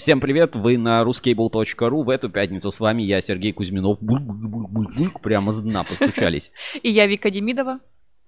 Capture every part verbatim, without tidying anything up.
Всем привет, вы на ruskable точка ру. В эту пятницу с вами я, Сергей Кузьминов. Буль-буль-буль-буль-буль, прямо с дна постучались. И я, Вика Демидова.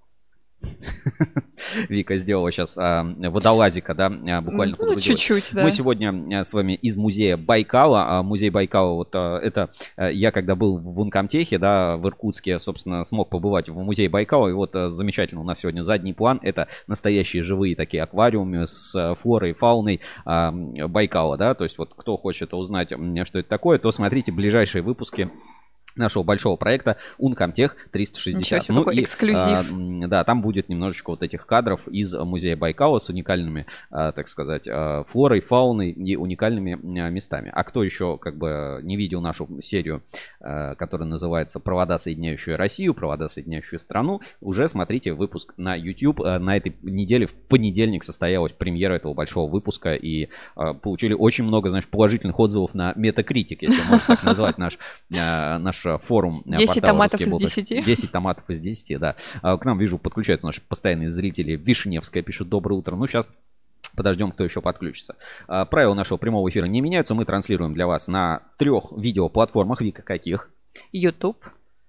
Вика сделала сейчас а, водолазика, да, буквально ну, чуть-чуть, да. Мы сегодня с вами из музея Байкала. А, музей Байкала, вот а, это а, я когда был в Ункомтехе, да, в Иркутске, собственно, смог побывать в музее Байкала. И вот а, замечательно, у нас сегодня задний план. Это настоящие живые такие аквариумы с флорой и фауной а, Байкала, да. То есть вот кто хочет узнать, что это такое, то смотрите ближайшие выпуски нашего большого проекта Ункомтех триста шестьдесят. Себе, ну, и, эксклюзив. А, да, там будет немножечко вот этих кадров из музея Байкала с уникальными, а, так сказать, а, флорой, фауной и уникальными а, местами. А кто еще как бы не видел нашу серию, а, которая называется «Провода, соединяющие Россию», «Провода, соединяющие страну», уже смотрите выпуск на YouTube. А, на этой неделе в понедельник состоялась премьера этого большого выпуска и а, получили очень много, знаешь, положительных отзывов на Metacritic, если можно так назвать наш, а, наш форум. десять томатов из десяти. десять томатов из десяти, да. К нам, вижу, подключаются наши постоянные зрители. Вишневская пишет: доброе утро. Ну, сейчас подождем, кто еще подключится. Правила нашего прямого эфира не меняются. Мы транслируем для вас на трех видеоплатформах. Вика, каких? YouTube,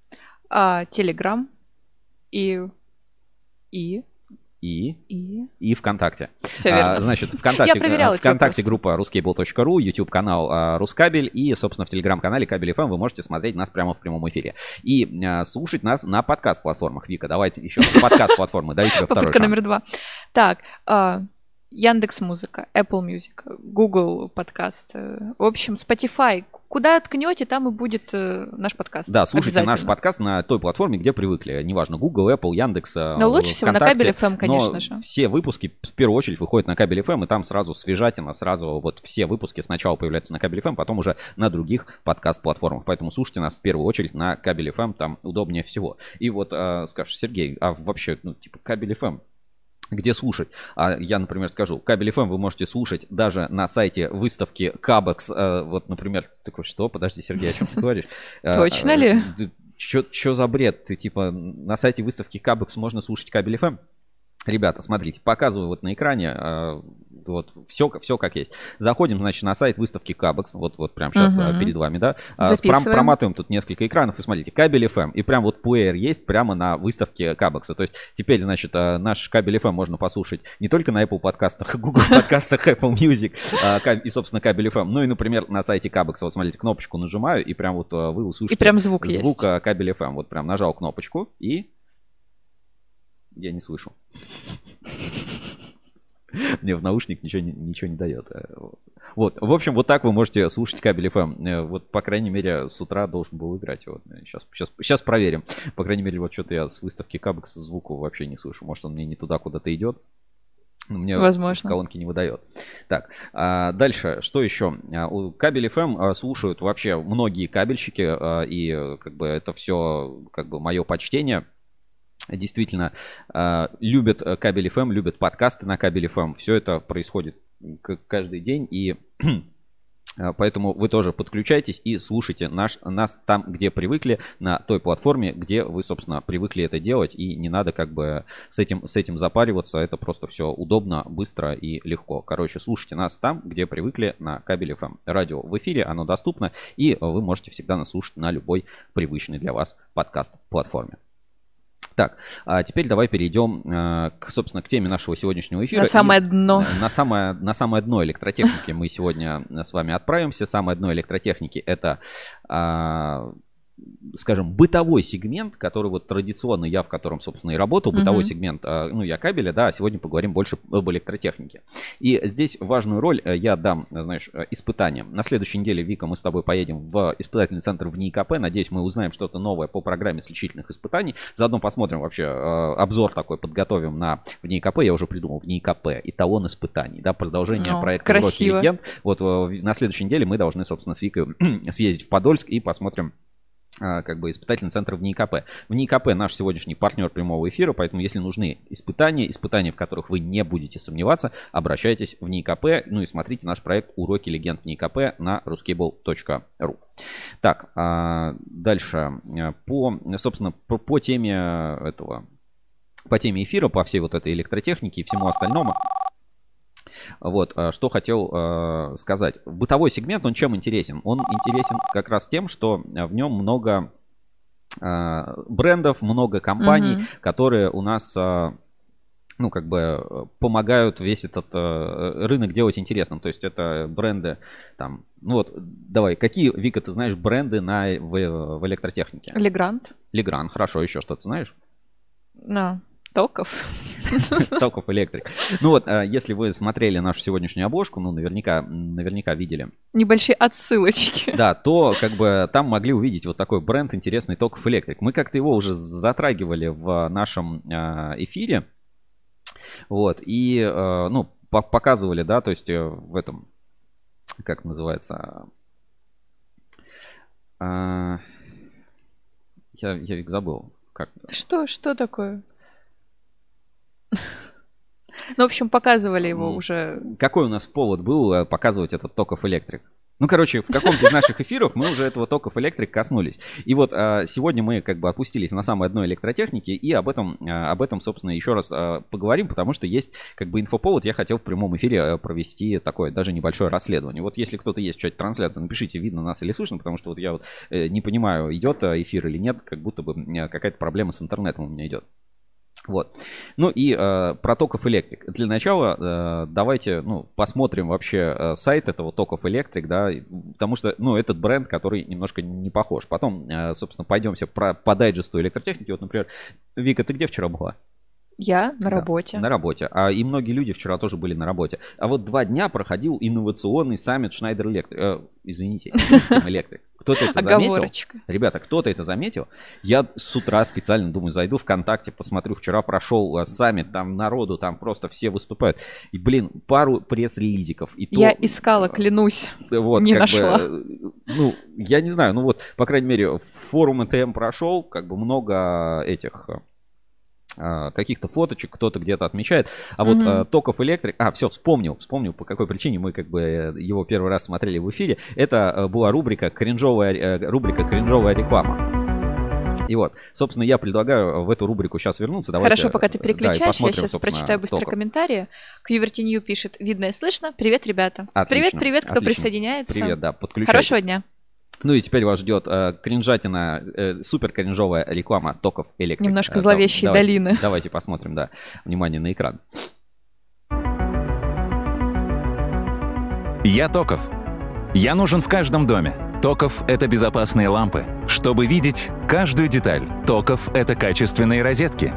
Telegram и... и... И, и... и ВКонтакте. Все верно. А, значит, ВКонтакте, Я ВКонтакте группа ruskable точка ру, YouTube канал а, Рускабель и, собственно, в Телеграм-канале Кабель эф эм вы можете смотреть нас прямо в прямом эфире. И а, слушать нас на подкаст-платформах. Вика, давайте еще раз подкаст-платформы. Дайте тебе второй шанс. Попытка номер два. Так, Яндекс.Музыка, Apple Music, Google подкаст, в общем, Spotify. Куда ткнете, там и будет э, наш подкаст. Да, слушайте наш подкаст на той платформе, где привыкли. Неважно, Google, Apple, Яндекс, но лучше всего на Кабель эф эм, конечно но же. Все выпуски в первую очередь выходят на Кабель эф эм, и там сразу свежатина, сразу вот все выпуски сначала появляются на Кабель эф эм, потом уже на других подкаст-платформах. Поэтому слушайте нас в первую очередь на Кабель эф эм, там удобнее всего. И вот э, скажешь, Сергей, а вообще, ну, типа, Кабель эф эм, где слушать? А я, например, скажу, Кабель эф эм вы можете слушать даже на сайте выставки Кабекс. Вот, например, такой, что? Подожди, Сергей, о чем ты говоришь? Точно ли? Что за бред? Ты, типа, на сайте выставки Кабекс можно слушать Кабель эф эм? Ребята, смотрите, показываю вот на экране, вот все, все как есть. Заходим, значит, на сайт выставки Кабекс, вот, вот прямо сейчас uh-huh. перед вами, да. Пром, проматываем тут несколько экранов и смотрите, Кабель эф эм, и прям вот плеер есть прямо на выставке Кабекса. То есть теперь, значит, наш Кабель эф эм можно послушать не только на Apple подкастах, Google подкастах, Apple Music и, собственно, Кабель эф эм, ну и, например, на сайте Кабекса. Вот смотрите, кнопочку нажимаю, и прям вот вы услышите и прям звук, звук есть. Кабель эф эм. Вот прям нажал кнопочку и... Я не слышу. Мне в наушник ничего, ничего не дает. Вот, в общем, вот так вы можете слушать Кабель эф эм. Вот, по крайней мере, с утра должен был играть. Вот, сейчас, сейчас, сейчас проверим. По крайней мере, вот что-то я с выставки Кабекс звуку вообще не слышу. Может, он мне не туда куда-то идет. Мне возможно. Колонки не выдает. Так, а дальше, что еще? У Кабель эф эм слушают вообще многие кабельщики. И как бы это все как бы мое почтение. Действительно, э, любят Кабель эф эм, любят подкасты на Кабель эф эм. Все это происходит каждый день. И поэтому вы тоже подключайтесь и слушайте наш, нас там, где привыкли, на той платформе, где вы, собственно, привыкли это делать. И не надо как бы с этим, с этим запариваться. Это просто все удобно, быстро и легко. Короче, слушайте нас там, где привыкли, на Кабель эф эм. Радио в эфире, оно доступно. И вы можете всегда нас слушать на любой привычной для вас подкаст-платформе. Так, а теперь давай перейдем, к, собственно, к теме нашего сегодняшнего эфира. На самое дно. На самое, на самое дно электротехники мы сегодня с вами отправимся. Самое дно электротехники — это, скажем, бытовой сегмент, который вот традиционно я в котором, собственно, и работал. Бытовой uh-huh. сегмент, ну, я кабеля, да, а сегодня поговорим больше об электротехнике. И здесь важную роль я дам, знаешь, испытаниям. На следующей неделе, Вика, мы с тобой поедем в испытательный центр в НИИКП. Надеюсь, мы узнаем что-то новое по программе сличительных испытаний. Заодно посмотрим вообще, обзор такой подготовим на в НИИКП. Я уже придумал, в НИИКП эталон испытаний, да, продолжение oh, проекта «Уроки легенд». Вот на следующей неделе мы должны, собственно, с Викой съездить в Подольск и посмотрим как бы испытательный центр в НИИКП. В НИИКП наш сегодняшний партнер прямого эфира, поэтому если нужны испытания, испытания, в которых вы не будете сомневаться, обращайтесь в НИИКП, ну и смотрите наш проект «Уроки легенд в НИИКП» на ruskable точка ру. Так, дальше по, собственно, по, по теме этого, по теме эфира, по всей вот этой электротехнике и всему остальному. Вот, что хотел э, сказать. Bытовой сегмент, он чем интересен? Он интересен как раз тем, что в нем много э, брендов, много компаний, mm-hmm. которые у нас... Э, ну, как бы помогают весь этот э, рынок делать интересным. То есть это бренды там... Ну вот, давай, какие, Вика, ты знаешь бренды на, в, в электротехнике? Легрант. Легрант, хорошо, еще что-то знаешь? Да, Токов. Токов Электрик. Ну вот, если вы смотрели нашу сегодняшнюю обложку, ну, наверняка, наверняка видели. Небольшие отсылочки. Да, то как бы там могли увидеть вот такой бренд интересный Токов Электрик. Мы как-то его уже затрагивали в нашем эфире. Вот, и, ну, показывали, да, то есть в этом, как называется, я, я ведь забыл. Как? Что, что такое? Ну, в общем, показывали его уже. Какой у нас повод был показывать этот Токов Электрик? Ну, короче, в каком-то из наших эфиров мы уже этого Токов Электрик коснулись. И вот а, сегодня мы как бы опустились на самой одной электротехнике и об этом, а, об этом, собственно, еще раз а, поговорим, потому что есть как бы инфоповод. Я хотел в прямом эфире провести такое даже небольшое расследование. Вот если кто-то есть в чате трансляции, напишите, видно нас или слышно, потому что вот я вот э, не понимаю, идет эфир или нет, как будто бы какая-то проблема с интернетом у меня идет. Вот. Ну и э, про Токов Электрик. Для начала э, давайте, ну, посмотрим вообще э, сайт этого Токов Электрик, да, потому что, ну, этот бренд, который немножко не похож. Потом, э, собственно, пойдемся про, по дайджесту электротехники. Вот, например, Вика, ты где вчера была? Я на да, работе. На работе. А и многие люди вчера тоже были на работе. А вот два дня проходил инновационный саммит Schneider Electric. Э, извините, System Electric. Кто-то это заметил? Ребята, кто-то это заметил? Я с утра специально, думаю, зайду ВКонтакте, посмотрю. Вчера прошел саммит, там народу, там просто все выступают. И, блин, пару пресс-релизиков. И я то, искала, клянусь, вот, не нашла. Бы, ну, я не знаю, ну вот, по крайней мере, форум ЭТМ прошел, как бы много этих... каких-то фоточек, кто-то где-то отмечает. А вот mm-hmm. Токов Электрик... А, все, вспомнил, вспомнил, по какой причине мы как бы его первый раз смотрели в эфире. Это была рубрика «Кринжовая, рубрика «Кринжовая реклама». И вот, собственно, я предлагаю в эту рубрику сейчас вернуться. Давайте, Хорошо, пока ты переключаешь, да, я сейчас прочитаю быстро Токов. Комментарии. Кьювертинью пишет: видно и слышно. Привет, ребята. Отлично, привет, привет, кто отлично. Присоединяется. Привет, да, подключайтесь. Хорошего дня. Ну и теперь вас ждет э, кринжатина, э, супер кринжовая реклама Токов Электрик. Немножко зловещие давайте, долины. Давайте посмотрим, да. Внимание на экран. Я Токов. Я нужен в каждом доме. Токов — это безопасные лампы, чтобы видеть каждую деталь. Токов — это качественные розетки,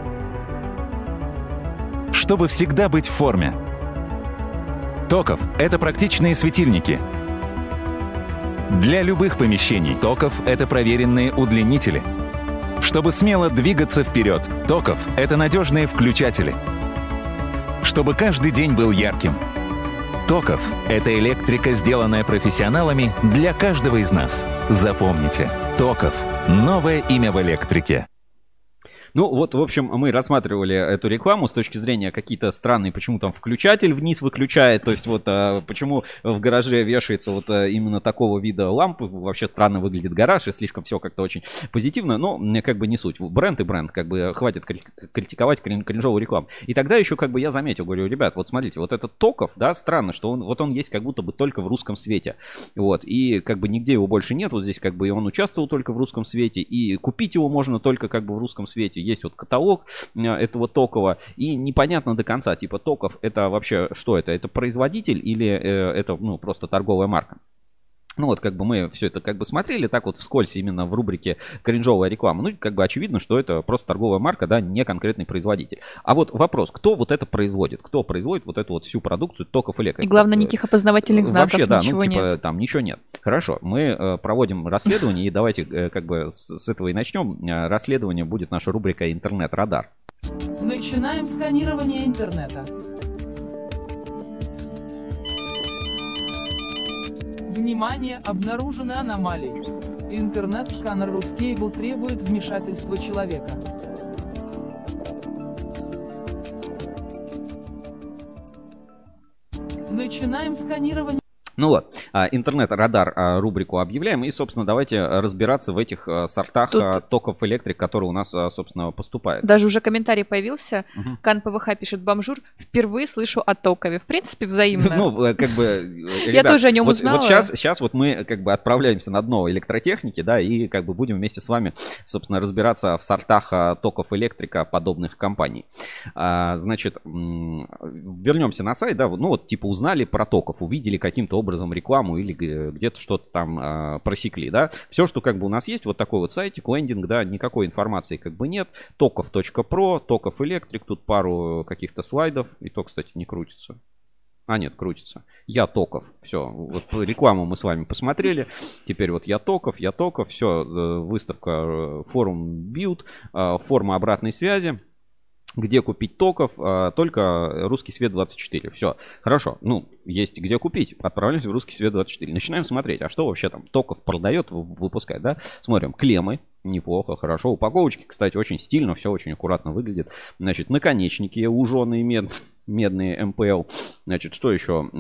чтобы всегда быть в форме. Токов — это практичные светильники. Для любых помещений. Токов — это проверенные удлинители. Чтобы смело двигаться вперед. Токов — это надежные включатели. Чтобы каждый день был ярким. Токов — это электрика, сделанная профессионалами для каждого из нас. Запомните, Токов — новое имя в электрике. Ну вот, в общем, мы рассматривали эту рекламу с точки зрения какие-то странные, почему там включатель вниз выключает, то есть вот а, почему в гараже вешается вот а, именно такого вида лампы, вообще странно выглядит гараж и слишком все как-то очень позитивно, но мне как бы не суть. Бренд и бренд, как бы хватит критиковать крин- кринжовую рекламу. И тогда еще как бы я заметил, говорю, ребят, вот смотрите, вот этот Токов, да, странно, что он, вот он есть как будто бы только в русском свете, вот, и как бы нигде его больше нет, вот здесь как бы и он участвовал только в русском свете, и купить его можно только как бы в русском свете. Есть вот каталог этого Токова, и непонятно до конца, типа Токов это вообще что это? Это производитель или э, это ну, просто торговая марка? Ну вот как бы мы все это как бы смотрели так вот вскользь именно в рубрике «Кринжовая реклама». Ну как бы очевидно, что это просто торговая марка, да, не конкретный производитель. А вот вопрос, кто вот это производит? Кто производит вот эту вот всю продукцию Токов Электрик? И главное, никаких опознавательных знаков, вообще, да, ничего ну типа нет. там ничего нет. Хорошо, мы э, проводим расследование, и давайте э, как бы с, с этого и начнем. Э, расследование будет наша рубрика «Интернет-радар». Начинаем сканирование интернета. Внимание, обнаружены аномалии. Интернет-сканер Ruscable требует вмешательства человека. Начинаем сканирование. Ну вот, Интернет-радар рубрику объявляем. И, собственно, давайте разбираться в этих сортах Тут... токов электрик, которые у нас, собственно, поступают. Даже уже комментарий появился. Угу. Кан ПВХ пишет: бомжур, впервые слышу о токове. В принципе, взаимно. Ну, как бы... Я тоже о нем узнала. Вот сейчас, сейчас вот мы как бы отправляемся на дно электротехники, да, и как бы будем вместе с вами, собственно, разбираться в сортах токов электрика подобных компаний. Значит, вернемся на сайт, да, ну вот типа узнали про токов, увидели каким-то образом рекламу или где-то что-то там а, просекли, да. Все, что как бы у нас есть, вот такой вот сайтик, лендинг, да, никакой информации как бы нет. токов точка про, токов электрик, тут пару каких-то слайдов, и то, кстати, не крутится. А, нет, крутится. Я Токов. Все, вот рекламу мы с вами посмотрели. Теперь вот я Токов, я Токов. Все, выставка форум Build, форма обратной связи. Где купить токов? Только Русский Свет двадцать четыре. Все, хорошо. Ну, есть где купить. Отправляемся в Русский Свет двадцать четыре. Начинаем смотреть. А что вообще там токов продает, выпускает, да? Смотрим. Клеммы. Неплохо, хорошо. Упаковочки, кстати, очень стильно. Все очень аккуратно выглядит. Значит, наконечники уженые мед, медные эм пэ эл. Значит, что еще?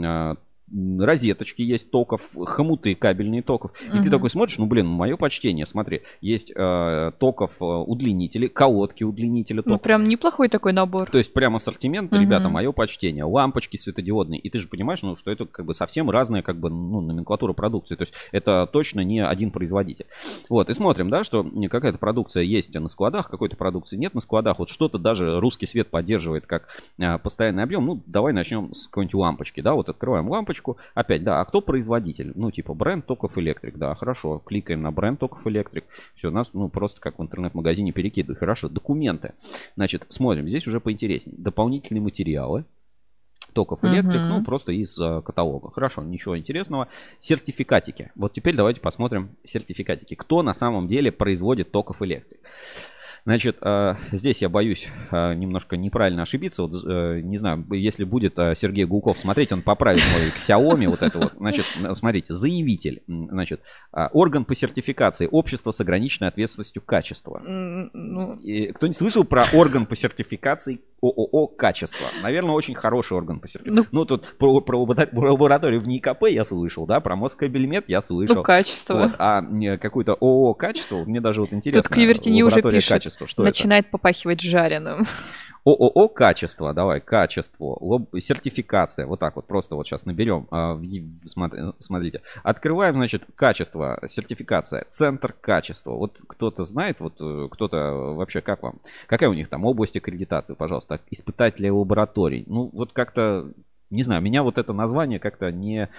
Розеточки есть токов, хомуты кабельные токов. И угу. ты такой смотришь, ну блин, мое почтение, смотри, есть э, токов э, удлинители, колодки удлинителя токов. Ну прям неплохой такой набор. То есть прям ассортимент, угу. ребята, мое почтение. Лампочки светодиодные. И ты же понимаешь, ну что это как бы совсем разная как бы ну, номенклатура продукции. То есть это точно не один производитель. Вот, и смотрим, да, что какая-то продукция есть на складах, какой-то продукции нет на складах. Вот что-то даже Русский Свет поддерживает как э, постоянный объем. Ну давай начнем с какой-нибудь лампочки, да, вот открываем лампочку. Опять, да, а кто производитель? Ну, типа бренд Токов Электрик, да, хорошо. Кликаем на бренд Токов Электрик. Все, нас, ну, просто как в интернет-магазине перекидывают. Хорошо, документы. Значит, смотрим, здесь уже поинтереснее. Дополнительные материалы. Токов Электрик, uh-huh. ну, просто из uh, каталога. Хорошо, ничего интересного. Сертификатики. Вот теперь давайте посмотрим сертификатики. Кто на самом деле производит Токов Электрик? Значит, здесь я боюсь немножко неправильно ошибиться. Вот, не знаю, если будет Сергей Гулков смотреть, он поправит мой Xiaomi, вот это вот. Значит, смотрите, заявитель. Значит, орган по сертификации. Общество с ограниченной ответственностью качества. И кто-нибудь слышал про орган по сертификации ООО «Качество»? Наверное, очень хороший орган по сертификации. Ну, ну тут про, про, про лабораторию в НИИКП я слышал, да, про Москабельмет я слышал. Ну, качество. Вот, а какую-то ООО «Качество», мне даже вот интересно. Тут Кьювертини уже пишет. Качество. Что начинает это? Попахивать жареным. ООО «Качество», давай, качество, лоб, сертификация, вот так вот, просто вот сейчас наберем, а, в, смотри, смотрите, открываем, значит, качество, сертификация, центр качества, вот кто-то знает, вот кто-то вообще, как вам, какая у них там область аккредитации, пожалуйста, испытатели лабораторий, ну, вот как-то, не знаю, меня вот это название как-то не,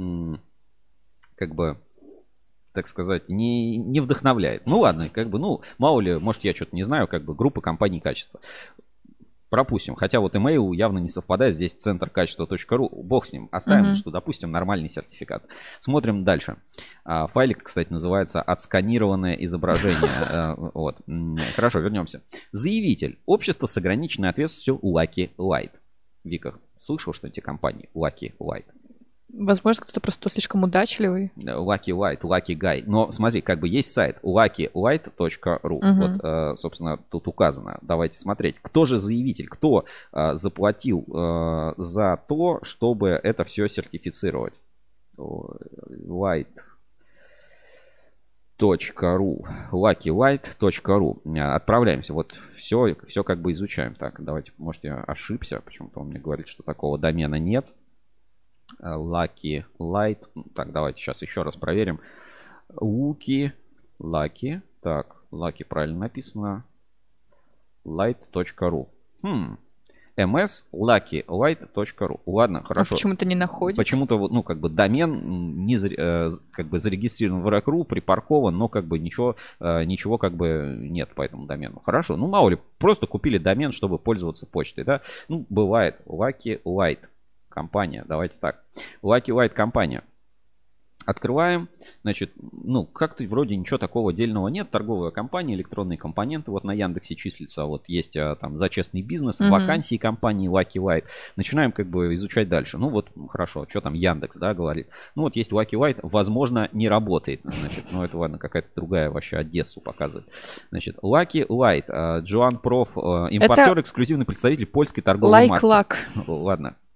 как бы, так сказать, не, не вдохновляет. Ну ладно, как бы, ну, мало ли, может, я что-то не знаю, как бы, группа компаний качества. Пропустим. Хотя вот email явно не совпадает. Здесь центр качества точка ру. Бог с ним. Оставим, uh-huh. что, допустим, нормальный сертификат. Смотрим дальше. Файлик, кстати, называется «Отсканированное изображение». Вот. Хорошо, вернемся. Заявитель. Общество с ограниченной ответственностью Lucky Light. Вика, слышал, что эти компании Lucky Light? Возможно, кто-то просто слишком удачливый. Lucky Light, Lucky Guy. Но смотри, как бы есть сайт lucky light точка ру. Угу. Вот, собственно, тут указано. Давайте смотреть. Кто же заявитель? Кто заплатил за то, чтобы это все сертифицировать? Light. .ру, lucky light точка ру. Отправляемся. Вот все, все как бы изучаем. Так, давайте, может, я ошибся. Почему-то он мне говорит, что такого домена нет. Lucky Light. Так, давайте сейчас еще раз проверим. Lucky, Lucky. Так, Lucky правильно написано. light точка ру. Хм. эм эс lucky light точка ру. Ладно, хорошо. А почему-то не находит. Почему-то, ну, как бы домен не как бы зарегистрирован в РЭК.ру, припаркован, но как бы ничего, ничего как бы нет по этому домену. Хорошо. Ну, мало ли, просто купили домен, чтобы пользоваться почтой, да? Ну, бывает. Lucky Light. Компания, давайте так. Lucky Light компания. Открываем. Значит, ну, как-то вроде ничего такого отдельного нет. Торговая компания, электронные компоненты. Вот на Яндексе числится. Вот есть там за честный бизнес, mm-hmm. вакансии компании Lucky Light. Начинаем как бы изучать дальше. Ну вот, хорошо, что там Яндекс, да, говорит. Ну вот есть Lucky Light, возможно, не работает. Значит, ну это ладно, какая-то другая вообще Одессу показывает. Значит, Lucky Light, Джоан Проф, импортер, это... эксклюзивный представитель польской торговой like марки. Luck. Ладно.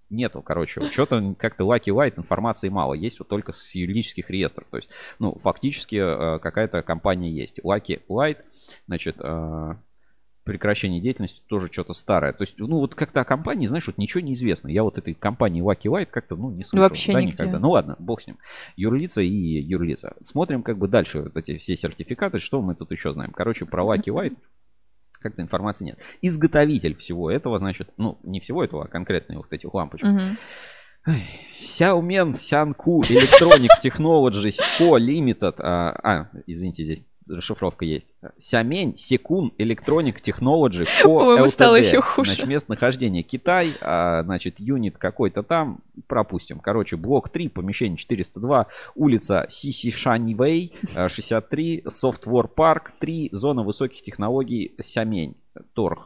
нету, короче. Вот что-то как-то Lucky Light информации мало. Есть вот только с юридических реестров. То есть, ну, фактически э, какая-то компания есть. Lucky Light, значит, э, прекращение деятельности тоже что-то старое. То есть, ну, вот как-то о компании, знаешь, вот ничего не известно. Я вот этой компании Lucky Light как-то, ну, не слышал. Вообще да, нигде. никогда. Ну, ладно, бог с ним. Юрлица и юрлица. Смотрим как бы дальше вот эти все сертификаты, что мы тут еще знаем. Короче, про Lucky Light как-то информации нет. Изготовитель всего этого, значит, ну, не всего этого, а конкретные вот этих лампочек. Угу. Xiaomen Xianku Electronic Technologies Co. Limited. А, а, извините, здесь расшифровка есть. Xiamen Sekun Electronic Technology Co. По-моему, стало Ltd. еще хуже. Значит, местонахождение Китай, а, значит, юнит какой-то там, пропустим. Короче, блок три, помещение четыреста два, улица Сисишаньвэй, шестьдесят три, Software Park три, зона высоких технологий Xiamen, Торг.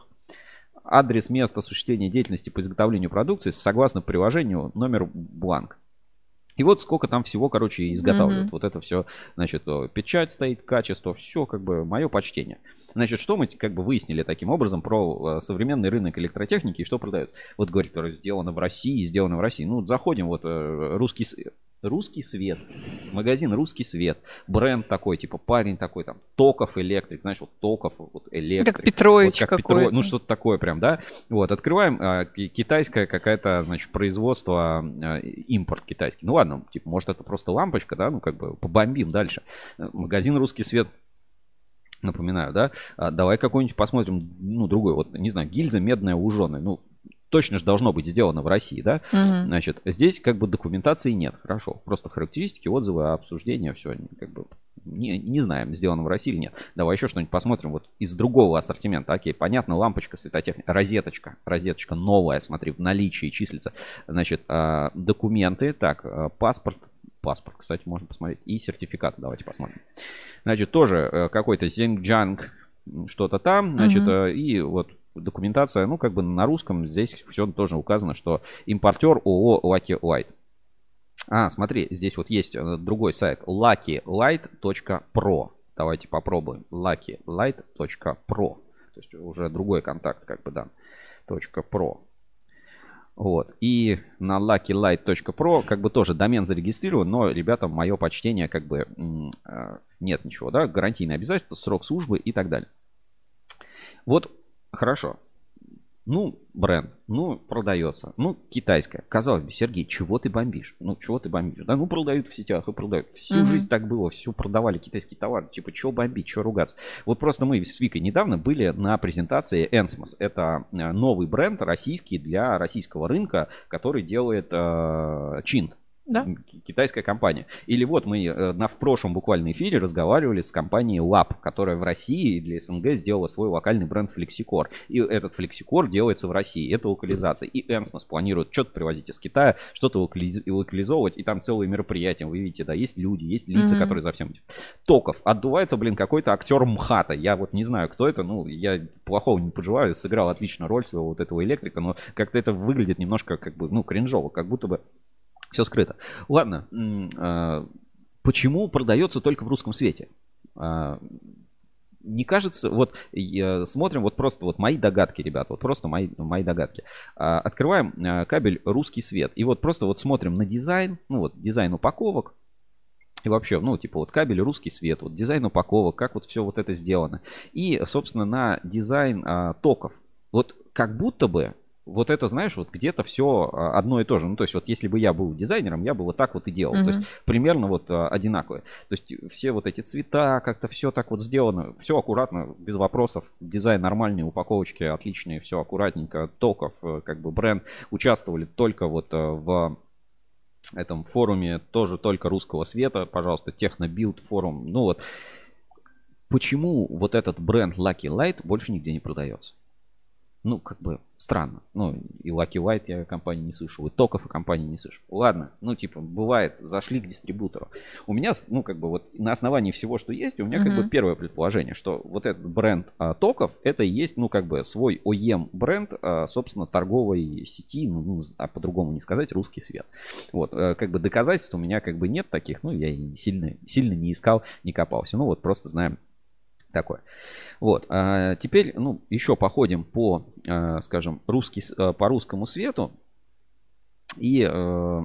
Адрес, место осуществления деятельности по изготовлению продукции согласно приложению номер бланк. И вот сколько там всего, короче, изготавливают. Mm-hmm. Вот это все, значит, печать стоит, качество, все, как бы, мое почтение. Значит, что мы, как бы, выяснили таким образом про современный рынок электротехники и что продают. Вот, говорит, сделано в России, сделано в России. Ну, вот заходим, вот, русский... Русский свет. Магазин Русский свет. Бренд такой, типа парень такой, там, Токов Электрик. Знаешь, вот Токов, вот Электрик. Как Петрович вот как какой-то. Петро... Ну, что-то такое прям, да. Вот, открываем а, китайское какое-то, значит, производство, а, импорт китайский. Ну, ладно, типа, может, это просто лампочка, да, ну, как бы, побомбим дальше. Магазин Русский свет. Напоминаю, да. А, давай какой-нибудь посмотрим, ну, другой. Вот, не знаю, гильза медная луженая. Ну, точно же должно быть сделано в России, да? Угу. Значит, здесь как бы документации нет. Хорошо. Просто характеристики, отзывы, обсуждения, все. Как бы не, не знаем, сделано в России или нет. Давай еще что-нибудь посмотрим вот из другого ассортимента. Окей, понятно, лампочка, светотехника, розеточка. Розеточка новая, смотри, в наличии числится. Значит, документы. Так, паспорт. Паспорт, кстати, можно посмотреть. И сертификат. Давайте посмотрим. Значит, тоже какой-то Xinjiang что-то там. Значит, угу. И вот документация, ну, как бы на русском здесь все тоже указано, что импортер ООО Lucky Light. А, смотри, здесь вот есть другой сайт лаки лайт точка про. Давайте попробуем. лаки лайт точка про. То есть уже другой контакт, как бы, да. .pro. Вот. И на лаки лайт точка про как бы тоже домен зарегистрирован, но, ребятам, мое почтение, как бы нет ничего, да, гарантийные обязательства, срок службы и так далее. Вот. Хорошо. Ну, бренд. Ну, продается. Ну, китайская. Казалось бы, Сергей, чего ты бомбишь? Ну, чего ты бомбишь? Да, ну, продают в сетях и продают. Всю mm-hmm. жизнь так было. Все продавали китайский товар. Типа, чего бомбить, чего ругаться? Вот просто мы с Викой недавно были на презентации Ensmos. Это новый бренд российский для российского рынка, который делает э, Чинт. Да? Китайская компания. Или вот мы э, на, в прошлом буквально эфире разговаривали с компанией Lab, которая в России для СНГ сделала свой локальный бренд Flexicor. И этот Flexicor делается в России. Это локализация. И Ensmos планирует что-то привозить из Китая, что-то локализ... локализовывать. И там целые мероприятия. Вы видите, да, есть люди, есть лица, mm-hmm. которые за всем этим. Токов. Отдувается, блин, какой-то актер МХАТа. Я вот не знаю, кто это. Ну, я плохого не пожелаю. Сыграл отлично роль своего вот этого электрика. Но как-то это выглядит немножко, как бы, ну, кринжово. Как будто бы все скрыто. Ладно, почему продается только в русском свете? Не кажется, вот смотрим, вот просто вот мои догадки, ребят, вот просто мои, мои догадки. Открываем кабель русский свет и вот просто вот смотрим на дизайн, ну вот дизайн упаковок. И вообще, ну, типа вот кабель русский свет, вот дизайн упаковок, как вот все вот это сделано. И, собственно, на дизайн а, токов. Вот как будто бы вот это, знаешь, вот где-то все одно и то же. Ну, то есть, вот если бы я был дизайнером, я бы вот так вот и делал. Mm-hmm. То есть, примерно вот одинаковые. То есть, все вот эти цвета, как-то все так вот сделано. Все аккуратно, без вопросов. Дизайн нормальный, упаковочки отличные, все аккуратненько. Токов, как бы бренд. Участвовали только вот в этом форуме, тоже только русского света. Пожалуйста, Технобилд форум. Ну вот, почему вот этот бренд Lucky Light больше нигде не продается? Ну, как бы странно. Ну, и Lucky Light я компании не слышал, и Токов и компании не слышал. Ладно, ну, типа, бывает, зашли к дистрибьютору. У меня, ну, как бы, вот на основании всего, что есть, у меня, как mm-hmm. бы, первое предположение, что вот этот бренд а, Токов, это и есть, ну, как бы, свой о и эм бренд, а, собственно, торговой сети, ну, а по-другому не сказать, русский свет. Вот, а, как бы, доказательств у меня, как бы, нет таких, ну, я и сильно, сильно не искал, не копался. Ну, вот, просто знаем. Такое. Вот. А теперь, ну, еще походим по, а, скажем, русский, по русскому свету. И э,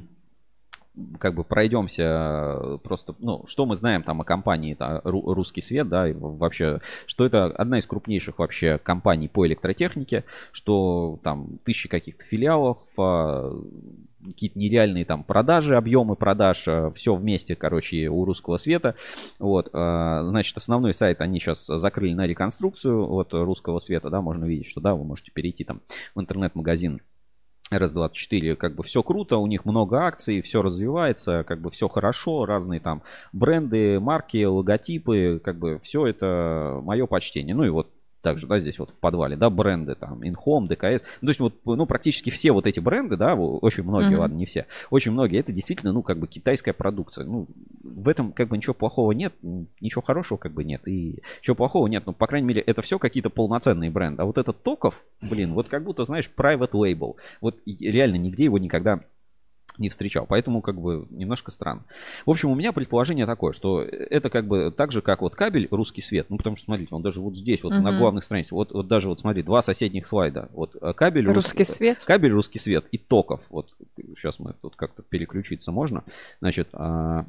как бы пройдемся просто, ну, что мы знаем там о компании это, «Русский свет», да, и вообще, что это одна из крупнейших вообще компаний по электротехнике, что там тысячи каких-то филиалов, какие-то нереальные там продажи, объемы продаж, все вместе, короче, у «Русского света». Вот, значит, основной сайт они сейчас закрыли на реконструкцию от «Русского света», да, можно видеть, что, да, вы можете перейти там в интернет-магазин эр эс двадцать четыре, как бы все круто, у них много акций, все развивается, как бы все хорошо, разные там бренды, марки, логотипы, как бы все это мое почтение. Ну и вот также, да, здесь вот в подвале, да, бренды там, InHome, ди кей эс. Ну, то есть вот, ну, практически все вот эти бренды, да, очень многие, mm-hmm. ладно, не все, очень многие, это действительно, ну, как бы китайская продукция. Ну, в этом как бы ничего плохого нет, ничего хорошего как бы нет, и ничего плохого нет, но, по крайней мере, это все какие-то полноценные бренды. А вот этот Токов, блин, вот как будто, знаешь, private label. Вот реально нигде его никогда не встречал, поэтому как бы немножко странно. В общем, у меня предположение такое, что это как бы так же, как вот кабель «Русский свет», ну потому что, смотрите, он даже вот здесь, вот uh-huh. на главных страницах, вот, вот даже вот смотри, два соседних слайда, вот кабель «Русский свет», кабель «Русский свет» и Токов, вот сейчас мы тут как-то переключиться можно, значит, а,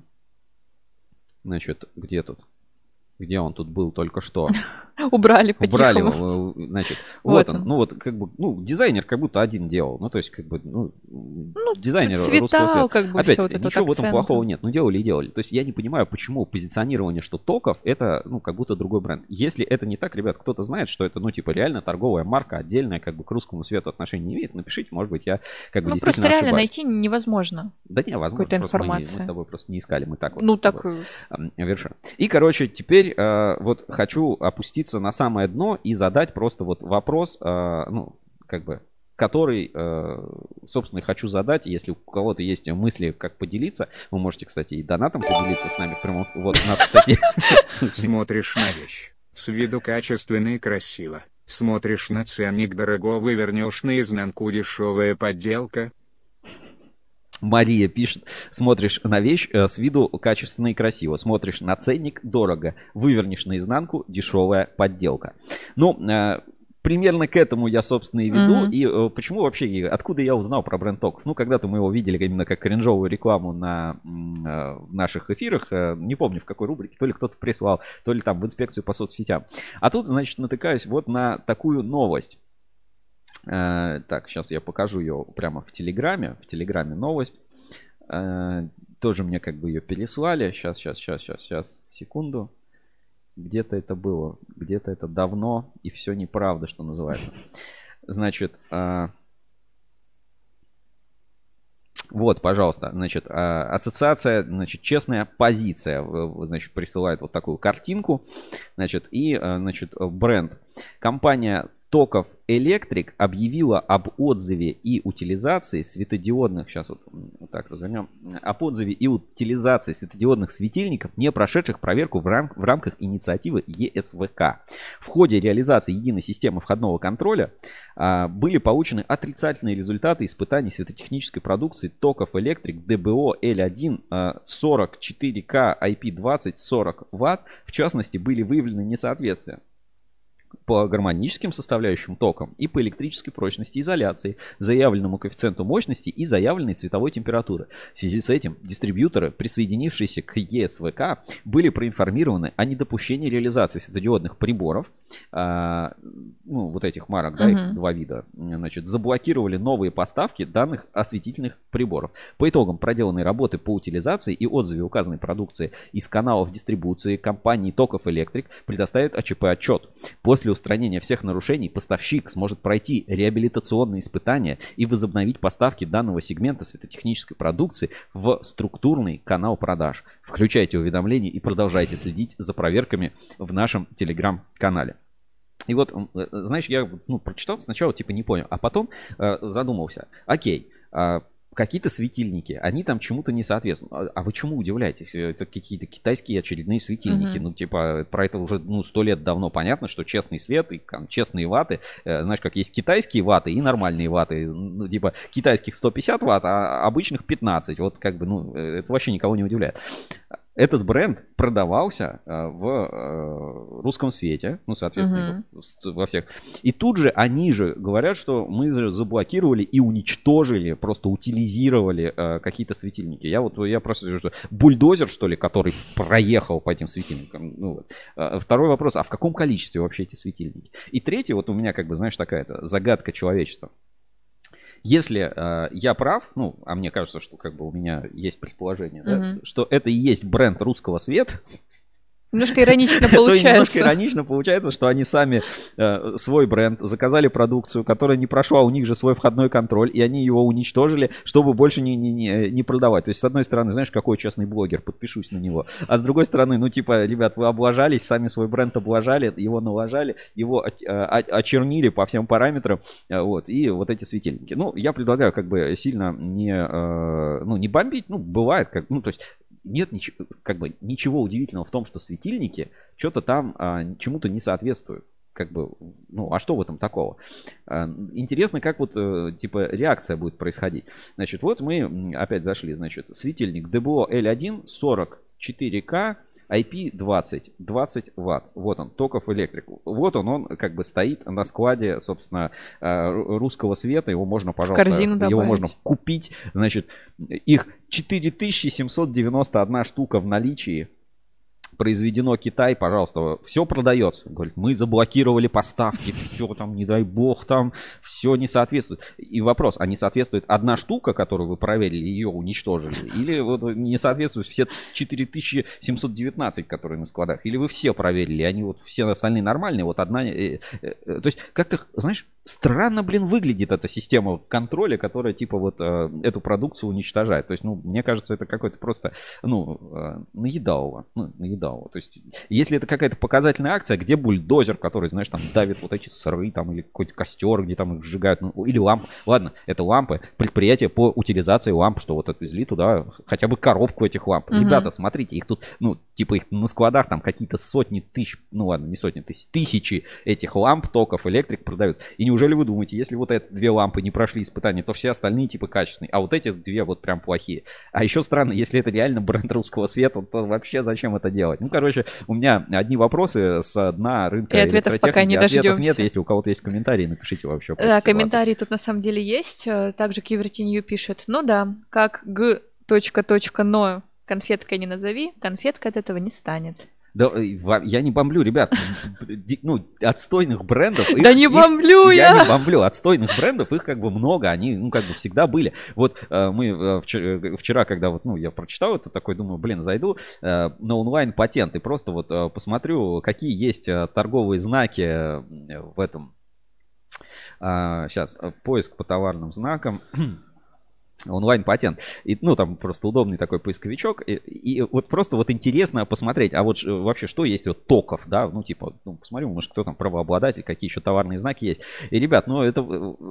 значит, где тут? Где он тут был только что? Убрали Убрали его, значит. Вот, вот он. он. Ну вот как бы, ну дизайнер как будто один делал. Ну то есть как бы, ну, ну дизайнер цвета, «Русского света». Как бы, опять, вот ничего в этом плохого нет. Ну делали и делали. То есть я не понимаю, почему позиционирование, что Токов это, ну как будто другой бренд. Если это не так, ребят, кто-то знает, что это, ну типа реально торговая марка отдельная, как бы к «Русскому свету» отношения не имеет, напишите, может быть, я как бы ну, действительно просто реально ошибаюсь. найти невозможно. Да не, возможно. Какой-то информации. Мы, мы с тобой просто не искали, мы так вот. Ну так. Вершим. И, короче, теперь э, вот хочу опуститься на самое дно и задать просто вот вопрос, э, ну, как бы, который, э, собственно, хочу задать. Если у кого-то есть мысли, как поделиться, вы можете, кстати, и донатом поделиться с нами в прямом... Вот у нас, кстати... Смотришь на вещь. С виду качественно и красиво. Смотришь на ценник, дорого, вывернешь наизнанку, дешевая подделка. Мария пишет, смотришь на вещь э, с виду качественно и красиво, смотришь на ценник, дорого, вывернешь наизнанку, дешевая подделка. Ну, э, примерно к этому я, собственно, и веду. Mm-hmm. И э, почему вообще, и откуда я узнал про бренд Токов? Ну, когда-то мы его видели именно как кринжовую рекламу на э, в наших эфирах, э, не помню в какой рубрике, то ли кто-то прислал, то ли там в инспекцию по соцсетям. А тут, значит, натыкаюсь вот на такую новость. Uh, так, сейчас я покажу ее прямо в Телеграме. В Телеграме новость. Uh, тоже мне как бы ее переслали. Сейчас, сейчас, сейчас, сейчас, сейчас, секунду. Где-то это было. Где-то это давно. И все неправда, что называется. Значит, uh, вот, пожалуйста. Значит, uh, ассоциация, значит, честная позиция. Значит, присылает вот такую картинку. Значит, и, uh, значит, бренд. Компания Токов Электрик объявила об отзыве и утилизации светодиодных, сейчас вот, вот так развернем, об отзыве и утилизации светодиодных светильников, не прошедших проверку в, рам, в рамках инициативы е эс вэ ка. В ходе реализации единой системы входного контроля а, были получены отрицательные результаты испытаний светотехнической продукции Токов Электрик ди би о эл один а, сорок четыре ка ай пи двадцать сорок ватт. В частности, были выявлены несоответствия по гармоническим составляющим токам и по электрической прочности изоляции, заявленному коэффициенту мощности и заявленной цветовой температуры. В связи с этим дистрибьюторы, присоединившиеся к е эс вэ ка, были проинформированы о недопущении реализации светодиодных приборов, а, ну, вот этих марок, да, uh-huh. их два вида, значит, заблокировали новые поставки данных осветительных приборов. По итогам проделанной работы по утилизации и отзыве указанной продукции из каналов дистрибуции компании Токов Электрик предоставит а че пэ отчет. После устранения всех нарушений поставщик сможет пройти реабилитационные испытания и возобновить поставки данного сегмента светотехнической продукции в структурный канал продаж. Включайте уведомления и продолжайте следить за проверками в нашем телеграм-канале. И вот, знаешь, я ну, прочитал сначала, типа не понял, а потом э, задумался. Окей, э, какие-то светильники, они там чему-то не соответствуют. А, а вы чему удивляетесь? Это какие-то китайские очередные светильники. Mm-hmm. Ну, типа, про это уже ну, сто лет давно понятно, что честный свет и там, честные ваты. Э, знаешь, как есть китайские ваты и нормальные ваты. Ну, типа, китайских сто пятьдесят ватт, а обычных пятнадцать. Вот как бы, ну, это вообще никого не удивляет. этот бренд продавался э, в э, русском свете, ну, соответственно, uh-huh. вот, во всех. И тут же они же говорят, что мы же заблокировали и уничтожили, просто утилизировали э, какие-то светильники. Я вот, я просто вижу, что бульдозер, что ли, который проехал по этим светильникам. Ну, вот. э, второй вопрос, а в каком количестве вообще эти светильники? И третий, вот у меня, как бы, знаешь, такая-то загадка человечества. Если э, я прав, ну, а мне кажется, что как бы у меня есть предположение, mm-hmm. да, что это и есть бренд русского света. Немножко иронично получается. То немножко иронично получается, что они сами э, свой бренд заказали продукцию, которая не прошла у них же свой входной контроль, и они его уничтожили, чтобы больше не, не, не, не продавать. То есть, с одной стороны, знаешь, какой честный блогер, подпишусь на него. А с другой стороны, ну, типа, ребят, вы облажались, сами свой бренд облажали, его налажали, его э, очернили по всем параметрам, э, вот, и вот эти светильники. Ну, я предлагаю как бы сильно не, э, ну, не бомбить, ну, бывает, как, ну, то есть, нет ничего, как бы, ничего удивительного в том, что светильники что-то там а, чему-то не соответствуют. Как бы, ну, а что в этом такого? А, интересно, как вот, а, типа, реакция будет происходить. Значит, вот мы опять зашли, значит, светильник ди би о эл один сорок четыре ка ай пи двадцать, двадцать ватт. Вот он, Токов Электрик. Вот он, он как бы стоит на складе, собственно, русского света. Его можно, пожалуйста, его можно купить. Значит, их четыре тысячи семьсот девяносто одна штука в наличии. Произведено Китай, пожалуйста, все продается. Говорит, мы заблокировали поставки, все там, не дай бог, там все не соответствует. И вопрос, а не соответствует одна штука, которую вы проверили, ее уничтожили? Или вот не соответствуют все четыре тысячи семьсот девятнадцать, которые на складах? Или вы все проверили, они вот все остальные нормальные, вот одна... То есть как-то, знаешь, странно, блин, выглядит эта система контроля, которая типа вот эту продукцию уничтожает. То есть, ну, мне кажется, это какой-то просто, ну, наедалово, ну, наедалово. То есть, если это какая-то показательная акция, где бульдозер, который, знаешь, там давит вот эти сыры, там, или какой-то костер, где там их сжигают, ну, или лампы. Ладно, это лампы, предприятие по утилизации ламп, что вот отвезли туда хотя бы коробку этих ламп. Uh-huh. Ребята, смотрите, их тут, ну, типа их на складах там какие-то сотни тысяч, ну ладно, не сотни тысяч, тысячи этих ламп, токов, электрик продают. И неужели вы думаете, если вот эти две лампы не прошли испытания, то все остальные типа качественные, а вот эти две вот прям плохие. А еще странно, если это реально бренд русского света, то вообще зачем это делать? Ну, короче, у меня одни вопросы с дна рынка и ответов пока не дождемся. Ответов нет, если у кого-то есть комментарии, напишите вообще. Да, комментарии тут на самом деле есть. Также Кивертинью пишет, ну да, как г... но конфеткой не назови, конфетка от этого не станет. Да, я не бомблю, ребят. Ну, отстойных брендов... Да не бомблю я! Я не бомблю. Отстойных брендов, их как бы много, они, ну, как бы всегда были. Вот мы вчера, когда вот, ну, я прочитал это, такой, думаю, блин, зайду на онлайн-патент и просто вот посмотрю, какие есть торговые знаки в этом. Сейчас, поиск по товарным знакам. Онлайн-патент. И, ну, там просто удобный такой поисковичок. И, и вот просто вот интересно посмотреть, а вот вообще что есть вот токов, да, ну, типа, ну, посмотрим, может, кто там правообладатель, какие еще товарные знаки есть. И, ребят, ну, это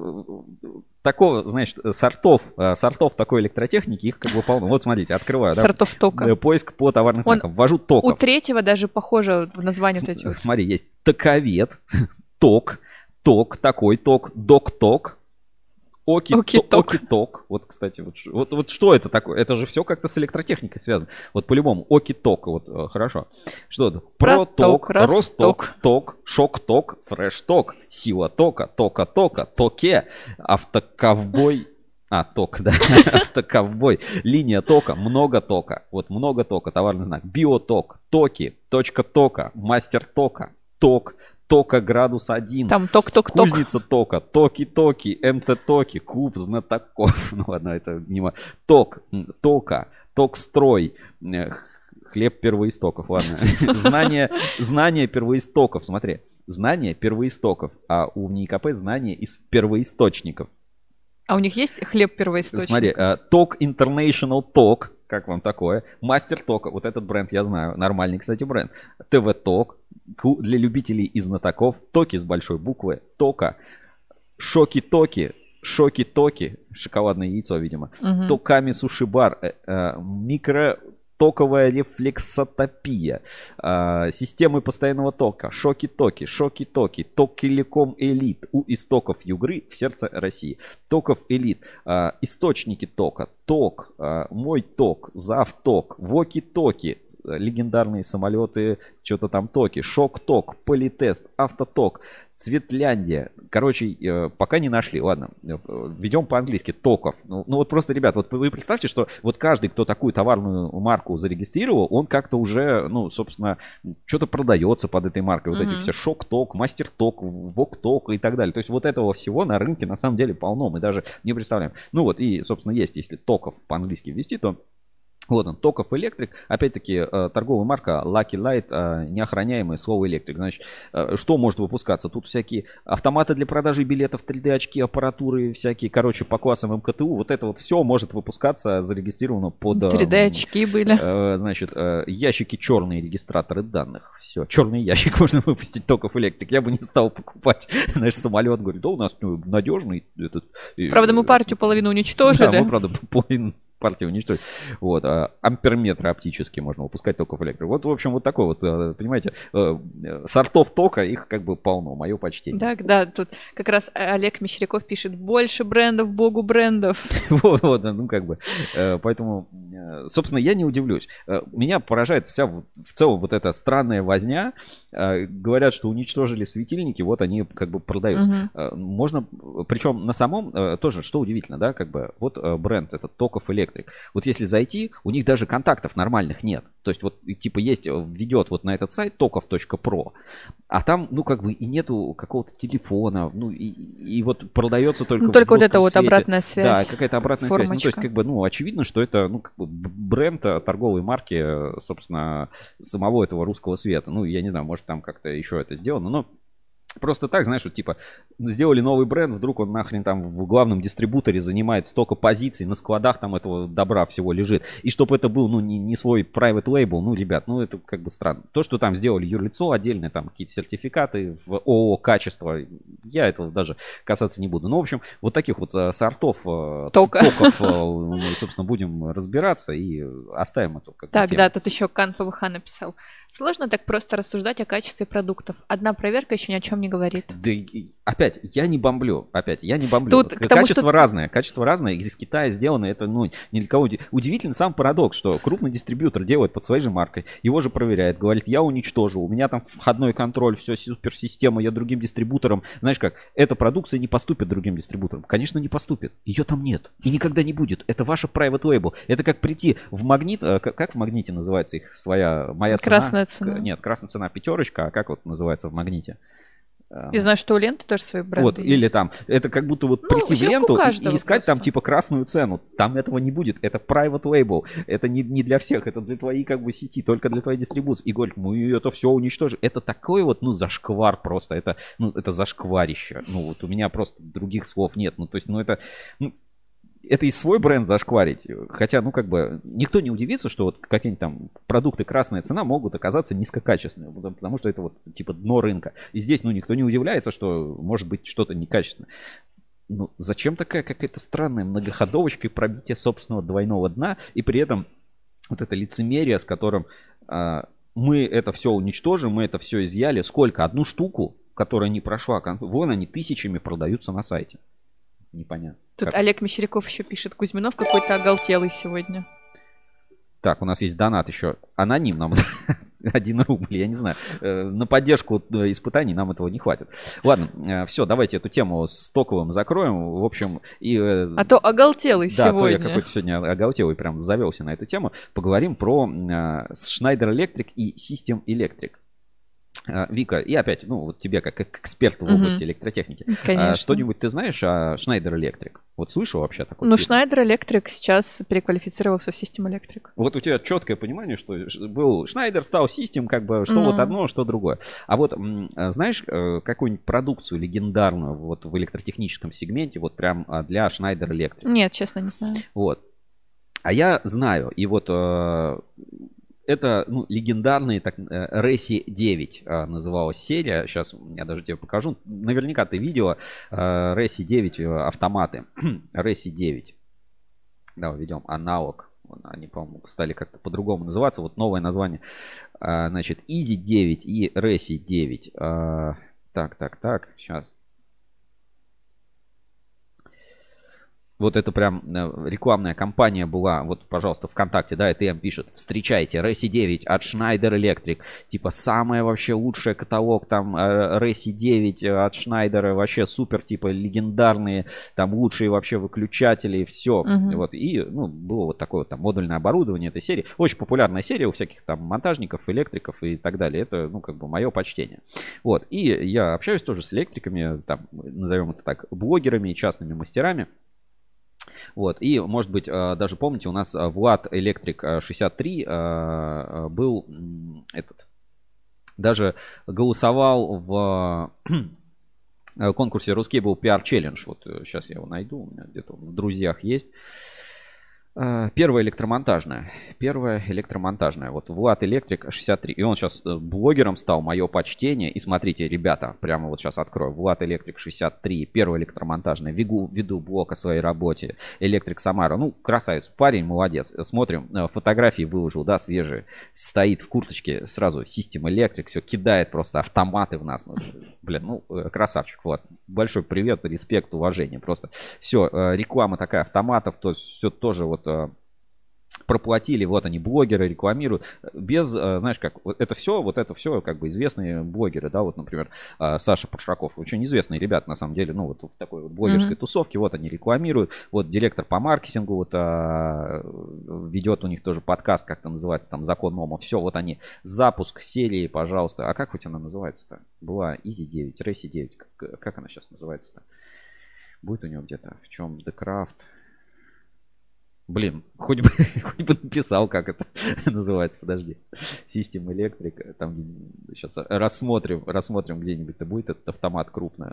такого, знаешь, сортов, сортов такой электротехники, их как бы полно. Вот, смотрите, открываю, да. Сортов тока. Поиск по товарным знакам. Ввожу токов. У третьего даже похоже в названии вот этих. Смотри, есть токовед, ток, ток, такой ток, док-ток. Оки-ток. Оки-ток. Вот, кстати, вот, вот, вот что это такое? Это же все как-то с электротехникой связано. Вот по-любому. Оки-ток. Вот, хорошо. Что это? Проток, Росток, ток, шок-ток, фреш-ток, сила тока, тока-тока, токе, автоковбой. А, ток, да. Автоковбой. Линия тока, много тока. Вот много тока, товарный знак. Биоток, токи, точка тока, мастер тока, ток. Тока градус один. Там ток-ток-ток. Кузница тока. Токи-токи. МТ-токи. Клуб знатоков. Ну ладно, это не мо... Ток. Тока. Ток-строй. Хлеб первоистоков. Ладно. Знание, знание первоистоков. Смотри. Знание первоистоков. А у НИИКП знание из первоисточников. А у них есть хлеб первоисточников? Смотри. Ток International Ток. Как вам такое? Мастер тока. Вот этот бренд я знаю. Нормальный, кстати, бренд. ТВ-ток. Для любителей и знатоков. Токи с большой буквы. Тока. Шоки-токи. Шоки-токи. Шоколадное яйцо, видимо. Угу. Токами суши-бар. Микро... токовая рефлексотопия, э, системы постоянного тока, шоки-токи, шоки-токи, ток-телеком элит у истоков Югры в сердце России. Токов элит, э, источники тока, ток, э, мой ток, завток, воки-токи, легендарные самолеты, что-то там токи, шок-ток, политест, автоток, Цветляндия. Короче, э, пока не нашли. Ладно, э, ведем по-английски. Токов. Ну, ну вот просто, ребят, вот вы представьте, что вот каждый, кто такую товарную марку зарегистрировал, он как-то уже, ну, собственно, что-то продается под этой маркой. Вот mm-hmm. эти все шок-ток, мастер-ток, вок-ток и так далее. То есть вот этого всего на рынке на самом деле полно. Мы даже не представляем. Ну вот и, собственно, есть, если токов по-английски ввести, то вот он, Токов Электрик. Опять-таки, торговая марка Lucky Light, неохраняемое слово электрик. Значит, что может выпускаться? Тут всякие автоматы для продажи билетов, три дэ очки, аппаратуры, всякие, короче, по классам эм ка тэ у. Вот это вот все может выпускаться, зарегистрировано под... три дэ очки были. Значит, ящики черные, регистраторы данных. Все, черный ящик можно выпустить, Токов Электрик. Я бы не стал покупать, знаешь, самолет. Говорит, да, у нас надежный этот... Правда, мы партию половину уничтожили. Да, мы, правда, половину... партии уничтожить. Вот. А амперметры оптические можно выпускать только в электро. Вот, в общем, вот такой вот, понимаете, сортов тока, их как бы полно. Мое почтение. Да, да, тут как раз Олег Мещеряков пишет: больше брендов, богу брендов. Вот, вот, ну как бы. Поэтому, собственно, я не удивлюсь. Меня поражает вся в целом вот эта странная возня. Говорят, что уничтожили светильники, вот они как бы продаются. Угу. Можно, причем на самом тоже, что удивительно, да, как бы, вот бренд этот Токов Электрик. Вот если зайти, у них даже контактов нормальных нет. То есть вот типа есть, ведет вот на этот сайт токов точка про, а там, ну как бы и нету какого-то телефона, ну и, и вот продается только ну, только вот это вот свете. Обратная связь. Да, какая-то обратная формочка. связь. Ну то есть как бы, ну очевидно, что это, ну как бы бренд торговой марки, собственно, самого этого русского света. Ну я не знаю, может там как-то еще это сделано, но просто так, знаешь, вот типа сделали новый бренд, вдруг он нахрен там в главном дистрибуторе занимает столько позиций, на складах там этого добра всего лежит. И чтобы это был, ну, не, не свой private label, ну, ребят, ну, это как бы странно. То, что там сделали юрлицо отдельное, там какие-то сертификаты в ООО «Качество», я этого даже касаться не буду. Ну, в общем, вот таких вот сортов Тока. токов, мы, собственно, будем разбираться и оставим это как Так, тему. да, тут еще Кан ПВХ написал. Сложно так просто рассуждать о качестве продуктов. Одна проверка еще ни о чем не говорит. Да, опять, я не бомблю. Опять, я не бомблю. Тут, качество что... разное. Качество разное. Из Китая сделано. Это, ну, ни для кого. Удивительный сам парадокс, что крупный дистрибьютор делает под своей же маркой. Его же проверяет. Говорит, я уничтожил. У меня там входной контроль, все, суперсистема. Я другим дистрибьюторам. Знаешь как, эта продукция не поступит другим дистрибьюторам. Конечно, не поступит. Ее там нет. И никогда не будет. Это ваша private label. Это как прийти в Магнит. Как в Магните называется их своя, моя цена? Красная цена. Нет, красная цена пятерочка. А как вот называется в Магните? И знаешь, что у ленты тоже свои бренды вот, есть. Или там, это как будто вот ну, прийти в ленту и, и искать просто. Там типа красную цену. Там этого не будет. Это private label. Это не, не для всех. Это для твоей как бы сети, только для твоей дистрибуции. И говорит, мы это все уничтожим. Это такой вот, ну, зашквар просто. Это, ну, это зашкварище. Ну, вот у меня просто других слов нет. Ну, то есть, ну, это... Ну, это и свой бренд зашкварить. Хотя, ну, как бы, никто не удивится, что вот какие-нибудь там продукты красная цена могут оказаться низкокачественными, потому что это вот типа дно рынка. И здесь, ну, никто не удивляется, что может быть что-то некачественное. Ну, зачем такая какая-то странная многоходовочка и пробитие собственного двойного дна, и при этом вот это лицемерие, с которым а, мы это все уничтожим, мы это все изъяли. Сколько? Одну штуку, которая не прошла, вон они тысячами продаются на сайте. Непонятно. Тут как... Олег Мещеряков еще пишет: Кузьминов какой-то оголтелый сегодня. Так, у нас есть донат еще аноним нам. Один рубль, я не знаю. На поддержку испытаний нам этого не хватит. Ладно, все, давайте эту тему с Токовым закроем. В общем, и... А то оголтелый да, сегодня. Да, то я какой-то сегодня оголтелый прям завелся на эту тему. Поговорим про Schneider Electric и System Electric. Вика, и опять, ну, вот тебе как эксперту в области mm-hmm. электротехники. Конечно. Что-нибудь ты знаешь о Schneider Electric? Вот слышал вообще такое? Ну, Schneider Electric сейчас переквалифицировался в System Electric. Вот у тебя четкое понимание, что был Schneider, стал System, как бы, что mm-hmm. вот одно, что другое. А вот знаешь какую-нибудь продукцию легендарную вот в электротехническом сегменте, вот прям для Schneider Electric? Нет, честно, не знаю. Вот. А я знаю, и вот... Это, ну, легендарный, так, Реси девять а, называлась серия. Сейчас я даже тебе покажу. Наверняка ты видела Реси девять автоматы. Реси девять. Давай введем аналог Они, по-моему, стали как-то по-другому называться. Вот новое название. Значит, Easy девять и Resi девять. Так, так, так. Сейчас. Вот это прям рекламная кампания была. Вот, пожалуйста, ВКонтакте, да, это им пишет. Встречайте, Resi девять от Schneider Electric. Типа, самая вообще лучшая каталог, там, Resi девять от Schneider. Вообще супер, типа, легендарные, там, лучшие вообще выключатели, все. Uh-huh. Вот, и, ну, было вот такое вот там модульное оборудование этой серии. Очень популярная серия у всяких там монтажников, электриков и так далее. Это, ну, как бы, мое почтение. Вот, и я общаюсь тоже с электриками, там, назовем это так, блогерами, частными мастерами. Вот, и, может быть, даже помните, у нас Влад Электрик шестьдесят три был этот, даже голосовал в конкурсе Ruscable пи ар Challenge. Вот сейчас я его найду, у меня где-то в друзьях есть. Первая электромонтажная. Первая электромонтажная. Вот Влад Электрик шестьдесят три. И он сейчас блогером стал, мое почтение. И смотрите, ребята, прямо вот сейчас открою. Влад Электрик шестьдесят три. Первая электромонтажная. Веду, веду блог о своей работе. Электрик Самара. Ну, красавец. Парень, молодец. Смотрим. Фотографии выложил, да, свежие. Стоит в курточке. Сразу System Electric. Все кидает просто автоматы в нас. Ну, блин, ну, красавчик, Влад. Большой привет, респект, уважение. Просто все. Реклама такая автоматов. То есть все тоже вот проплатили, вот они, блогеры рекламируют, без, знаешь, как, вот это все, вот это все, как бы, известные блогеры, да, вот, например, Саша Подшаков, очень известные ребята, на самом деле, ну, вот в такой вот блогерской mm-hmm. тусовке, вот они рекламируют, вот директор по маркетингу, вот, а, ведет у них тоже подкаст, как-то называется, там, Закон Момо, все, вот они, запуск серии, пожалуйста, а как хоть она называется-то? Была Easy девять, Resi девять, как, как она сейчас называется-то? Будет у него где-то, в чем The Craft? Блин, хоть бы, хоть бы написал, как это называется, подожди. System Electric, там сейчас рассмотрим, рассмотрим где-нибудь-то будет этот автомат крупный.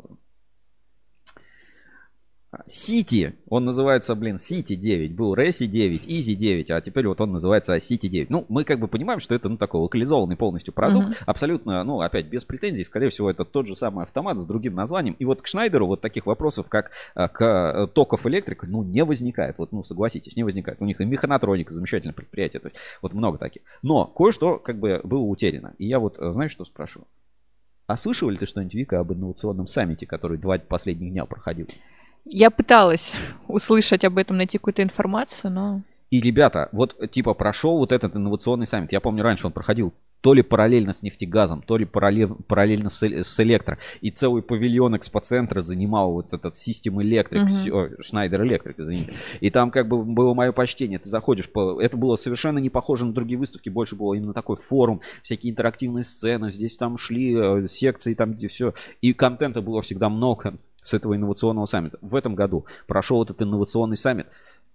City, он называется, блин, City девять, был Resi девять, Easy девять, а теперь вот он называется City девять. Ну, мы как бы понимаем, что это, ну, такой локализованный полностью продукт, uh-huh. абсолютно, ну, опять без претензий, скорее всего, это тот же самый автомат с другим названием. И вот к Шнайдеру вот таких вопросов, как к Токов Электрик, ну, не возникает, вот, ну, согласитесь, не возникает. У них и механотроника, замечательное предприятие, то есть вот много таких. Но кое-что как бы было утеряно. И я вот, знаешь, что спрашиваю? А слышал ли ты что-нибудь, Вика, об инновационном саммите, который два последних дня проходил? Я пыталась услышать об этом, найти какую-то информацию, но... И, ребята, вот типа прошел вот этот инновационный саммит. Я помню, раньше он проходил то ли параллельно с нефтегазом, то ли параллель, параллельно с, с электро. И целый павильон экспоцентра занимал вот этот System Electric, uh-huh. Schneider Electric, извините. И там как бы было мое почтение. Ты заходишь, по... это было совершенно не похоже на другие выставки, больше было именно такой форум, всякие интерактивные сцены, здесь там шли секции, там где все. И контента было всегда много с этого инновационного саммита. В этом году прошел этот инновационный саммит.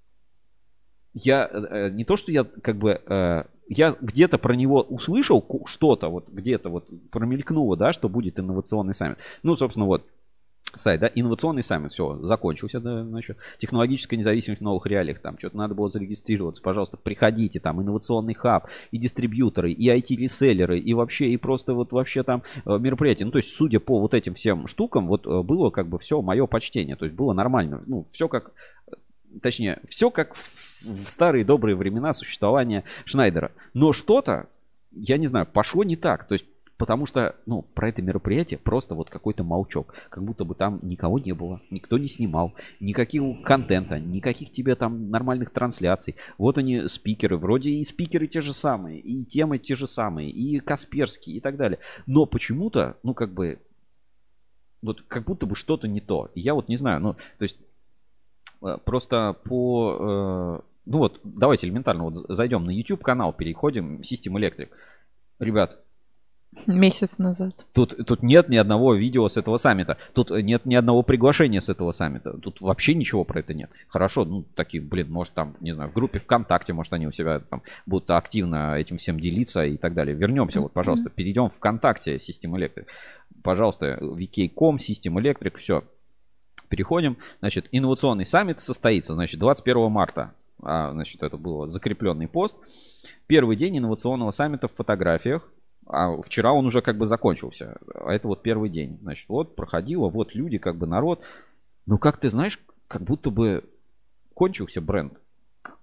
Я э, не то, что я как бы э, я где-то про него услышал что-то, вот где-то вот промелькнуло, да, что будет инновационный саммит. Ну, собственно, вот сайт, да, инновационный саммит, все, закончился, да, значит, технологическая независимость в новых реалиях, там, что-то надо было зарегистрироваться, пожалуйста, приходите, там, инновационный хаб, и дистрибьюторы, и ай ти-реселлеры, и вообще, и просто вот вообще там мероприятия, ну, то есть, судя по вот этим всем штукам, вот было как бы все мое почтение, то есть, было нормально, ну, все как, точнее, все как в старые добрые времена существования Шнайдера, но что-то, я не знаю, пошло не так, то есть, потому что, ну, про это мероприятие просто вот какой-то молчок. Как будто бы там никого не было, никто не снимал, никакого контента, никаких тебе там нормальных трансляций. Вот они, спикеры, вроде и спикеры те же самые, и темы те же самые, и Касперский, и так далее. Но почему-то, ну, как бы, вот как будто бы что-то не то. И я вот не знаю, ну, то есть, просто по... Ну вот, давайте элементарно вот зайдем на YouTube-канал, переходим, System Electric. Ребят, месяц назад. Тут, тут нет ни одного видео с этого саммита. Тут нет ни одного приглашения с этого саммита. Тут вообще ничего про это нет. Хорошо, ну, такие, блин, может там, не знаю, в группе ВКонтакте, может они у себя там будут активно этим всем делиться и так далее. Вернемся, вот, пожалуйста, перейдем в ВКонтакте System Electric. Пожалуйста, ви кей точка ком, System Electric, все. Переходим. Значит, инновационный саммит состоится, значит, двадцать первого марта. А, значит, это был закрепленный пост. Первый день инновационного саммита в фотографиях. А вчера он уже как бы закончился. А это вот первый день. Значит, вот проходило, вот люди, как бы народ. Ну, как ты знаешь, как будто бы кончился бренд.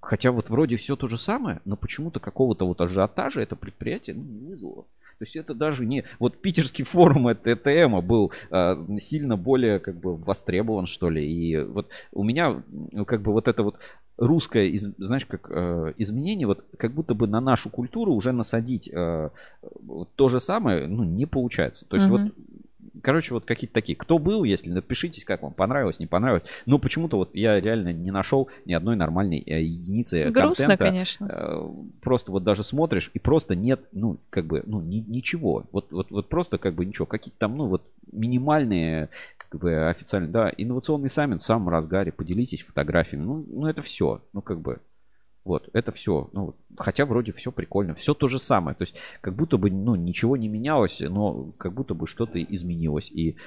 Хотя вот вроде все то же самое, но почему-то какого-то вот ажиотажа это предприятие ну, не вызвало. То есть это даже не... Вот питерский форум Т Т М был а, сильно более как бы востребован, что ли. И вот у меня ну, как бы вот это вот русское, из, знаешь, как э, изменение, вот как будто бы на нашу культуру уже насадить э, то же самое, ну, не получается. То есть mm-hmm. вот короче, вот какие-то такие. Кто был, если напишитесь, как вам понравилось, не понравилось. Но почему-то вот я реально не нашел ни одной нормальной э, единицы Грустно, контента. конечно. Э, просто вот даже смотришь, и просто нет, ну, как бы, ну, ни, ничего. Вот, вот, вот просто как бы ничего. Какие-то там, ну, вот минимальные, как бы официальные, да, инновационный саммит в самом разгаре. Поделитесь фотографиями. Ну, ну это все. Ну, как бы. Вот, это все. Ну, хотя вроде все прикольно. Все то же самое. То есть, как будто бы, ну, ничего не менялось, но как будто бы что-то изменилось. И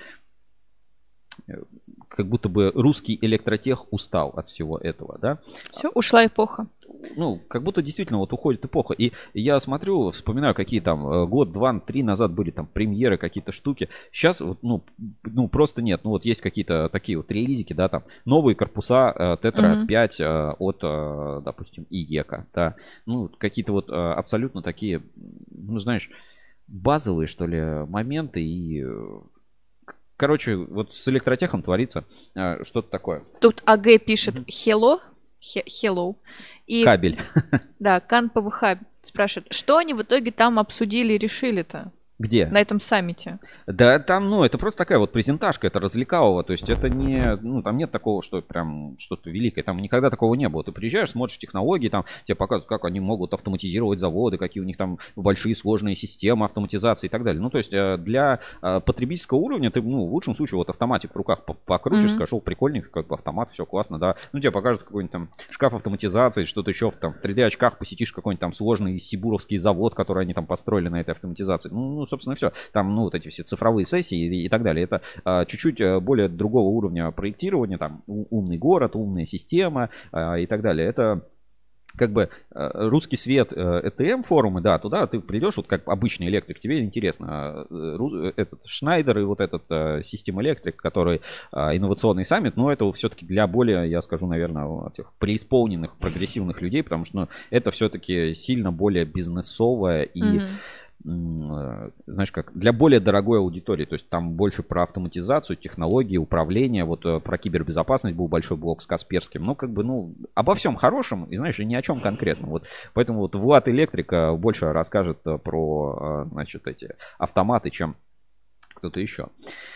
как будто бы русский электротех устал от всего этого, да? Все, ушла эпоха. Ну, как будто действительно вот уходит эпоха. И я смотрю, вспоминаю, какие там год, два, три назад были там премьеры, какие-то штуки. Сейчас вот, ну, ну, просто нет. Ну, вот есть какие-то такие вот релизики, да, там новые корпуса Тетра пять mm-hmm. от, допустим, ИЕКа, да. Ну, какие-то вот абсолютно такие, ну, знаешь, базовые, что ли, моменты. И, короче, вот с электротехом творится что-то такое. Тут АГ пишет hello, hello. И, кабель. Да, Кан ПВХ спрашивает, что они в итоге там обсудили и решили-то? Где? На этом саммите. Да, там, ну, это просто такая вот презентажка, это развлекалово, то есть это не, ну, там нет такого, что прям что-то великое, там никогда такого не было. Ты приезжаешь, смотришь технологии, там тебе показывают, как они могут автоматизировать заводы, какие у них там большие сложные системы автоматизации и так далее. Ну, то есть для потребительского уровня ты, ну, в лучшем случае вот автоматик в руках покрутишь, mm-hmm. скажешь, о, прикольненько, как бы автомат, все классно, да. Ну, тебе покажут какой-нибудь там шкаф автоматизации, что-то еще, там, в три дэ очках посетишь какой-нибудь там сложный сибуровский завод, который они там построили на этой автоматизации. Ну, собственно, все. Там, ну, вот эти все цифровые сессии и, и так далее. Это а, чуть-чуть более другого уровня проектирования. Там умный город, умная система а, и так далее. Это как бы русский свет Э Т М форумы, да, туда ты придешь, вот как обычный электрик, тебе интересно. Этот Шнайдер и вот этот System Electric, который инновационный саммит, но это все-таки для более, я скажу, наверное, этих преисполненных, прогрессивных людей, потому что ну, это все-таки сильно более бизнесовое и mm-hmm. знаешь как, для более дорогой аудитории, то есть там больше про автоматизацию, технологии, управление, вот про кибербезопасность был большой блок с Касперским, ну как бы, ну, обо всем хорошем и, знаешь, и ни о чем конкретном, вот, поэтому вот Влад Электрика больше расскажет про, значит, эти автоматы, чем кто-то еще.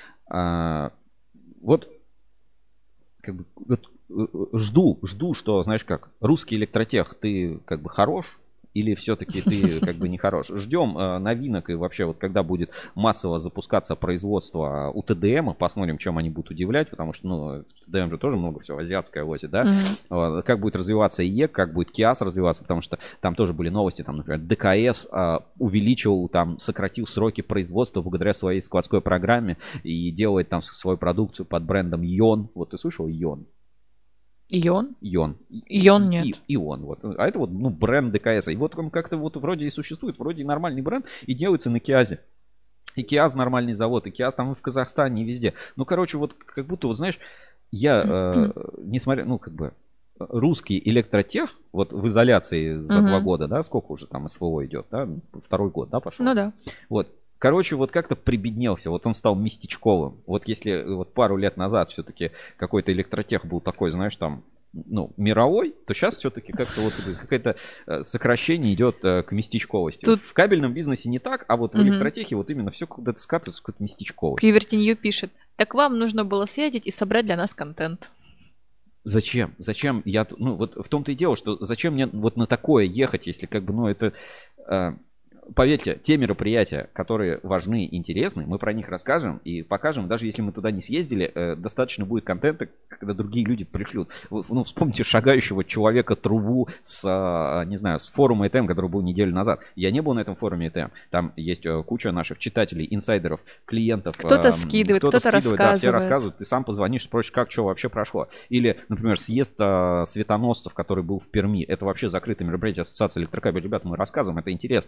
Вот, как бы, вот, жду, жду, что, знаешь как, русский электротех, ты как бы хорош, или все-таки ты как бы не хорош. Ждем э, новинок и вообще вот когда будет массово запускаться производство у Т Д М, посмотрим, чем они будут удивлять, потому что, ну, Т Д М же тоже много всего азиатское возит, да? Mm-hmm. Э, как будет развиваться ИЕК, как будет КИАС развиваться, потому что там тоже были новости, там, например, Д К С э, увеличил, там, сократил сроки производства благодаря своей складской программе и делает там свою продукцию под брендом Йон. Вот ты слышал Йон? Ион? Ион. Ион нет. И, Ион. Вот. А это вот ну, бренд Д К С. И вот он как-то вот вроде и существует, вроде и нормальный бренд, и делается на КИАЗе. И КИАЗ нормальный завод, и КИАЗ там и в Казахстане, и везде. Ну, короче, вот как будто, вот знаешь, я, э, несмотря, ну, как бы, русский электротех, вот в изоляции за uh-huh. два года, да, сколько уже там СВО идет, да, второй год, да, пошел? Ну да. Вот. Короче, вот как-то прибеднелся, вот он стал местечковым. Вот если вот пару лет назад все-таки какой-то электротех был такой, знаешь, там, ну, мировой, то сейчас все-таки как-то вот какое-то сокращение идет к местечковости. Тут... В кабельном бизнесе не так, а вот в электротехе вот именно все куда-то скатывается в какую-то местечковость. Кивертинью пишет, так вам нужно было съездить и собрать для нас контент. Зачем? Зачем я, ну вот в том-то и дело, что зачем мне вот на такое ехать, если как бы, ну это... Поверьте, те мероприятия, которые важны и интересны, мы про них расскажем и покажем. Даже если мы туда не съездили, э, достаточно будет контента, когда другие люди пришлют. Ну, вспомните шагающего человека-трубу с, э, не знаю, с форума Э Т М, который был неделю назад. Я не был на этом форуме Э Т М. Там есть э, куча наших читателей, инсайдеров, клиентов. Кто-то э, скидывает, кто-то, кто-то скидывает, рассказывает. Да, все рассказывают. Ты сам позвонишь, спросишь, как, что вообще прошло. Или, например, съезд э, светоносцев, который был в Перми. Это вообще закрытое мероприятие Ассоциации электрокабель. Ребята, мы рассказываем, это интересно. Как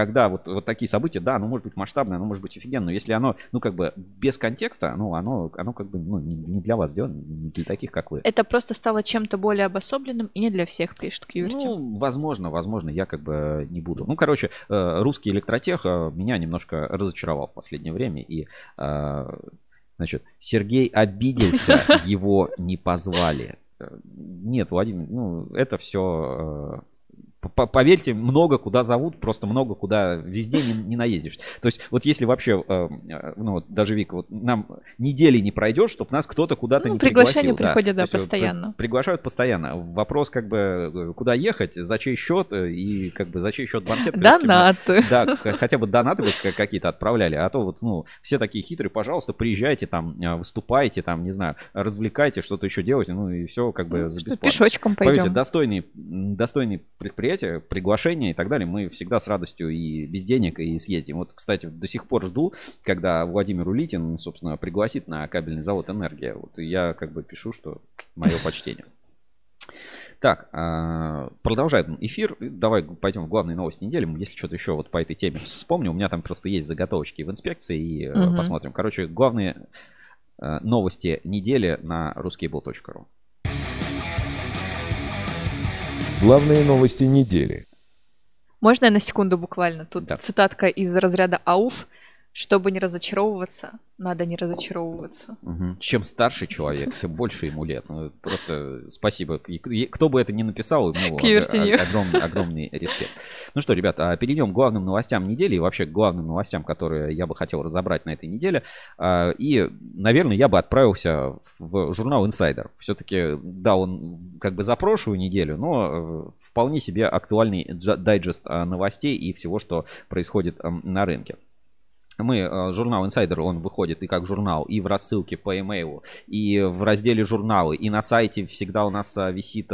когда вот, вот такие события, да, оно может быть масштабное, оно может быть офигенно, но если оно, ну, как бы без контекста, ну, оно, оно как бы, ну, не для вас сделано, не для таких, как вы. Это просто стало чем-то более обособленным и не для всех, пишет Кьюверти. Ну, возможно, возможно, я как бы не буду. Ну, короче, русский электротех меня немножко разочаровал в последнее время, и, значит, Сергей обиделся, его не позвали. Нет, Владимир, ну, это все... Поверьте, много куда зовут, просто много куда везде не, не наездишь. То есть вот если вообще, э, ну вот даже Вика, вот нам недели не пройдет, чтобы нас кто-то куда-то ну, не приглашение пригласил. Приглашения приходят, да, да постоянно. При, приглашают постоянно. Вопрос как бы, куда ехать, за чей счет и как бы за чей счет банкет. Донаты. Да, хотя бы донаты бы какие-то отправляли, а то вот, ну, все такие хитрые, пожалуйста, приезжайте там, выступайте там, не знаю, развлекайте, что-то еще делайте, ну и все как бы за бесплатно. Пешочком пойдем. Поверьте, достойные, достойные предприятия, приглашения и так далее, мы всегда с радостью и без денег и съездим. Вот, кстати, до сих пор жду, когда Владимир Улитин, собственно, пригласит на кабельный завод «Энергия». Вот я как бы пишу, что мое почтение. Так, продолжаем эфир. Давай пойдем в главные новости недели. Если что-то еще вот по этой теме вспомню, у меня там просто есть заготовочки в инспекции и угу. посмотрим. Короче, главные новости недели на ruskable точка ру. Главные новости недели. Можно я на секунду буквально? Тут да. цитатка из разряда АУФ. Чтобы не разочаровываться, надо не разочаровываться. Угу. Чем старше человек, тем больше ему лет. Ну, просто спасибо. Кто бы это ни написал, ему огромный, огромный респект. Ну что, ребята, перейдем к главным новостям недели и вообще к главным новостям, которые я бы хотел разобрать на этой неделе. И, наверное, я бы отправился в журнал Insider. Все-таки, да, он как бы за прошлую неделю, но вполне себе актуальный дайджест новостей и всего, что происходит на рынке. Мы, журнал Insider, он выходит и как журнал, и в рассылке по e-mail, и в разделе журналы, и на сайте всегда у нас висит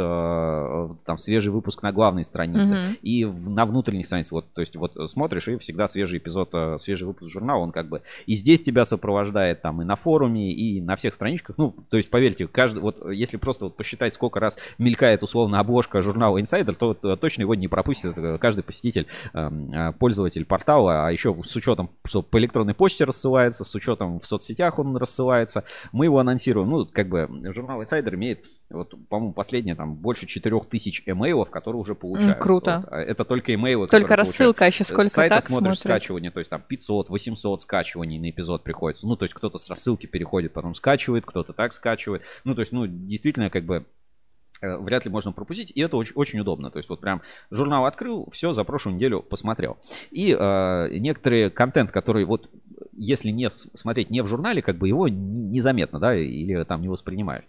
там свежий выпуск на главной странице, mm-hmm. и в, на внутренних страницах. Вот, то есть вот смотришь, и всегда свежий эпизод, свежий выпуск журнала, он как бы и здесь тебя сопровождает, там, и на форуме, и на всех страничках. Ну, то есть, поверьте, каждый, вот если просто вот посчитать, сколько раз мелькает условно обложка журнала Insider, то, то точно его не пропустит каждый посетитель, пользователь портала, а еще с учетом, что по электронной почте рассылается, с учетом в соцсетях он рассылается. Мы его анонсируем. Ну, как бы журнал Insider имеет, вот, по-моему, последнее там больше четырех тысяч эмейлов, которые уже получают. Mm, круто. Вот. Это только эмейлы, только рассылка, а еще сколько с сайта так смотришь смотрят. Скачивание, то есть там пятьсот восемьсот скачиваний на эпизод приходится. Ну, то есть кто-то с рассылки переходит, потом скачивает, кто-то так скачивает. Ну, то есть, ну, действительно, как бы вряд ли можно пропустить, и это очень, очень удобно. То есть вот прям журнал открыл, все, за прошлую неделю посмотрел. И э, некоторые контент, который вот если не смотреть не в журнале, как бы его незаметно, да, или там не воспринимаешь.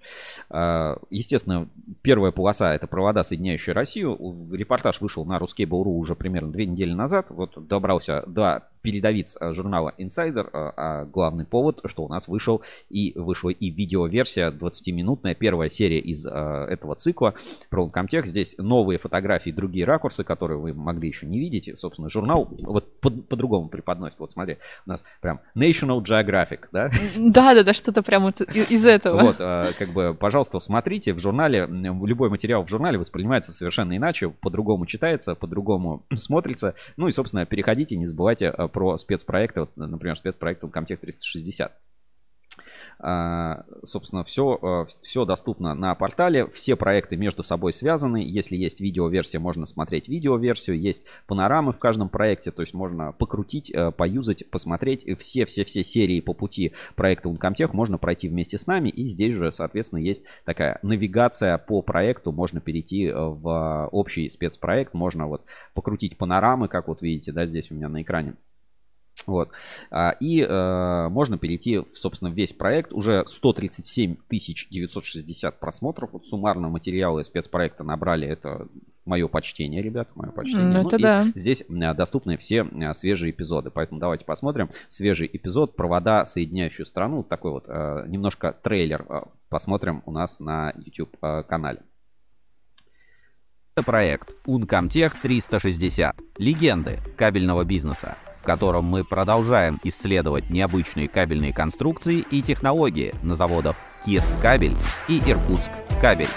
Э, естественно, первая полоса — это провода, соединяющие Россию. Репортаж вышел на ruskable точка ру уже примерно две недели назад. Вот добрался до передовиц журнала Insider, а главный повод, что у нас вышел и вышла и видеоверсия двадцатиминутная, первая серия из а, этого цикла про Uncomtech. Здесь новые фотографии, другие ракурсы, которые вы могли еще не видеть. И, собственно, журнал вот по- по-другому преподносит. Вот смотри, у нас прям National Geographic, да? Да-да-да, что-то прям вот из, из этого. Вот, а, как бы, пожалуйста, смотрите, в журнале, любой материал в журнале воспринимается совершенно иначе, по-другому читается, по-другому смотрится. Ну и, собственно, переходите, не забывайте про спецпроекты, вот, например, спецпроект Uncomtech триста шестьдесят. А, собственно, все, все доступно на портале, все проекты между собой связаны. Если есть видеоверсия, можно смотреть видеоверсию, есть панорамы в каждом проекте, то есть можно покрутить, поюзать, посмотреть все-все-все серии по пути проекта Uncomtech можно пройти вместе с нами, и здесь же, соответственно, есть такая навигация по проекту, можно перейти в общий спецпроект, можно вот покрутить панорамы, как вот видите, да, здесь у меня на экране. Вот. И э, можно перейти, в, собственно, весь проект. Уже сто тридцать семь тысяч девятьсот шестьдесят просмотров. Вот суммарно материалы спецпроекта набрали. Это мое почтение, ребята, мое почтение. Ну, это ну, да. И здесь доступны все свежие эпизоды. Поэтому давайте посмотрим. Свежий эпизод «Провода, соединяющую страну». Такой вот э, немножко трейлер э, посмотрим у нас на YouTube-канале. Это проект Uncomtech триста шестьдесят. Легенды кабельного бизнеса, в котором мы продолжаем исследовать необычные кабельные конструкции и технологии на заводах Кирскабель и Иркутсккабель.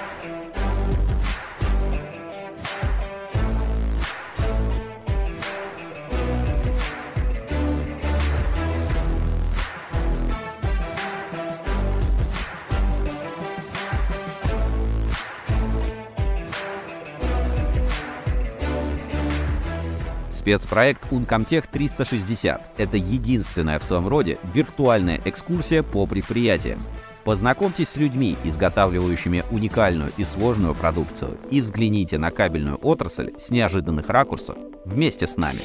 Спецпроект Uncomtech триста шестьдесят – это единственная в своем роде виртуальная экскурсия по предприятиям. Познакомьтесь с людьми, изготавливающими уникальную и сложную продукцию, и взгляните на кабельную отрасль с неожиданных ракурсов вместе с нами.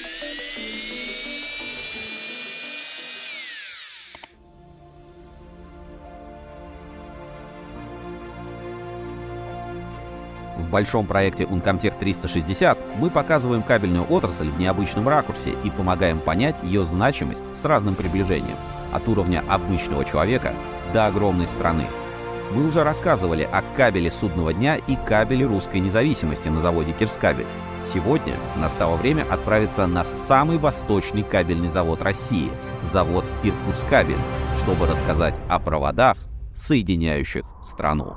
В большом проекте Uncomtech триста шестьдесят мы показываем кабельную отрасль в необычном ракурсе и помогаем понять ее значимость с разным приближением, от уровня обычного человека до огромной страны. Мы уже рассказывали о кабеле судного дня и кабеле русской независимости на заводе Кирскабель. Сегодня настало время отправиться на самый восточный кабельный завод России – завод Иркутскабель, чтобы рассказать о проводах, соединяющих страну.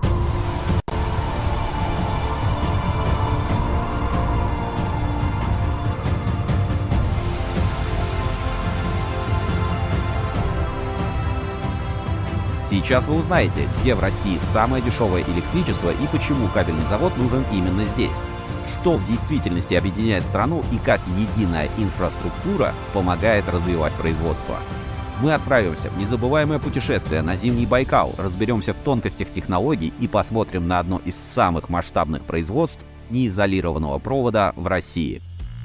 Сейчас вы узнаете, где в России самое дешевое электричество и почему кабельный завод нужен именно здесь. Что в действительности объединяет страну и как единая инфраструктура помогает развивать производство. Мы отправимся в незабываемое путешествие на зимний Байкал, разберемся в тонкостях технологий и посмотрим на одно из самых масштабных производств неизолированного провода в России.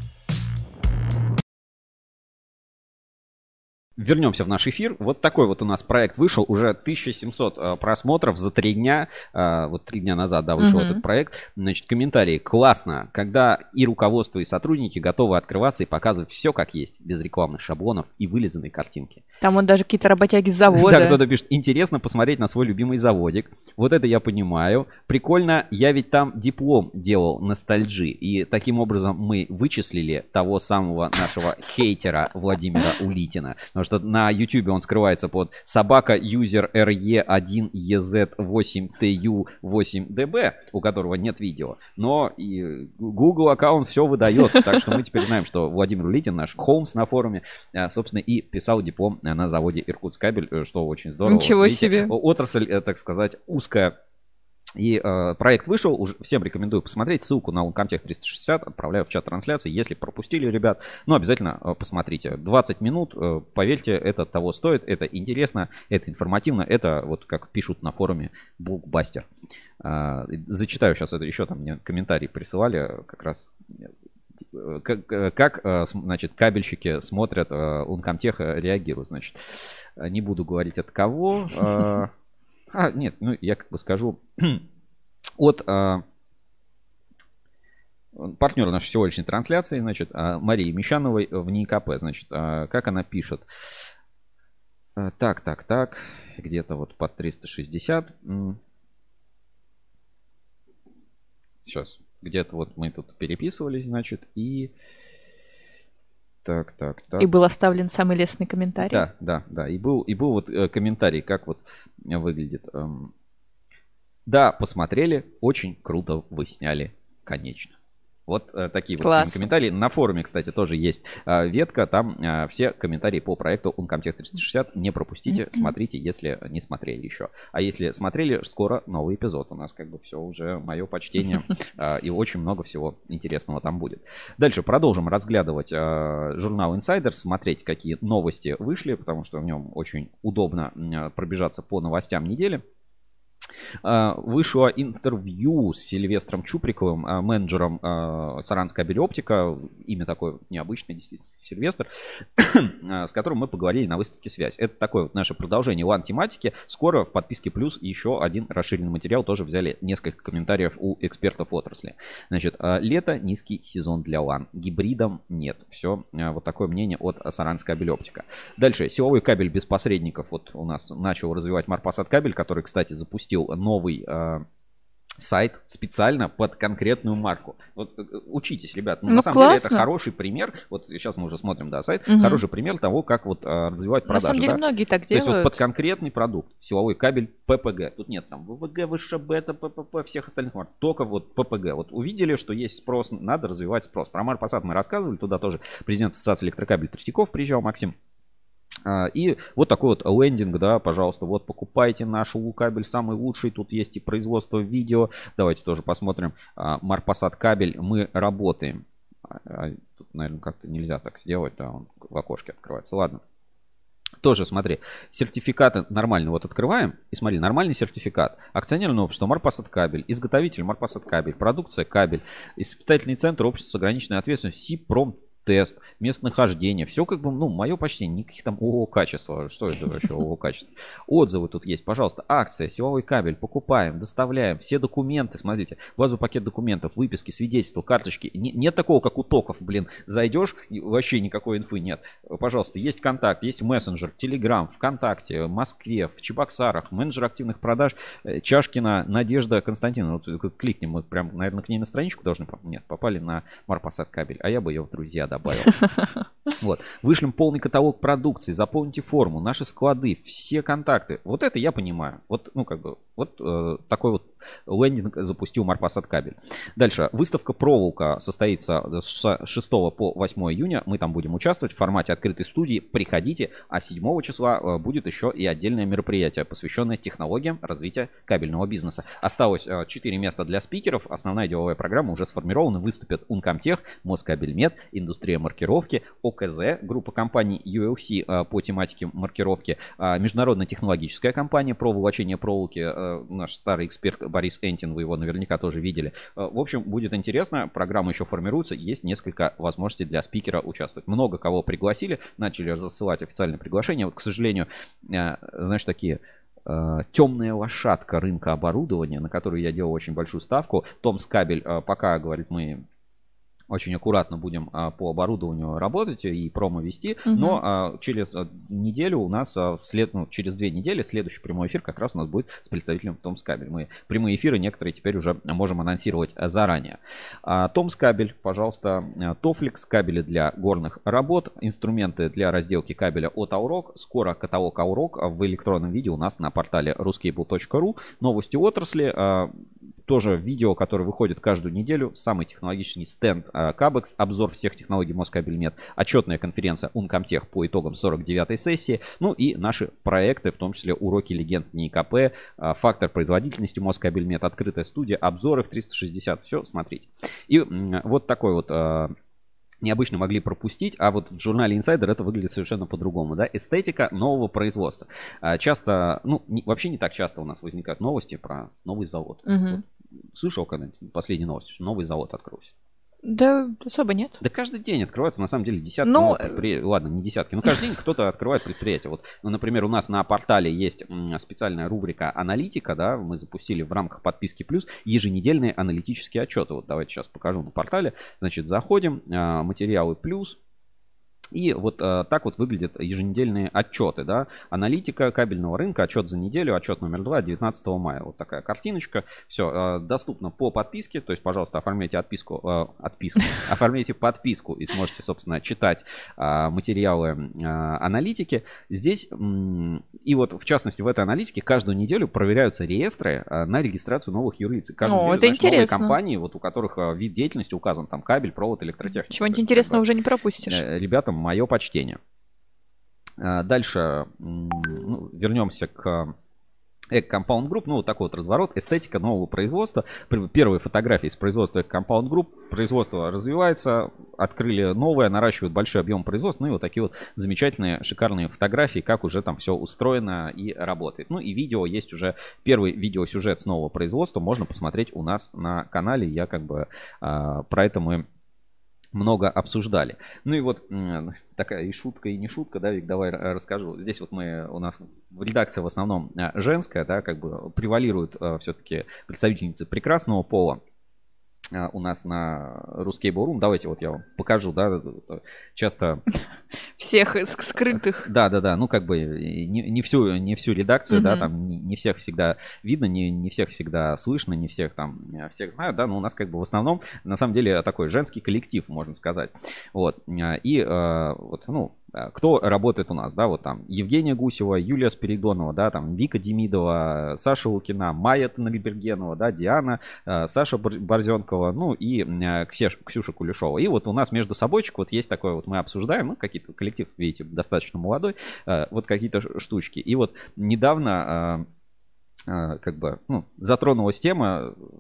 Вернемся в наш эфир. Вот такой вот у нас проект вышел. Уже тысяча семьсот э, просмотров за три дня. Э, вот три дня назад, да, вышел uh-huh. этот проект. Значит, комментарии. Классно, когда и руководство, и сотрудники готовы открываться и показывать все как есть, без рекламных шаблонов и вылизанной картинки. Там он даже какие-то работяги с завода. Да, кто-то пишет, интересно посмотреть на свой любимый заводик. Вот это я понимаю. Прикольно, я ведь там диплом делал ностальджи. И таким образом мы вычислили того самого нашего хейтера Владимира Улитина. Потому что на YouTube он скрывается под собака юзер эр е один е зет восемь тэ ю восемь дэ бэ, у которого нет видео. Но и Google аккаунт все выдает. Так что мы теперь знаем, что Владимир Улитин, наш Холмс на форуме, собственно, и писал диплом на заводе Иркутскабель, что очень здорово. Ничего Видите, себе. Отрасль, так сказать, узкая. И э, проект вышел, уже всем рекомендую посмотреть, ссылку на Uncomtech триста шестьдесят отправляю в чат трансляции, если пропустили, ребят, ну обязательно э, посмотрите, двадцать минут, э, поверьте, это того стоит, это интересно, это информативно, это вот как пишут на форуме Блокбастер. Э, зачитаю сейчас, это еще там мне комментарии присылали, как раз как, как значит, кабельщики смотрят Uncomtech, реагируют, значит, не буду говорить от кого. А, нет, ну я как бы скажу от а, партнера нашей сегодняшней трансляции, значит, а, Марии Мещановой в НИИКП, значит, а, как она пишет. А, так, так, так, где-то вот под триста шестьдесят. Сейчас, где-то вот мы тут переписывались, значит, и... Так, так, так. И был оставлен самый лестный комментарий. Да, да, да. И был, и был вот э, комментарий, как вот выглядит. Эм... Да, посмотрели, очень круто вы сняли, конечно. Вот э, такие Класс. Вот комментарии. На форуме, кстати, тоже есть э, ветка. Там э, все комментарии по проекту Uncomtech триста шестьдесят. Не пропустите, mm-hmm. смотрите, если не смотрели еще. А если смотрели, скоро новый эпизод. У нас как бы все уже мое почтение. э, и очень много всего интересного там будет. Дальше продолжим разглядывать э, журнал Insider, смотреть, какие новости вышли, потому что в нем очень удобно э, пробежаться по новостям недели. Вышло интервью с Сильвестром Чуприковым, менеджером Саранскабель Оптика. Имя такое необычное, действительно, Сильвестр, с которым мы поговорили на выставке «Связь». Это такое вот наше продолжение лан-тематики. Скоро в подписке плюс еще один расширенный материал. Тоже взяли несколько комментариев у экспертов отрасли. Значит, лето, низкий сезон для лан. Гибридом нет. Все, вот такое мнение от Саранскабель Оптика. Дальше, силовой кабель без посредников. Вот у нас начал развивать Марпасад кабель, который, кстати, запустил новый э, сайт специально под конкретную марку. Вот учитесь, ребят. Ну, ну, на самом классно. деле это хороший пример. Вот сейчас мы уже смотрим, да, сайт. Угу. Хороший пример того, как вот э, развивать продажи. На самом деле да? многие так То делают. есть вот под конкретный продукт. Силовой кабель пэ пэ гэ. Тут нет там вэ вэ гэ, вэ ша бэ, пэ пэ пэ, всех остальных марок. Только вот пэ пэ гэ. Вот увидели, что есть спрос, надо развивать спрос. Про Марпасад мы рассказывали. Туда тоже президент Ассоциации электрокабель Третьяков приезжал, Максим. И вот такой вот лендинг, да, пожалуйста, вот покупайте наш УКабель, самый лучший, тут есть и производство видео. Давайте тоже посмотрим. Марпасад кабель, мы работаем. А, а тут, наверное, как-то нельзя так сделать, да, он в окошке открывается. Ладно. Тоже, смотри, сертификаты нормальные вот открываем, и смотри, нормальный сертификат. Акционерное общество Марпасад Кабель, изготовитель Марпасад Кабель, продукция Кабель, испытательный центр общества с ограниченной ответственностью Сипром тест, местонахождение, все как бы, ну, мое почтение, никаких там ООО качества, что это вообще ООО качество. Отзывы тут есть, пожалуйста, акция, силовой кабель, покупаем, доставляем, все документы, смотрите, базовый пакет документов, выписки, свидетельства, карточки, не, нет такого, как у токов, блин, зайдешь, и вообще никакой инфы нет. Пожалуйста, есть контакт, есть мессенджер, Телеграм, ВКонтакте, в Москве, в Чебоксарах, менеджер активных продаж, Чашкина Надежда Константиновна, вот кликнем, мы прям, наверное, к ней на страничку должны, нет, попали на Марпасад Кабель, а я бы ее в друзья добавил. Добавил. Вот. Вышлем полный каталог продукции, заполните форму, наши склады, все контакты. Вот это я понимаю. Вот, ну, как бы, вот э, такой вот лендинг запустил Марпасад Кабель. Дальше. Выставка проволока состоится с шестого по восьмое июня. Мы там будем участвовать в формате открытой студии. Приходите. А седьмого числа э, будет еще и отдельное мероприятие, посвященное технологиям развития кабельного бизнеса. Осталось э, четыре места для спикеров. Основная деловая программа уже сформирована. Выступят Uncomtech, Москабельмет, Индустрия маркировки, ОКЗ, группа компаний ю эл си а, по тематике маркировки, а, международная технологическая компания про волочение проволоки, а, наш старый эксперт Борис Энтин, вы его наверняка тоже видели. А, в общем, будет интересно, программа еще формируется, есть несколько возможностей для спикера участвовать. Много кого пригласили, начали рассылать официальные приглашения. Вот, к сожалению, а, знаешь, такие... темная лошадка рынка оборудования, на которую я делал очень большую ставку. Томс Кабель пока, говорит, мы очень аккуратно будем а, по оборудованию работать и промо вести, угу. но а, через а, неделю у нас, а, вслед, ну, через две недели следующий прямой эфир как раз у нас будет с представителем Томс Кабель. Мы прямые эфиры некоторые теперь уже можем анонсировать заранее. А, Томс Кабель, пожалуйста, Тофликс, кабели для горных работ, инструменты для разделки кабеля от Аурок. Скоро каталог Аурок в электронном виде у нас на портале ruskable точка ру. Новости отрасли. А, тоже видео, которое выходит каждую неделю. Самый технологичный стенд Кабекс, обзор всех технологий Москабельмет, отчетная конференция Uncomtech по итогам сорок девятой сессии, ну и наши проекты, в том числе уроки легенд НИИКП, фактор производительности Москабельмет, открытая студия, обзоры в триста шестьдесят, все смотрите. И вот такой вот необычно могли пропустить, а вот в журнале Insider это выглядит совершенно по-другому, да, эстетика нового производства. Часто, ну, не, вообще не так часто у нас возникают новости про новый завод. Угу. Вот, слышал когда-нибудь последние новости, что новый завод открылся? Да, особо нет. Да каждый день открываются, на самом деле, десятки но... новых предприятий. Ладно, не десятки, но каждый день кто-то открывает предприятие. Вот, ну, например, у нас на портале есть специальная рубрика «Аналитика», да, мы запустили в рамках подписки «Плюс» еженедельные аналитические отчеты. Вот давайте сейчас покажу на портале. Значит, заходим, материалы «Плюс». И вот э, так вот выглядят еженедельные отчеты, да, аналитика кабельного рынка, отчет за неделю, отчет номер два, девятнадцатого мая, вот такая картиночка, все, э, доступно по подписке, то есть, пожалуйста, оформляйте отписку, э, отписку, оформляйте подписку и сможете, собственно, читать э, материалы э, аналитики. Здесь, э, и вот, в частности, в этой аналитике каждую неделю проверяются реестры э, на регистрацию новых юрлиц. Каждую О, неделю, это знаешь, интересно. новые компании, вот у которых э, вид деятельности указан, там, кабель, провод, электротехника. Чего-нибудь интересного уже не пропустишь. Э, ребятам мое почтение. Дальше ну, вернемся к Compound Group. Ну, вот такой вот разворот. Эстетика нового производства. Первые фотографии с производства Compound Group. Производство развивается. Открыли новое, наращивают большой объем производства. Ну и вот такие вот замечательные, шикарные фотографии, как уже там все устроено и работает. Ну и видео есть уже. Первый видеосюжет с нового производства можно посмотреть у нас на канале. Я как бы про это мы много обсуждали. Ну и вот такая и шутка, и не шутка, да, Вик, давай расскажу. Здесь вот мы, у нас в редакции в основном женская, да, как бы превалируют все-таки представительницы прекрасного пола. У нас на Ruskable Room. Давайте вот я вам покажу, да, часто... Всех скрытых. Да, да, да, ну как бы не, не, всю, не всю редакцию, mm-hmm. да, там не, не всех всегда видно, не, не всех всегда слышно, не всех там, всех знают, да, но у нас как бы в основном, на самом деле, такой женский коллектив, можно сказать. Вот, и вот, ну, кто работает у нас, да, вот там Евгения Гусева, Юлия Спиридонова, да, там Вика Демидова, Саша Лукина, Майя Танальбергенова, да, Диана, Саша Борзенкова, ну и Ксюша, Ксюша Кулешова. И вот у нас между собойчик вот есть такое вот, мы обсуждаем, ну, какие-то коллектив, видите, достаточно молодой, вот какие-то штучки. И вот недавно как бы, ну, затронулась тема,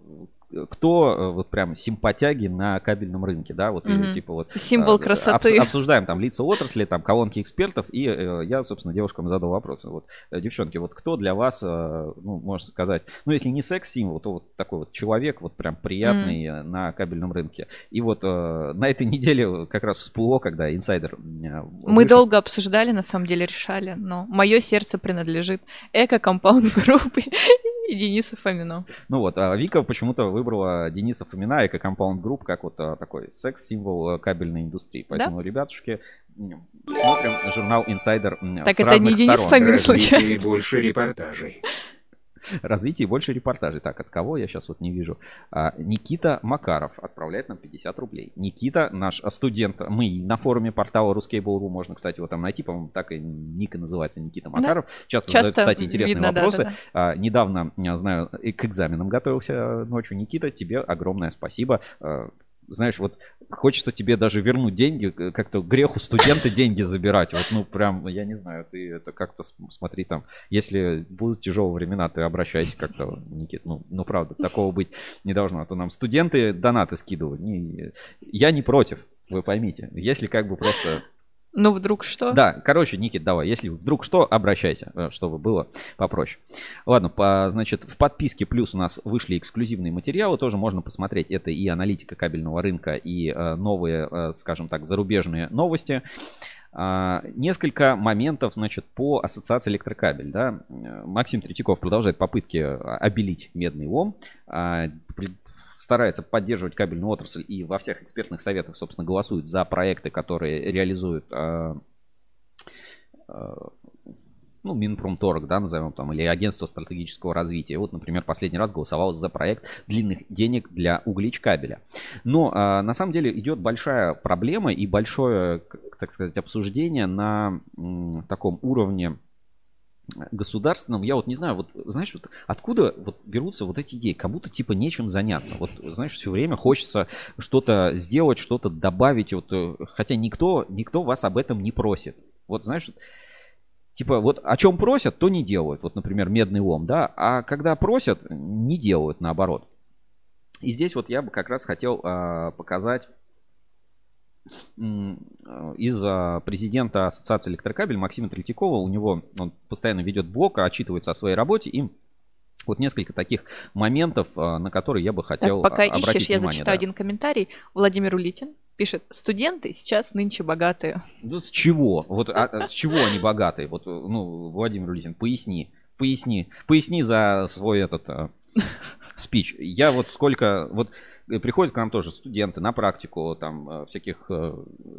кто вот прям симпатяги на кабельном рынке, да, вот Мгм. типа вот Символ а, красоты. обс- обсуждаем там лица отрасли, там колонки экспертов, и э, я, собственно, девушкам задал вопрос. Вот, э, девчонки, вот кто для вас, э, ну, можно сказать, ну, если не секс-символ, то вот такой вот человек, вот прям приятный э, на кабельном рынке. И вот э, на этой неделе как раз всплыло, когда инсайдер э, Мы вышел. долго обсуждали, на самом деле решали, но мое сердце принадлежит эко-компаунд группы и Денису Фомину. Ну вот, а Вика почему-то выбрала Дениса Фомина, эко-компаунд групп, как вот а, такой секс-символ а, кабельной индустрии. Поэтому, ребятушки, м, смотрим журнал «Инсайдер» м, Так с это разных не Денис сторон. Фомин, Развитие случайно? и больше репортажей. Развитие и больше репортажей. Так, от кого? Я сейчас вот не вижу. А, Никита Макаров отправляет нам пятьдесят рублей. Никита, наш а, студент. Мы на форуме портала Ruskable.ru можно, кстати, его там найти. По-моему, так и ник и называется, Никита Макаров. Часто, Часто задают, кстати, интересные видно, да, вопросы. да, да. А, недавно, я знаю, и к экзаменам готовился ночью. Никита, тебе огромное спасибо. А, знаешь, вот хочется тебе даже вернуть деньги, как-то греху студенты деньги забирать. Вот, ну, прям, я не знаю, ты это как-то с- смотри там, если будут тяжелые времена, ты обращайся как-то, Никит, ну, ну, правда, такого быть не должно. А то нам студенты донаты скидывают. Не- я не против, вы поймите. Если как бы просто... Ну, вдруг что? Да, короче, Никит, давай, если вдруг что, обращайся, э, чтобы было попроще. Ладно, по, значит, в подписке плюс у нас вышли эксклюзивные материалы, тоже можно посмотреть. Это и аналитика кабельного рынка, и э, новые, э, скажем так, зарубежные новости. А, несколько моментов, значит, по ассоциации электрокабель, да. Э, Максим Третьяков продолжает попытки обелить медный лом. А, при- старается поддерживать кабельную отрасль и во всех экспертных советах, собственно, голосует за проекты, которые реализуют э, э, ну, Минпромторг, да, назовем там, или Агентство стратегического развития. Вот, например, последний раз голосовал за проект длинных денег для углич-кабеля. Но э, на самом деле идет большая проблема и большое, к- так сказать, обсуждение на м, таком уровне государственном. Я вот не знаю, вот знаешь, вот откуда вот берутся вот эти идеи, как будто типа нечем заняться. Вот знаешь, все время хочется что-то сделать, что-то добавить, вот, э, хотя никто, никто вас об этом не просит. Вот знаешь, вот, типа вот о чем просят, то не делают. Вот, например, медный лом, да, а когда просят, не делают, наоборот. И здесь вот я бы как раз хотел а, показать м, а, из а, президента Ассоциации электрокабель Максима Третьякова. У него он постоянно ведет блог, отчитывается о своей работе, и вот несколько таких моментов, а, на которые я бы хотел Так, пока а, обратить ищешь, я внимание. зачитаю Да. один комментарий. Владимир Улитин пишет: студенты сейчас нынче богатые. Да с чего? Вот а- а с чего они богатые? Вот, ну, Владимир Улитин, поясни, поясни, поясни за свой этот а, спич. Я вот сколько, вот э, приходят к нам тоже студенты на практику, там э, всяких э,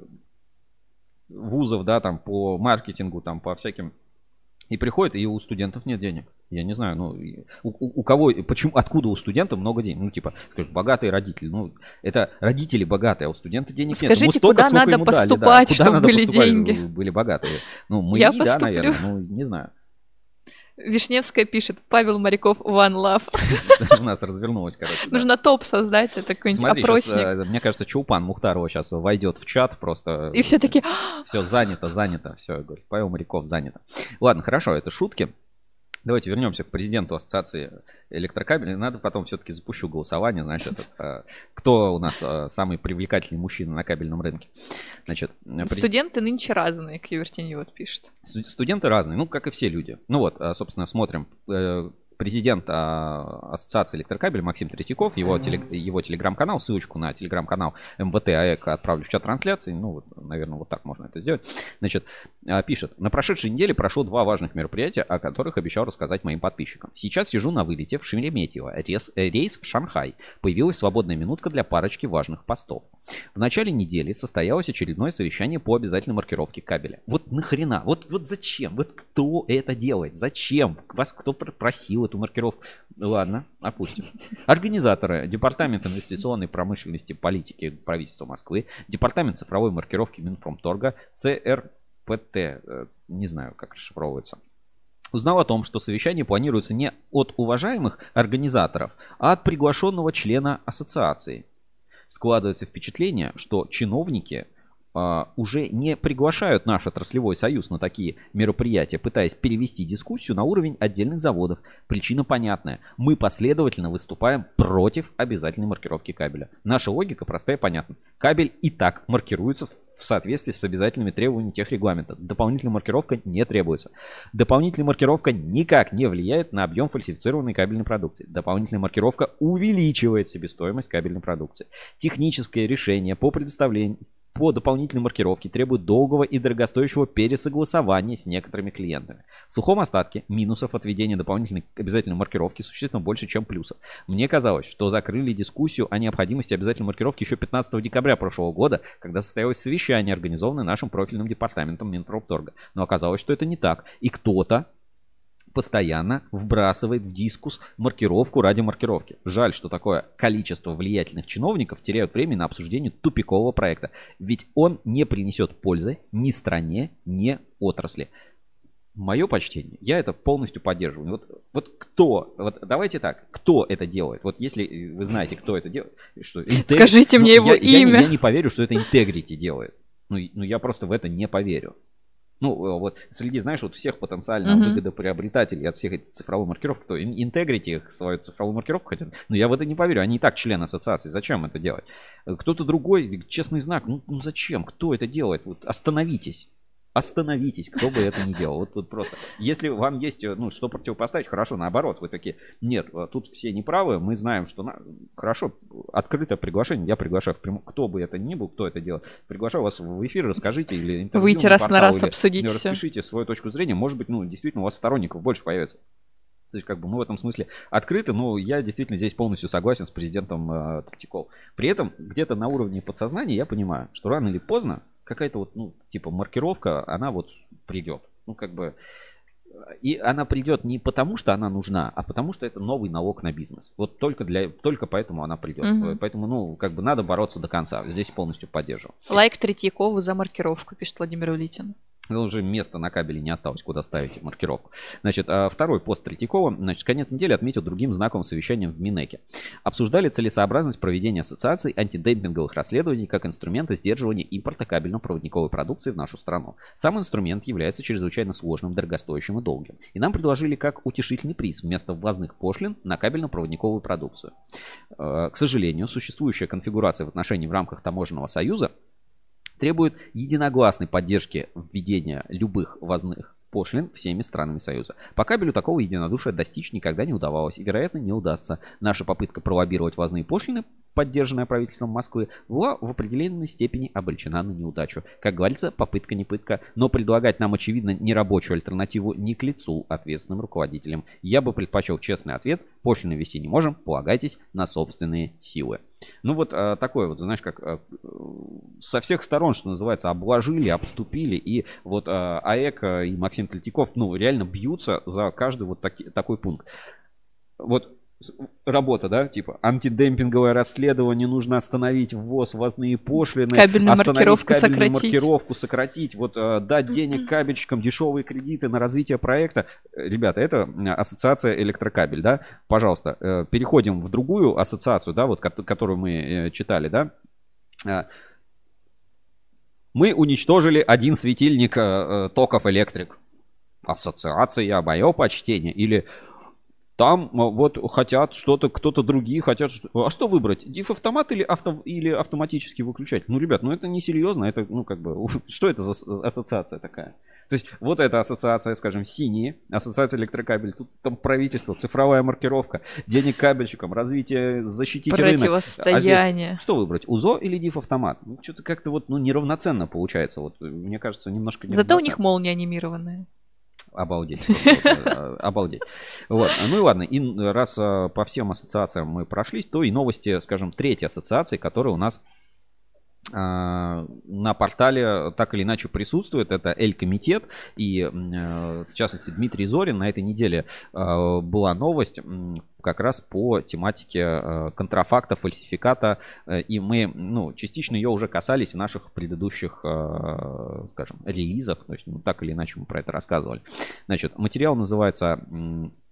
вузов, да, там по маркетингу, там по всяким. И приходят, и у студентов нет денег. Я не знаю, ну, и у, у- у кого, почему, откуда у студентов много денег? Ну, типа, скажешь, богатые родители. Ну, это родители богатые, а у студента денег нет. Скажите, Ему столько, куда сколько надо ему дали, да. поступать, Куда чтобы надо были поступать, деньги? чтобы были богатые? Ну, мы, Я да, поступлю. наверное, ну, не знаю. Вишневская пишет: Павел Моряков, One Love. У нас развернулось, короче. да. Нужно топ создать, это какой-нибудь Смотри, щас, опросник. э, мне кажется, Чулпан Мухтарова сейчас войдет в чат просто. И все таки Все занято, занято. Все, я говорю, Павел Моряков занято. Ладно, хорошо, это шутки. Давайте вернемся к президенту Ассоциации электрокабелей. Надо потом все-таки запущу голосование, значит, это, кто у нас э, самый привлекательный мужчина на кабельном рынке. Значит, э, през- студенты нынче разные, Кьювертинью вот пишет. студ- студенты разные, ну, как и все люди. Ну вот, э, собственно, смотрим. э, Президент а, Ассоциации электрокабелей Максим Третьяков, его, теле- его телеграм-канал, ссылочку на телеграм-канал МВТ АЭК отправлю в чат трансляции. Ну, вот, наверное, вот так можно это сделать. Значит, а, пишет: на прошедшей неделе прошло два важных мероприятия, о которых обещал рассказать моим подписчикам. Сейчас сижу на вылете в Шереметьево. Рейс, э, рейс в Шанхай. Появилась свободная минутка для парочки важных постов. В начале недели состоялось очередное совещание по обязательной маркировке кабеля. Вот нахрена? Вот, вот зачем? Вот кто это делает? Зачем? Вас кто пр- просил эту маркировку? Ладно, опустим. Организаторы: Департамент инвестиционной промышленности, политики правительства Москвы, Департамент цифровой маркировки Минпромторга, ЦРПТ, э, не знаю, как расшифровывается. Узнал о том, что совещание планируется не от уважаемых организаторов, а от приглашенного члена ассоциации. Складывается впечатление, что чиновники уже не приглашают наш отраслевой союз на такие мероприятия, пытаясь перевести дискуссию на уровень отдельных заводов. Причина понятная. Мы последовательно выступаем против обязательной маркировки кабеля. Наша логика простая и понятна. Кабель и так маркируется в соответствии с обязательными требованиями техрегламента. Дополнительная маркировка не требуется. Дополнительная маркировка никак не влияет на объем фальсифицированной кабельной продукции. Дополнительная маркировка увеличивает себестоимость кабельной продукции. Техническое решение по предоставлению по дополнительной маркировке требует долгого и дорогостоящего пересогласования с некоторыми клиентами. В сухом остатке минусов от введения дополнительной обязательной маркировки существенно больше, чем плюсов. Мне казалось, что закрыли дискуссию о необходимости обязательной маркировки еще пятнадцатого декабря прошлого года, когда состоялось совещание, организованное нашим профильным департаментом Минпромторга. Но оказалось, что это не так. И кто-то постоянно вбрасывает в дискус маркировку ради маркировки. Жаль, что такое количество влиятельных чиновников теряют время на обсуждение тупикового проекта. Ведь он не принесет пользы ни стране, ни отрасли. Мое почтение, я это полностью поддерживаю. Вот, вот кто, вот давайте так, кто это делает? Вот если вы знаете, кто это делает, что Integ... Скажите ну, мне его я, имя. Я, я, я не поверю, что это Integrity делает. Ну, ну я просто в это не поверю. Ну, вот среди, знаешь, вот всех потенциально uh-huh. выгодоприобретателей от всех этих цифровой маркировок, кто Integrity свою цифровую маркировку хотят, но я в это не поверю, они и так члены ассоциации, зачем это делать? Кто-то другой, честный знак, ну, ну зачем, кто это делает? Вот остановитесь. Остановитесь, кто бы это ни делал. Вот тут просто. Если вам есть, ну, что противопоставить, хорошо, наоборот. Вы такие, нет, тут все неправы, мы знаем, что на... хорошо, открытое приглашение, я приглашаю в прямом, кто бы это ни был, кто это делал, приглашаю вас в эфир, расскажите или интервью. Выйти на раз портал, на раз или, обсудить или все. Распишите свою точку зрения, может быть, ну, действительно, у вас сторонников больше появится. То есть, как бы мы в этом смысле открыты, но я действительно здесь полностью согласен с президентом э, Третьяковым. При этом где-то на уровне подсознания я понимаю, что рано или поздно какая-то вот, ну, типа маркировка, она вот придет. Ну, как бы, и она придет не потому, что она нужна, а потому, что это новый налог на бизнес. Вот только для, только поэтому она придет. Угу. Поэтому, ну, как бы надо бороться до конца. Здесь полностью поддерживаю. Лайк Третьякову за маркировку, пишет Владимир Улитин. Уже места на кабеле не осталось, куда ставить маркировку. Значит, второй пост Третьякова, значит, конец недели отметил другим знаковым совещанием в Минэке. Обсуждали целесообразность проведения ассоциаций антидемпинговых расследований как инструмента сдерживания импорта кабельно-проводниковой продукции в нашу страну. Сам инструмент является чрезвычайно сложным, дорогостоящим и долгим. И нам предложили как утешительный приз вместо ввозных пошлин на кабельно-проводниковую продукцию. К сожалению, существующая конфигурация в отношении в рамках таможенного союза требует единогласной поддержки введения любых ввозных пошлин всеми странами Союза. По кабелю такого единодушия достичь никогда не удавалось и, вероятно, не удастся. Наша попытка пролоббировать ввозные пошлины, поддержанная правительством Москвы, была в определенной степени обречена на неудачу. Как говорится, попытка не пытка, но предлагать нам, очевидно, нерабочую альтернативу не к лицу ответственным руководителям. Я бы предпочел честный ответ: пошлины ввести не можем, полагайтесь на собственные силы. Ну вот а, такое вот, знаешь, как а, со всех сторон, что называется, обложили, обступили, и вот а, АЭК и Максим Третьяков, ну, реально бьются за каждый вот таки, такой пункт. Вот работа, да, типа антидемпинговое расследование, нужно остановить ввоз, ввозные пошлины, кабельную остановить маркировку кабельную сократить. маркировку, сократить, вот а, дать денег кабельщикам, дешевые кредиты на развитие проекта. Ребята, это ассоциация Электрокабель, да, пожалуйста, переходим в другую ассоциацию, да, вот, которую мы читали, да. Мы уничтожили один светильник Токов Электрик. Ассоциация, мое почтение. Или там вот хотят что-то, кто-то другие хотят... А что выбрать? Диф-автомат или, авто, или автоматический выключатель? Ну, ребят, ну это несерьезно. Это, ну, как бы... Что это за ассоциация такая? То есть вот эта ассоциация, скажем, синие, ассоциация Электрокабель, тут там правительство, цифровая маркировка, денег кабельщикам, развитие, защитить рынок. Противостояние. А здесь что выбрать, УЗО или диф-автомат? Ну, что-то как-то вот, ну, неравноценно получается. Вот, мне кажется, немножко неравноценно. Зато у них молнии анимированные. Обалдеть. Обалдеть. Вот. Ну и ладно. И раз по всем ассоциациям мы прошлись, то и новости, скажем, третьей ассоциации, которая у нас на портале так или иначе присутствует. Это Эль-комитет. И в частности Дмитрий Зорин. На этой неделе была новость как раз по тематике контрафакта, фальсификата. И мы, ну, частично ее уже касались в наших предыдущих, скажем, релизах. То есть, ну, так или иначе мы про это рассказывали. Значит, материал называется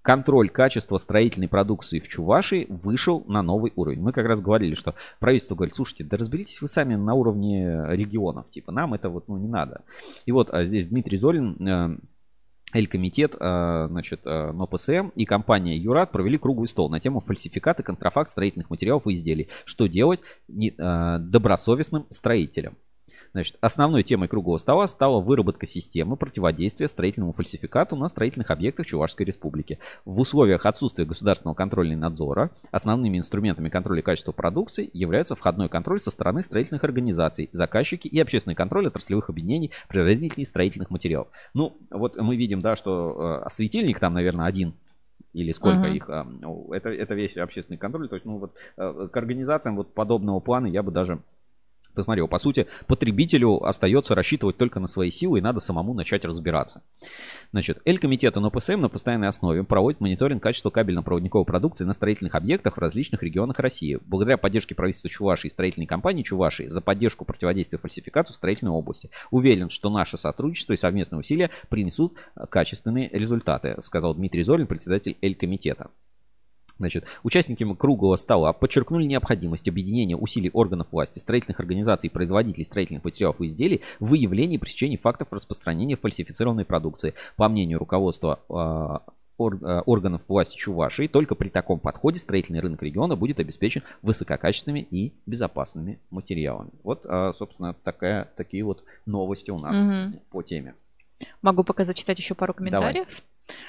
контроль качества строительной продукции в Чувашии вышел на новый уровень. Мы как раз говорили, что правительство говорит, слушайте, да разберитесь вы сами на уровне регионов, типа нам это вот ну, не надо. И вот а здесь Дмитрий Зорин, Эль-комитет, значит, НОПСМ и компания Юрат провели круглый стол на тему фальсификат и контрафакт строительных материалов и изделий. Что делать добросовестным строителям? Значит, основной темой круглого стола стала выработка системы противодействия строительному фальсификату на строительных объектах Чувашской Республики. В условиях отсутствия государственного контроля и надзора основными инструментами контроля качества продукции являются входной контроль со стороны строительных организаций, заказчики и общественный контроль отраслевых объединений, производителей строительных материалов. Ну, вот мы видим, да, что э, светильник там, наверное, один или сколько uh-huh. их, э, это, это весь общественный контроль. То есть, ну, вот э, к организациям вот подобного плана я бы даже посмотрел. По сути, потребителю остается рассчитывать только на свои силы, и надо самому начать разбираться. Значит, Эль-комитет и НОПСМ на постоянной основе проводит мониторинг качества кабельно-проводниковой продукции на строительных объектах в различных регионах России. Благодаря поддержке правительства Чувашии и строительной компании Чувашии за поддержку противодействия фальсификации в строительной области. Уверен, что наше сотрудничество и совместные усилия принесут качественные результаты, сказал Дмитрий Зорин, председатель Эль-комитета. Значит, участники круглого стола подчеркнули необходимость объединения усилий органов власти, строительных организаций и производителей строительных материалов и изделий в выявлении и пресечении фактов распространения фальсифицированной продукции. По мнению руководства э, ор, э, органов власти Чувашии, только при таком подходе строительный рынок региона будет обеспечен высококачественными и безопасными материалами. Вот, э, собственно, такая, такие вот новости у нас угу. по теме. Могу пока зачитать еще пару комментариев. Давай.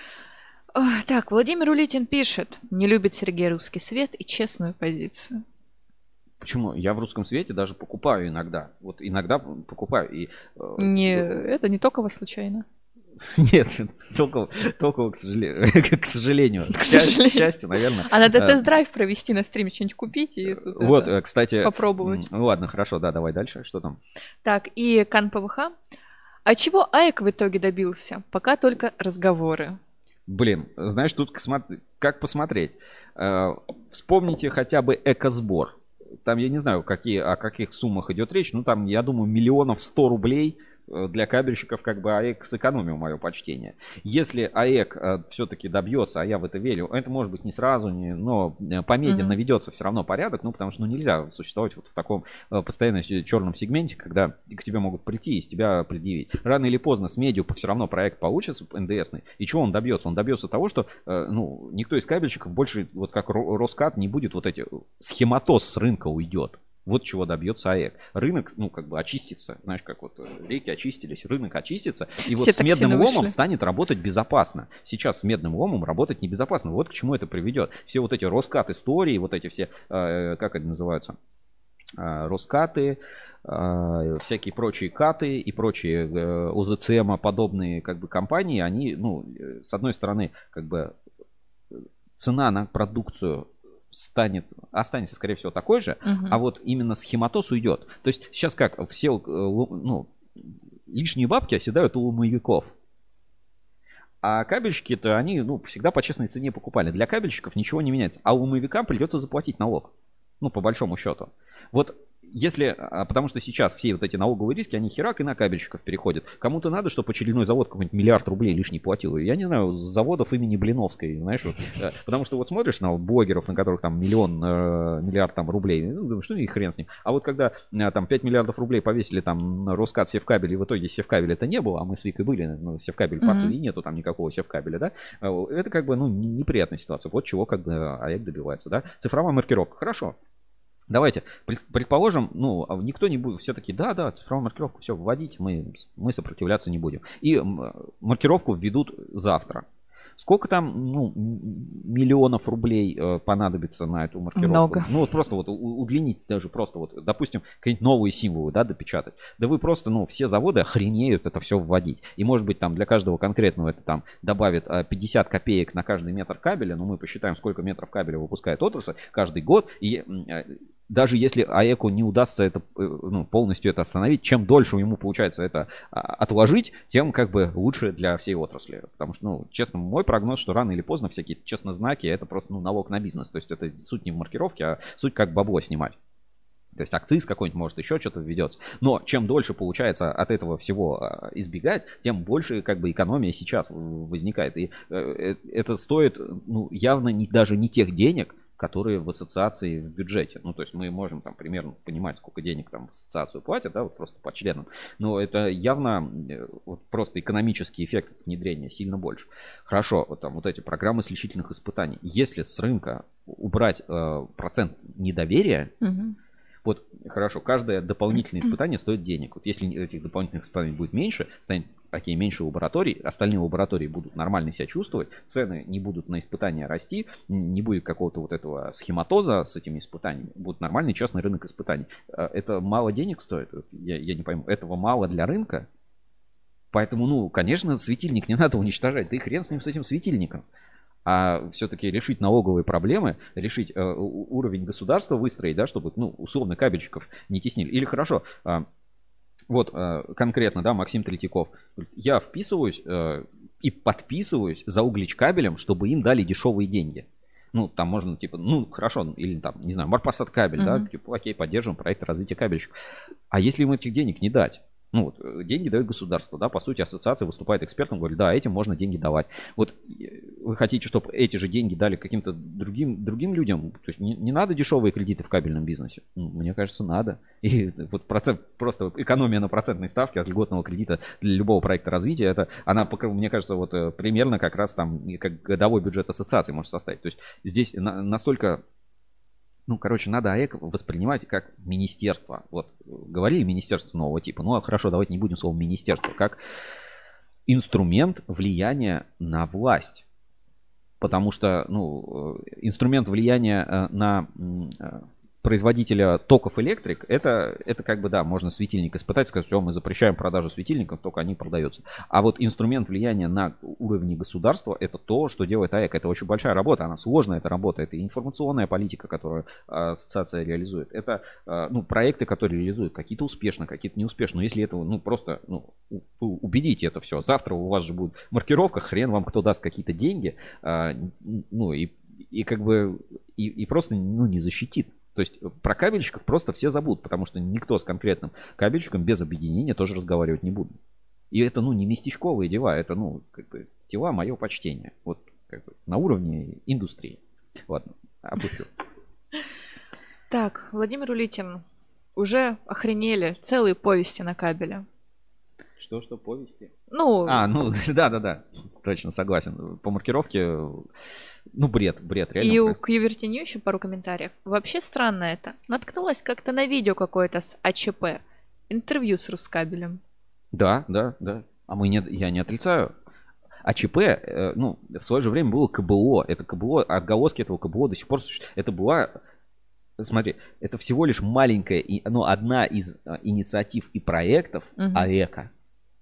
Так, Владимир Улитин пишет, не любит Сергей русский свет и честную позицию. Почему? Я в русском свете даже покупаю иногда. Вот иногда покупаю. И, не, это не только вас случайно. Нет, только, только к сожалению. К сожалению. К сожалению. К счастью, наверное. А надо тест-драйв провести на стриме, что-нибудь купить и тут вот, это, кстати, попробовать. Ну ладно, хорошо, да, давай дальше. Что там? Так, и Кан ПВХ. А чего АЭК в итоге добился? Пока только разговоры. Блин, знаешь, тут как посмотреть. Вспомните хотя бы экосбор. Там, я не знаю, какие, о каких суммах идет речь. Ну, там, я думаю, миллионов сто рублей для кабельщиков, как бы АЭК сэкономил, мое почтение. Если АЭК э, все-таки добьется, а я в это верю, это может быть не сразу, не, но помедленно mm-hmm. ведется все равно порядок, ну, потому что ну, нельзя существовать вот в таком э, постоянно черном сегменте, когда к тебе могут прийти и с тебя предъявить. Рано или поздно с медиа все равно проект получится эн дэ эсный. И чего он добьется? Он добьется того, что э, ну, никто из кабельщиков больше, вот как Роскат, не будет вот эти, схематоз с рынка уйдет. Вот чего добьется АЭК. Рынок, ну, как бы очистится. Знаешь, как вот реки очистились, рынок очистится. И вот с медным ломом станет работать безопасно. Сейчас с медным ломом работать небезопасно. Вот к чему это приведет. Все вот эти Роскат истории, вот эти все, э, как они называются? Э, Роскаты, э, всякие прочие каты и прочие э, о зэ цэ эм подобные как бы компании, они, ну, с одной стороны, как бы цена на продукцию станет, останется, скорее всего, такой же, uh-huh. а вот именно схематоз уйдет. То есть сейчас как все, ну, лишние бабки оседают у ломовиков. А кабельщики-то они, ну, всегда по честной цене покупали. Для кабельщиков ничего не меняется. А ломовикам придется заплатить налог. Ну, по большому счету. Вот если, потому что сейчас все вот эти налоговые риски, они херак и на кабельщиков переходят. Кому-то надо, чтобы очередной завод какой-нибудь миллиард рублей лишний платил. Я не знаю, заводов имени Блиновской, знаешь, вот, потому что вот смотришь на блогеров, на которых там миллион, миллиард там рублей, ну, думаешь, ну и хрен с ним. А вот когда там пять миллиардов рублей повесили там на Роскат, Севкабель, и в итоге Севкабеля это не было, а мы с Викой были, ну, Севкабель партии, mm-hmm. и нету там никакого Севкабеля, да, это как бы, ну, неприятная ситуация. Вот чего как бы АЭК добивается, да. Цифровая маркировка, хорошо. Давайте, предположим, ну, никто не будет, все таки, да, да, цифровую маркировку, все, вводить, мы, мы сопротивляться не будем. И маркировку введут завтра. Сколько там, ну, миллионов рублей э, понадобится на эту маркировку? Много. Ну, вот просто вот удлинить даже просто вот, допустим, какие-нибудь новые символы, да, допечатать. Да вы просто, ну, все заводы охренеют это все вводить. И, может быть, там для каждого конкретного это там добавит э, пятьдесят копеек на каждый метр кабеля. Ну, мы посчитаем, сколько метров кабеля выпускает отрасль каждый год. И э, даже если АЭКу не удастся это, ну, полностью это остановить, чем дольше ему получается это отложить, тем как бы лучше для всей отрасли. Потому что, ну, честно, мой прогноз, что рано или поздно всякие честнознаки, это просто, ну, налог на бизнес. То есть это суть не в маркировке, а суть как бабло снимать. То есть акциз какой-нибудь, может, еще что-то введется. Но чем дольше получается от этого всего избегать, тем больше как бы экономия сейчас возникает. И это стоит ну, явно не, даже не тех денег, которые в ассоциации в бюджете. Ну, то есть мы можем там примерно понимать, сколько денег там в ассоциацию платят, да, вот просто по членам. Но это явно вот просто экономический эффект внедрения сильно больше. Хорошо, вот там вот эти программы сличительных испытаний. Если с рынка убрать э, процент недоверия, угу. Вот, хорошо, каждое дополнительное испытание стоит денег. Вот если этих дополнительных испытаний будет меньше, станет, окей, меньше лабораторий, остальные лаборатории будут нормально себя чувствовать, цены не будут на испытания расти, не будет какого-то вот этого схематоза с этими испытаниями, будет нормальный частный рынок испытаний. Это мало денег стоит? Я, я не пойму, этого мало для рынка? Поэтому, ну, конечно, светильник не надо уничтожать, да и хрен с ним, с этим светильником. А все-таки решить налоговые проблемы, решить э, уровень государства выстроить, да, чтобы, ну, условно, кабельщиков не теснили. Или хорошо, э, вот э, конкретно, да, Максим Третьяков, я вписываюсь э, и подписываюсь за Углич-кабелем, чтобы им дали дешевые деньги. Ну, там можно, типа, ну, хорошо, или там, не знаю, Марпасад кабель, mm-hmm. да, типа, окей, поддерживаем проект развития кабельщиков. А если им этих денег не дать? Ну, вот, деньги дает государство, да, по сути, ассоциация выступает экспертом, говорит, да, этим можно деньги давать. Вот вы хотите, чтобы эти же деньги дали каким-то другим, другим людям? То есть не, не надо дешевые кредиты в кабельном бизнесе? Ну, мне кажется, надо. И вот процент, просто экономия на процентной ставке от льготного кредита для любого проекта развития, это, она, мне кажется, вот примерно как раз там, как годовой бюджет ассоциации может составить. То есть здесь на, настолько... Ну, короче, надо АЭК воспринимать как министерство. Вот, говорили министерство нового типа. Ну, а хорошо, давайте не будем словом министерство. Как инструмент влияния на власть. Потому что, ну, инструмент влияния на производителя токов электрик, это, это как бы, да, можно светильник испытать, сказать, все, мы запрещаем продажу светильников, только они продаются. А вот инструмент влияния на уровне государства, это то, что делает АЭК. Это очень большая работа, она сложная, эта работа. Это информационная политика, которую ассоциация реализует. Это, ну, проекты, которые реализуют, какие-то успешно, какие-то неуспешно. Но если этого, ну, просто, ну, убедите это все. Завтра у вас же будет маркировка, хрен вам кто даст какие-то деньги, ну, и, и как бы, и, и просто, ну, не защитит. То есть про кабельщиков просто все забудут, потому что никто с конкретным кабельщиком без объединения тоже разговаривать не будет. И это, ну, не местечковые дела, это, ну, как бы дела моего почтения. Вот как бы на уровне индустрии. Ладно, опущу. Так, Владимир Улитин. Уже охренели целые повести на кабеле. Что, что, повести? Ну... А, ну, да-да-да, точно, согласен. По маркировке, ну, бред, бред, реально. И у просто. Кьювертинью еще пару комментариев. Вообще странно это. Наткнулась как-то на видео какое-то с АЧП. Интервью с Рускабелем. Да, да, да. А мы не, я не отрицаю. АЧП, э, ну, в свое же время было КБО. Это КБО, отголоски этого КБО до сих пор существуют. Это была... Смотри, это всего лишь маленькая, ну, одна из инициатив и проектов угу. АЭКа.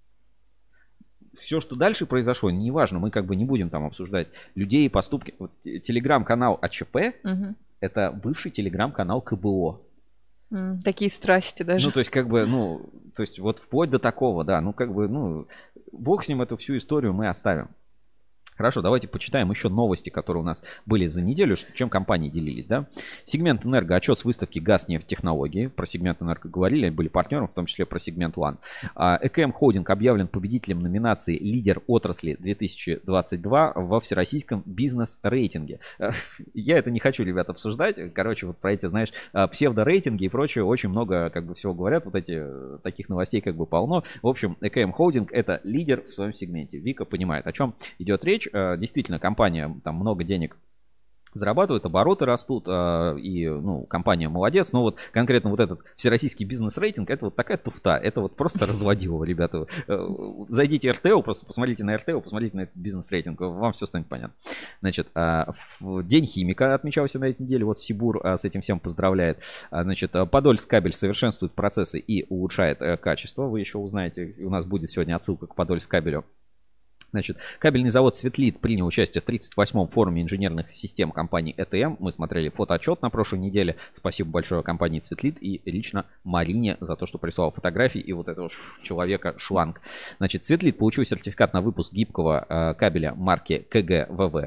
Все, что дальше произошло, неважно, мы как бы не будем там обсуждать людей и поступки. Вот, телеграм-канал АЧП угу. это бывший телеграм-канал КБО. Mm, такие страсти даже. Ну, то есть, как бы, ну, то есть, вот вплоть до такого, да, ну, как бы, ну, бог с ним, эту всю историю мы оставим. Хорошо, давайте почитаем еще новости, которые у нас были за неделю, чем компании делились, да. Сегмент энерго, отчет с выставки «Газнефть-технологии». Про сегмент энерго говорили, были партнером, в том числе про сегмент ЛАН. ЭКМ Холдинг объявлен победителем номинации «Лидер отрасли две тысячи двадцать два» во всероссийском бизнес-рейтинге. Я это не хочу, ребят, обсуждать. Короче, вот про эти, знаешь, псевдорейтинги и прочее очень много, как бы, всего говорят. Вот эти, таких новостей как бы полно. В общем, ЭКМ Холдинг — это лидер в своем сегменте. Вика понимает, о чем идет речь. Действительно, компания там много денег зарабатывает, обороты растут, и, ну, компания молодец. Но вот конкретно вот этот всероссийский бизнес-рейтинг, это вот такая туфта, это вот просто разводило, ребята. Зайдите в эр тэ о, просто посмотрите на эр тэ о, посмотрите на этот бизнес-рейтинг, вам все станет понятно. Значит, День химика отмечался на этой неделе, вот Сибур с этим всем поздравляет. Значит, Подольскабель совершенствует процессы и улучшает качество, вы еще узнаете, у нас будет сегодня отсылка к Подольскабелю. Значит, кабельный завод «Светлит» принял участие в тридцать восьмом форуме инженерных систем компании и тэ эм. Мы смотрели фотоотчет на прошлой неделе. Спасибо большое компании «Светлит» и лично Марине за то, что прислал фотографии и вот этого человека шланг. Значит, «Светлит» получил сертификат на выпуск гибкого э, кабеля марки ка гэ вэ вэ.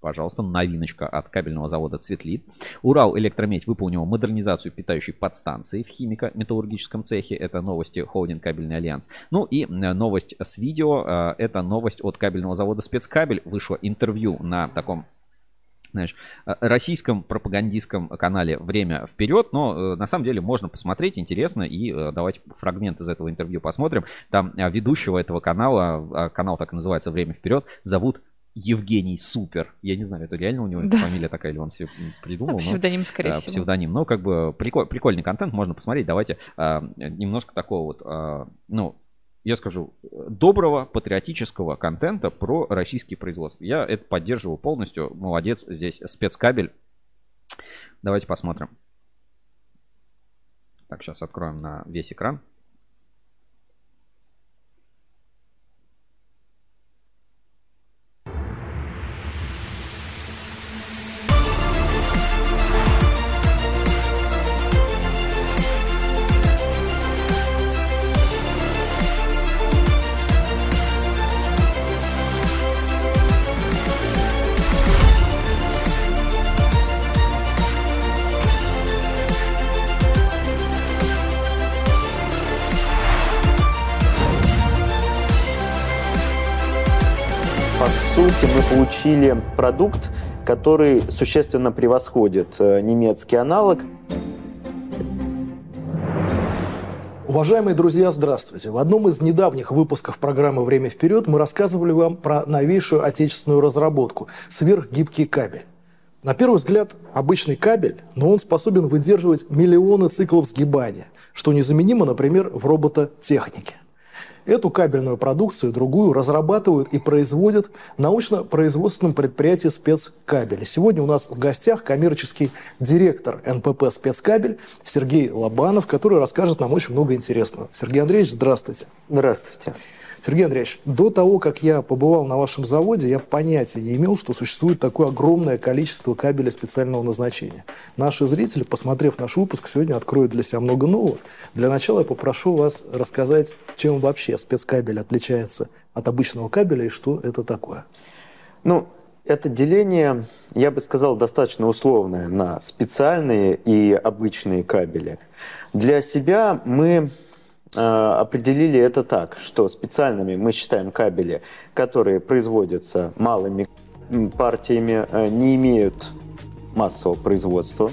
Пожалуйста, новиночка от кабельного завода «Цветлит». Уралэлектромедь выполнил модернизацию питающей подстанции в химико-металлургическом цехе. Это новости холдинг «Кабельный альянс». Ну и новость с видео. Это новость от кабельного завода «Спецкабель». Вышло интервью на таком, знаешь, российском пропагандистском канале «Время вперед», но на самом деле можно посмотреть, интересно, и давайте фрагмент из этого интервью посмотрим. Там ведущего этого канала, канал так и называется «Время вперед», зовут Евгений Супер. Я не знаю, это реально у него да. фамилия такая, или он себе придумал. Ну, псевдоним, но, скорее а, всего. Псевдоним. Ну, как бы приколь, прикольный контент, можно посмотреть. Давайте а, немножко такого вот, а, ну, я скажу, доброго патриотического контента про российские производства. Я это поддерживаю полностью. Молодец здесь Спецкабель. Давайте посмотрим. Так, сейчас откроем на весь экран. По сути, мы получили продукт, который существенно превосходит немецкий аналог. Уважаемые друзья, здравствуйте. В одном из недавних выпусков программы «Время вперед» мы рассказывали вам про новейшую отечественную разработку – сверхгибкий кабель. На первый взгляд, обычный кабель, но он способен выдерживать миллионы циклов сгибания, что незаменимо, например, в робототехнике. Эту кабельную продукцию, другую, разрабатывают и производят в научно-производственном предприятии «Спецкабель». Сегодня у нас в гостях коммерческий директор эн пэ пэ «Спецкабель» Сергей Лобанов, который расскажет нам очень много интересного. Сергей Андреевич, здравствуйте. Здравствуйте. Сергей Андреевич, до того, как я побывал на вашем заводе, я понятия не имел, что существует такое огромное количество кабелей специального назначения. Наши зрители, посмотрев наш выпуск, сегодня откроют для себя много нового. Для начала я попрошу вас рассказать, чем вообще спецкабель отличается от обычного кабеля и что это такое. Ну, это деление, я бы сказал, достаточно условное на специальные и обычные кабели. Для себя мы определили это так, что специальными мы считаем кабели, которые производятся малыми партиями, не имеют массового производства,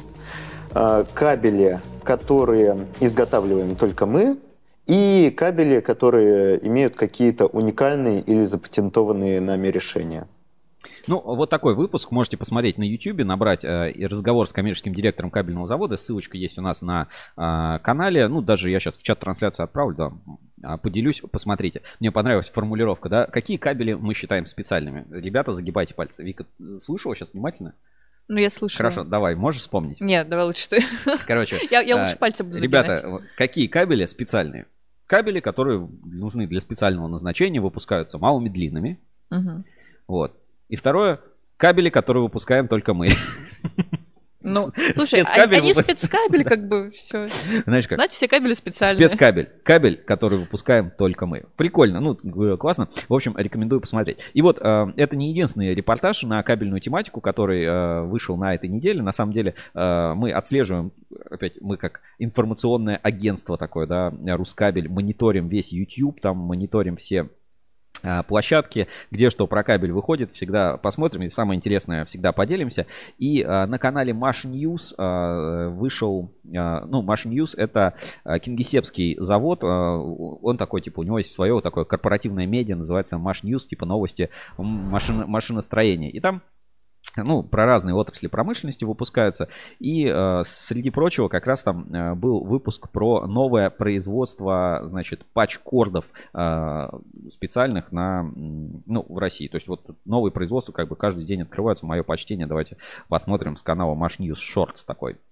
кабели, которые изготавливаем только мы, и кабели, которые имеют какие-то уникальные или запатентованные нами решения. Ну, вот такой выпуск можете посмотреть на YouTube, набрать э, разговор с коммерческим директором кабельного завода. Ссылочка есть у нас на э, канале. Ну, даже я сейчас в чат трансляции отправлю, да, поделюсь, посмотрите. Мне понравилась формулировка, да. Какие кабели мы считаем специальными? Ребята, загибайте пальцы. Вика, слушала сейчас внимательно? Ну, я слышала. Хорошо, давай, можешь вспомнить? Нет, давай лучше ты. Короче, я, я лучше пальцы буду загибать. Ребята, какие кабели специальные? Кабели, которые нужны для специального назначения, выпускаются малыми длинными. Угу. Вот. И второе, кабели, которые выпускаем только мы. Ну, слушай, спецкабель они выпуск... спецкабель, как бы, все. Знаешь как? Значит, все кабели специальные. Спецкабель. Кабель, который выпускаем только мы. Прикольно, ну, классно. В общем, рекомендую посмотреть. И вот, э, это не единственный репортаж на кабельную тематику, который э, вышел на этой неделе. На самом деле, э, мы отслеживаем, опять, мы как информационное агентство такое, да, Рускабель, мониторим весь YouTube, там мониторим все площадки, где что про кабель выходит, всегда посмотрим, и самое интересное всегда поделимся. И а, на канале Маш Ньюс а, вышел, а, ну, Маш Ньюс — это а, кингисеппский завод, а, он такой, типа, у него есть свое вот такое корпоративное медиа, называется Маш Ньюс, типа новости машин, машиностроения. И там, ну, про разные отрасли промышленности выпускаются. И э, среди прочего как раз там э, был выпуск про новое производство, значит, патч-кордов э, специальных на, ну, в России. То есть вот новые производства как бы каждый день открываются. Мое почтение. Давайте посмотрим с канала Маш Ньюс Shorts такой.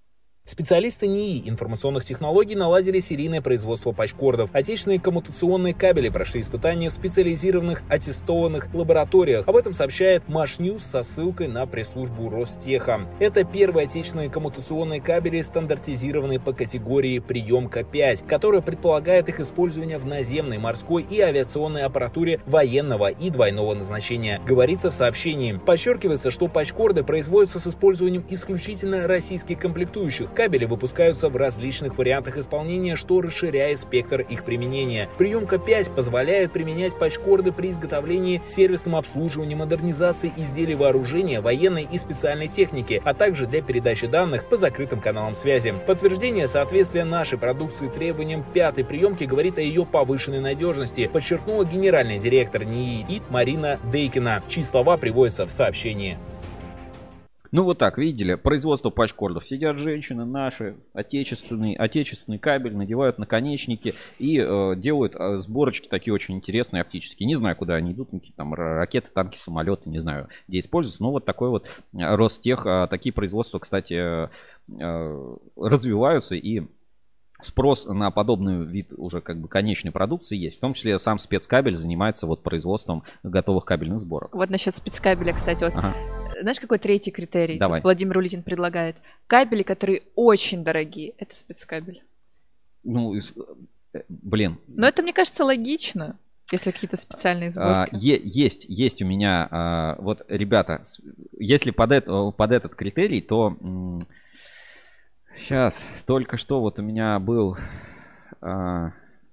Специалисты НИИ информационных технологий наладили серийное производство патчкордов. Отечественные коммутационные кабели прошли испытания в специализированных аттестованных лабораториях. Об этом сообщает Машньюз со ссылкой на пресс-службу Ростеха. Это первые отечественные коммутационные кабели, стандартизированные по категории приемка пять, которая предполагает их использование в наземной, морской и авиационной аппаратуре военного и двойного назначения. Говорится в сообщении. Подчеркивается, что патчкорды производятся с использованием исключительно российских комплектующих. Кабели выпускаются в различных вариантах исполнения, что расширяет спектр их применения. Приемка пять позволяет применять патчкорды при изготовлении, сервисном обслуживании, модернизации изделий вооружения, военной и специальной техники, а также для передачи данных по закрытым каналам связи. Подтверждение соответствия нашей продукции требованиям пятой приемки говорит о ее повышенной надежности, подчеркнула генеральный директор НИИ Марина Дейкина, чьи слова приводятся в сообщении. Ну вот так, видели, производство патчкордов. Сидят женщины наши, отечественный, отечественный кабель, надевают наконечники и э, делают э, сборочки такие очень интересные оптические. Не знаю, куда они идут, какие там ракеты, танки, самолеты, не знаю, где используются. Но вот такой вот Ростех, э, такие производства, кстати, э, э, развиваются, и спрос на подобный вид уже как бы конечной продукции есть. В том числе сам спецкабель занимается вот производством готовых кабельных сборок. Вот насчет спецкабеля, кстати, вот. Ага. Знаешь, какой третий критерий? Давай. Владимир Улитин предлагает. Кабели, которые очень дорогие. Это спецкабель. Ну, блин. Но это, мне кажется, логично, если какие-то специальные сборки. А, е- есть, есть у меня, а, вот, ребята, если под, это, под этот критерий, то м- сейчас, только что вот у меня был... А,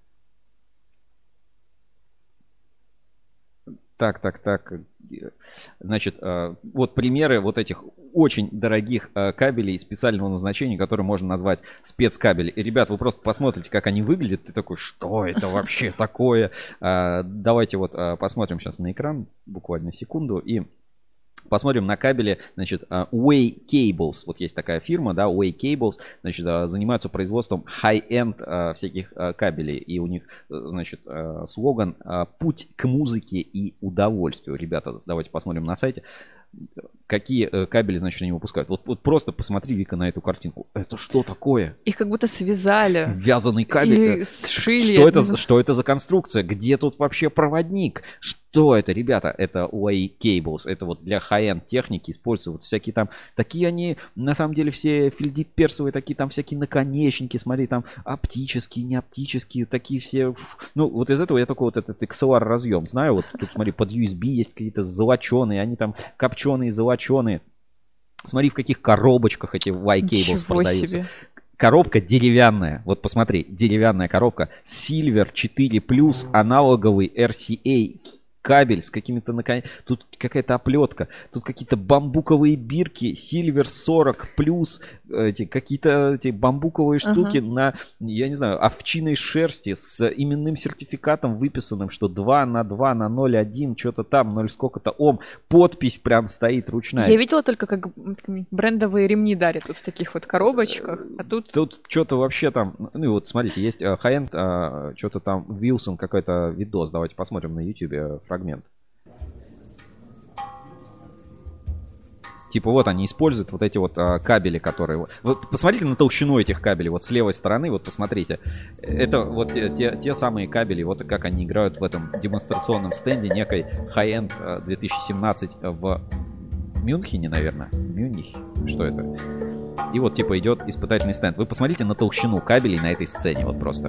Так, так, так. Значит, вот примеры вот этих очень дорогих кабелей специального назначения, которые можно назвать спецкабель. И, ребят, вы просто посмотрите, как они выглядят. Ты такой, что это вообще такое? Давайте вот посмотрим сейчас на экран, буквально секунду, и посмотрим на кабели, значит, Way Cables. Вот есть такая фирма, да, Way Cables, значит, занимаются производством high-end всяких кабелей. И у них, значит, слоган «Путь к музыке и удовольствию». Ребята, давайте посмотрим на сайте, какие кабели, значит, они выпускают. Вот, вот просто посмотри, Вика, на эту картинку. Это что такое? Их как будто связали. Вязаный кабель. Или сшили. Что это, что это за конструкция? Где тут вообще проводник? Что это, ребята? Это Way Cables. Это вот для high-end техники используют всякие там... Такие они, на самом деле, все фельдеперсовые, такие там всякие наконечники. Смотри, там оптические, не оптические, такие все... Ну, вот из этого я только вот этот икс эл ар разъем знаю. Вот тут, смотри, под ю эс би есть какие-то золоченые, они там копченые, золоченые. Смотри, в каких коробочках эти Way Cables Ничего продаются. себе. Коробка деревянная. Вот посмотри, деревянная коробка. Silver четыре плюс, аналоговый эр си эй кабель с какими-то наконец... Тут какая-то оплетка. Тут какие-то бамбуковые бирки. Silver сорок плюс. Эти, какие-то эти бамбуковые штуки uh-huh. на, я не знаю, овчиной шерсти с именным сертификатом выписанным, что два на два на ноль целых один, что-то там, ноль сколько-то ом. Подпись прям стоит ручная. Я видела только, как брендовые ремни дарят вот в таких вот коробочках, а тут... Тут что-то вообще там... Ну и вот, смотрите, есть high-end, а, что-то там, Wilson какой-то видос. Давайте посмотрим на YouTube фрагмент. Типа вот они используют вот эти вот а, кабели, которые... Вот посмотрите на толщину этих кабелей. Вот с левой стороны, вот посмотрите. Это вот те, те самые кабели, вот как они играют в этом демонстрационном стенде некой High-End две тысячи семнадцать в Мюнхене, наверное. Мюнхен, что это? И вот типа идет испытательный стенд. Вы посмотрите на толщину кабелей на этой сцене, вот просто.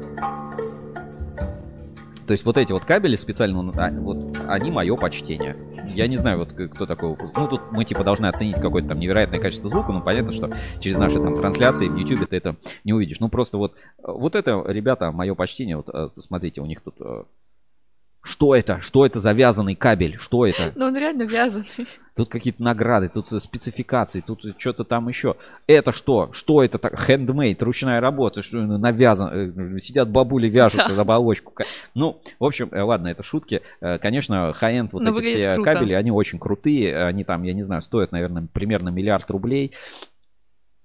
То есть вот эти вот кабели специально, вот они мое почтение. Я не знаю, вот кто такой. Ну, тут мы типа должны оценить какое-то там невероятное качество звука, но понятно, что через наши там трансляции в YouTube ты это не увидишь. Ну, просто вот, вот это, ребята, мое почтение. Вот смотрите, у них тут... Что это? Что это за вязаный кабель? Что это? Ну, он реально вязаный. Тут какие-то награды, тут спецификации, тут что-то там еще. Это что? Что это так? Handmade, ручная работа, что навязано. Сидят бабули, вяжут да. оболочку. Ну, в общем, ладно, это шутки. Конечно, high-end вот Но эти все круто. Кабели, они очень крутые. Они там, я не знаю, стоят, наверное, примерно миллиард рублей.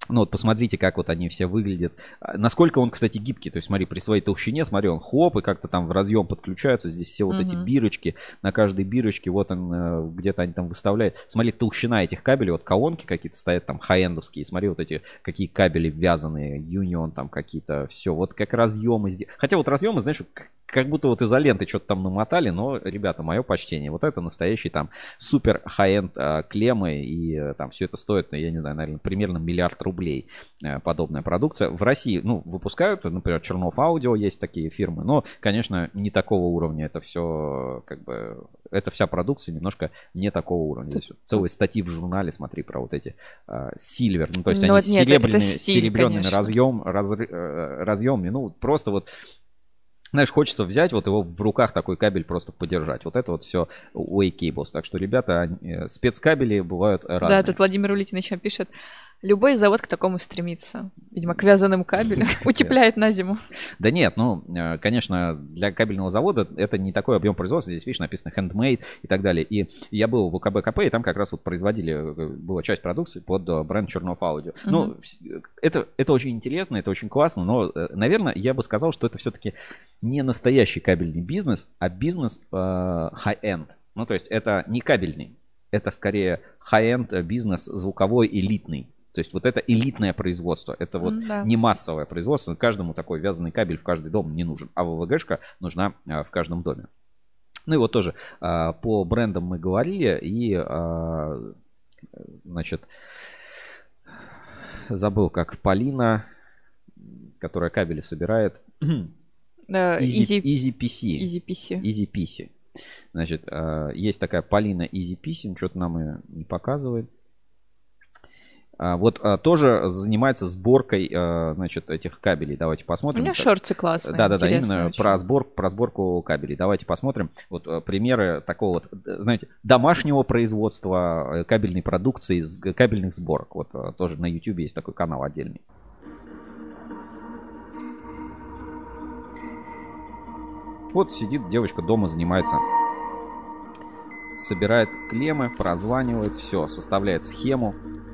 Ну вот посмотрите, как вот они все выглядят. Насколько он, кстати, гибкий. То есть смотри, при своей толщине, смотри, он хлоп, и как-то там в разъем подключаются. Здесь все вот uh-huh. эти бирочки. На каждой бирочке вот он, где-то они там выставляют. Смотри, толщина этих кабелей. Вот колонки какие-то стоят там хай-эндовские. Смотри, вот эти, какие кабели ввязанные. Union там какие-то. Все, вот как разъемы здесь. Хотя вот разъемы, знаешь, как будто вот изоленты что-то там намотали. Но, ребята, мое почтение. Вот это настоящий там супер хай-энд а, клеммы. И а, там все это стоит, я не знаю, наверное, примерно миллиард рублей. рублей подобная продукция. В России, ну, выпускают, например, Чернов Аудио, есть такие фирмы, но, конечно, не такого уровня. Это все, как бы, это вся продукция немножко не такого уровня. Здесь вот целые статьи в журнале, смотри, про вот эти сильвер, uh, ну, то есть ну, они нет, серебряными, стиль, серебряными разъем, раз, разъемами, ну, просто вот, знаешь, хочется взять вот его в руках, такой кабель просто подержать. Вот это вот все Way Cables. Так что, ребята, спецкабели бывают разные. Да, тут Владимир Улитинович пишет: любой завод к такому стремится. Видимо, к вязаным кабелям. Утепляет на зиму. Да нет, ну, конечно, для кабельного завода это не такой объем производства. Здесь, видишь, написано handmade и так далее. И я был в УКБ-КП, и там как раз вот производили, была часть продукции под бренд Чернов Аудио. Ну, это, это очень интересно, это очень классно, но, наверное, я бы сказал, что это все-таки не настоящий кабельный бизнес, а бизнес э, high-end. Ну, то есть это не кабельный, это скорее high-end бизнес, звуковой, элитный. То есть вот это элитное производство, это вот mm, да. не массовое производство. Каждому такой вязаный кабель в каждый дом не нужен, а ВВГшка нужна э, в каждом доме. Ну и вот тоже э, по брендам мы говорили, и, э, значит, забыл, как Полина, которая кабели собирает... Uh, Easy, easy пи си. Easy пи си. Easy пи си. Значит, есть такая Полина Easy пи си, что-то нам и не показывает. Вот тоже занимается сборкой, значит, этих кабелей. Давайте посмотрим. У меня шорты классные. Да-да-да, именно про, сбор, про сборку кабелей. Давайте посмотрим. Вот примеры такого вот, знаете, домашнего производства кабельной продукции, кабельных сборок. Вот тоже на YouTube есть такой канал отдельный. Вот сидит девочка дома, занимается, собирает клеммы, прозванивает, все, составляет схему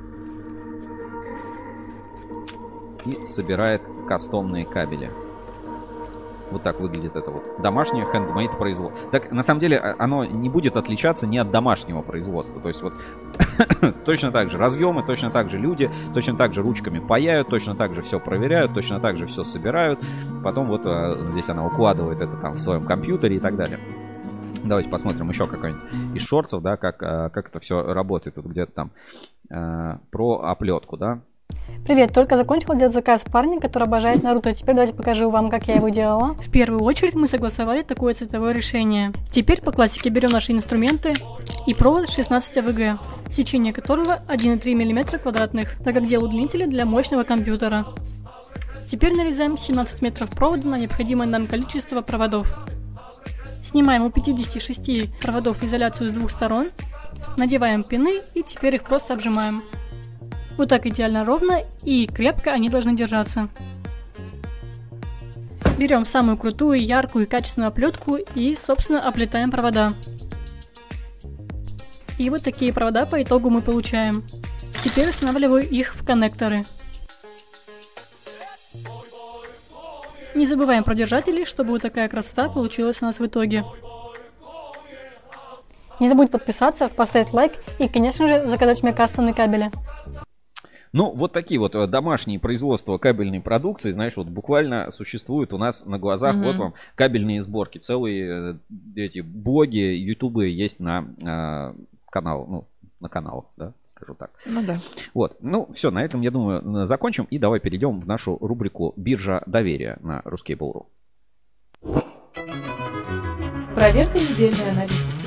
и собирает кастомные кабели. Вот так выглядит это вот домашнее handmade производство. Так, на самом деле, оно не будет отличаться ни от домашнего производства. То есть вот точно так же разъемы, точно так же люди, точно так же ручками паяют, точно так же все проверяют, точно так же все собирают. Потом вот здесь она укладывает это там в своем компьютере и так далее. Давайте посмотрим еще какой-нибудь из шортов, да, как, как это все работает. Тут где-то там э, про оплетку, да. Привет, только закончила делать заказ парня, который обожает Наруто. Теперь давайте покажу вам, как я его делала. В первую очередь мы согласовали такое цветовое решение. Теперь по классике берем наши инструменты и провод шестнадцать эй ви джи, сечение которого один и три миллиметра квадратных, так как делаю удлинители для мощного компьютера. Теперь нарезаем семнадцать метров провода на необходимое нам количество проводов. Снимаем у пятидесяти шести проводов изоляцию с двух сторон, надеваем пины и теперь их просто обжимаем. Вот так идеально ровно и крепко они должны держаться. Берем самую крутую, яркую и качественную оплетку и, собственно, оплетаем провода. И вот такие провода по итогу мы получаем. Теперь устанавливаю их в коннекторы. Не забываем про держатели, чтобы вот такая красота получилась у нас в итоге. Не забудь подписаться, поставить лайк и, конечно же, заказать мне кастомные кабели. Ну, вот такие вот домашние производства кабельной продукции, знаешь, вот буквально существуют у нас на глазах. Mm-hmm. Вот вам кабельные сборки. Целые эти блоги, ютубы есть на э, канал, ну, на каналах, да, скажу так. Ну да. Вот, ну, все, на этом, я думаю, закончим. И давай перейдем в нашу рубрику «Биржа доверия» на Ruskable.ru. Проверка недельной аналитики.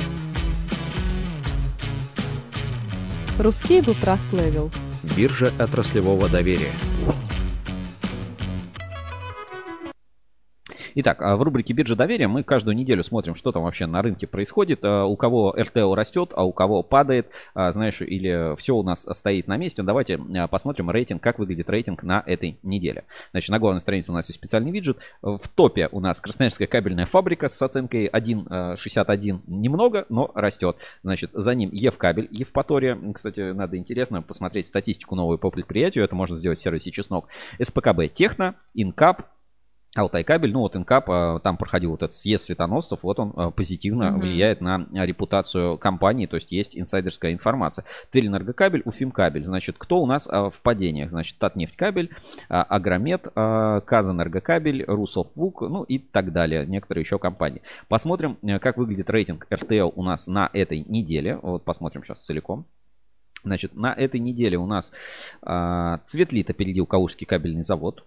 Ruskable Trust Level. Биржа отраслевого доверия. Итак, в рубрике «Биржа доверия» мы каждую неделю смотрим, что там вообще на рынке происходит. У кого эр тэ о растет, а у кого падает, знаешь, или все у нас стоит на месте. Давайте посмотрим рейтинг, как выглядит рейтинг на этой неделе. Значит, на главной странице у нас есть специальный виджет. В топе у нас Красноярская кабельная фабрика с оценкой один шестьдесят один. Немного, но растет. Значит, за ним Евкабель, Евпатория. Кстати, надо интересно посмотреть статистику новую по предприятию. Это можно сделать в сервисе Чеснок. эс пэ ка бэ Техно, Инкап, Алтайкабель. Ну вот Инкап, там проходил вот этот съезд светоносцев, вот он позитивно mm-hmm. влияет на репутацию компании, то есть есть инсайдерская информация. Тверенергокабель, Уфимкабель. Значит, кто у нас в падениях? Значит, Татнефтькабель, Агромет, Казэнергокабель, Русофвук, ну и так далее. Некоторые еще компании. Посмотрим, как выглядит рейтинг эр тэ о у нас на этой неделе. Вот посмотрим сейчас целиком. Значит, на этой неделе у нас Цветлит опередил Калужский кабельный завод.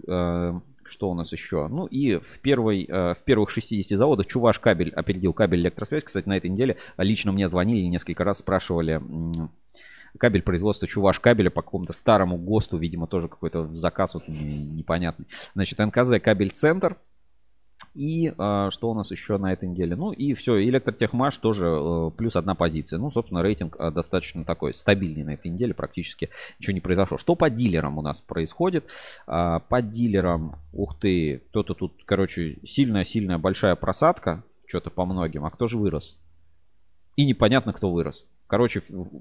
Что у нас еще? Ну и в, первой, в первых шестидесяти заводах Чувашкабель опередил Кабель Электросвязь. Кстати, на этой неделе лично мне звонили и несколько раз спрашивали кабель производства Чувашкабеля по какому-то старому ГОСТу. Видимо, тоже какой-то заказ вот непонятный. Значит, эн ка зэ Кабель Центр. И э, что у нас еще на этой неделе? Ну и все, Электротехмаш тоже э, плюс одна позиция. Ну, собственно, рейтинг э, достаточно такой стабильный на этой неделе, практически ничего не произошло. Что по дилерам у нас происходит? Э, по дилерам, ух ты, кто-то тут, короче, сильная-сильная большая просадка, что-то по многим. А кто же вырос? И непонятно, кто вырос. Короче,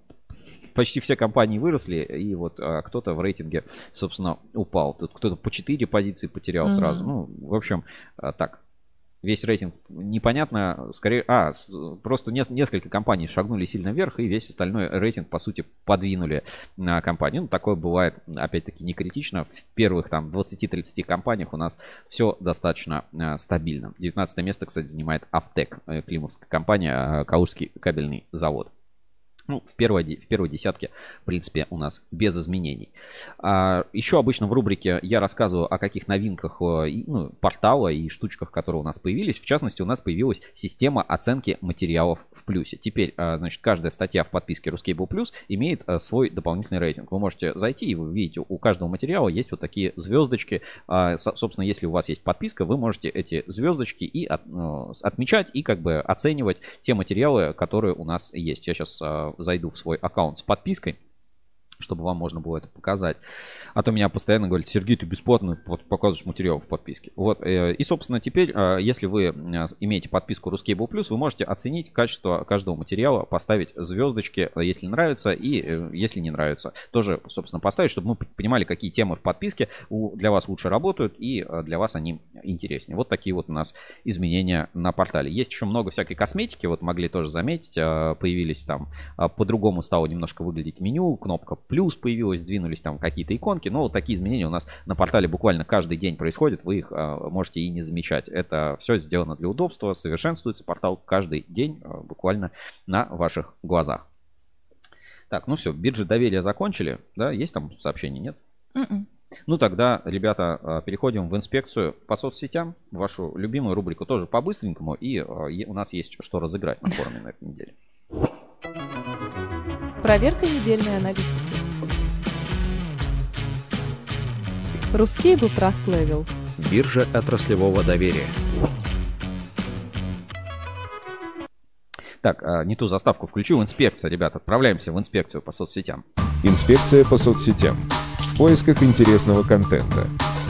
почти все компании выросли, и вот а, кто-то в рейтинге, собственно, упал. Тут кто-то по четыре позиции потерял mm-hmm. сразу. Ну, в общем, а, так. Весь рейтинг непонятно, скорее, а, просто не, несколько компаний шагнули сильно вверх, и весь остальной рейтинг, по сути, подвинули на компанию. Ну, такое бывает, опять-таки, не критично. В первых там двадцати-тридцати компаниях у нас все достаточно а, стабильно. девятнадцатое место, кстати, занимает Автек, климовская компания, Калужский кабельный завод. Ну, в первой, в первой десятке, в принципе, у нас без изменений. А, еще обычно в рубрике я рассказываю о каких новинках ну, портала и штучках, которые у нас появились. В частности, у нас появилась система оценки материалов в плюсе. Теперь, значит, каждая статья в подписке Ruscable Plus имеет свой дополнительный рейтинг. Вы можете зайти, и вы видите, у каждого материала есть вот такие звездочки. Собственно, если у вас есть подписка, вы можете эти звездочки и от, отмечать, и как бы оценивать те материалы, которые у нас есть. Я сейчас зайду в свой аккаунт с подпиской, чтобы вам можно было это показать. А то меня постоянно говорят: Сергей, ты бесплатно показываешь материал в подписке. Вот. И, собственно, теперь, если вы имеете подписку Ruscable Plus, вы можете оценить качество каждого материала, поставить звездочки, если нравится, и если не нравится, тоже, собственно, поставить, чтобы мы понимали, какие темы в подписке для вас лучше работают, и для вас они интереснее. Вот такие вот у нас изменения на портале. Есть еще много всякой косметики, вот могли тоже заметить, появились там, по-другому стало немножко выглядеть меню, кнопка плюс появилась, сдвинулись там какие-то иконки. Но вот такие изменения у нас на портале буквально каждый день происходят. Вы их а, можете и не замечать. Это все сделано для удобства. Совершенствуется портал каждый день а, буквально на ваших глазах. Так, ну все, биржи доверия закончили. Да, есть там сообщения, нет? Mm-mm. Ну тогда, ребята, переходим в инспекцию по соцсетям. Вашу любимую рубрику тоже по-быстренькому. И а, у нас есть что разыграть на форуме на этой неделе. Проверка недельной аналитики. Ruscable Trust Level. Биржа отраслевого доверия. Так, не ту заставку включу. Инспекция, ребята. Отправляемся в инспекцию по соцсетям. Инспекция по соцсетям. В поисках интересного контента.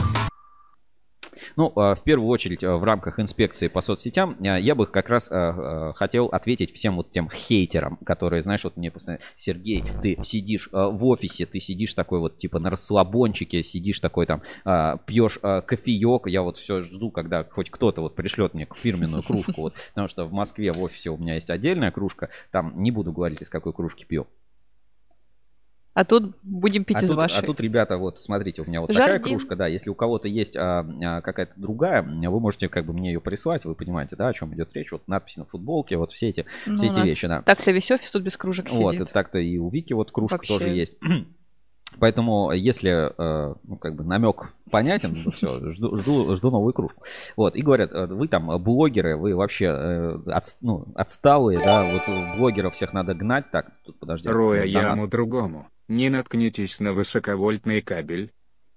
Ну, в первую очередь, в рамках инспекции по соцсетям я бы как раз хотел ответить всем вот тем хейтерам, которые, знаешь, вот мне постоянно: Сергей, ты сидишь в офисе, ты сидишь такой вот типа на расслабончике, сидишь такой там, пьешь кофеек, я вот все жду, когда хоть кто-то вот пришлет мне фирменную кружку, вот, потому что в Москве в офисе у меня есть отдельная кружка, там не буду говорить, из какой кружки пью. А тут будем пить а из тут, вашей. А тут, ребята, вот смотрите, у меня вот Жардин. Такая кружка, да, если у кого-то есть а, а, какая-то другая, вы можете как бы мне ее прислать, вы понимаете, да, о чем идет речь, вот надписи на футболке, вот все эти, ну, все эти вещи, да. Так-то весь офис тут без кружек вот, сидит. Вот, так-то и у Вики вот кружка Вообще. Тоже есть. Поэтому, если, ну, как бы намек понятен, ну, все, жду, жду, жду новую кружку. Вот, и говорят: вы там блогеры, вы вообще от, ну, отсталые, да, вот блогеров всех надо гнать. Так, тут подожди. Роя яму другому. Не наткнитесь на высоковольтный кабель.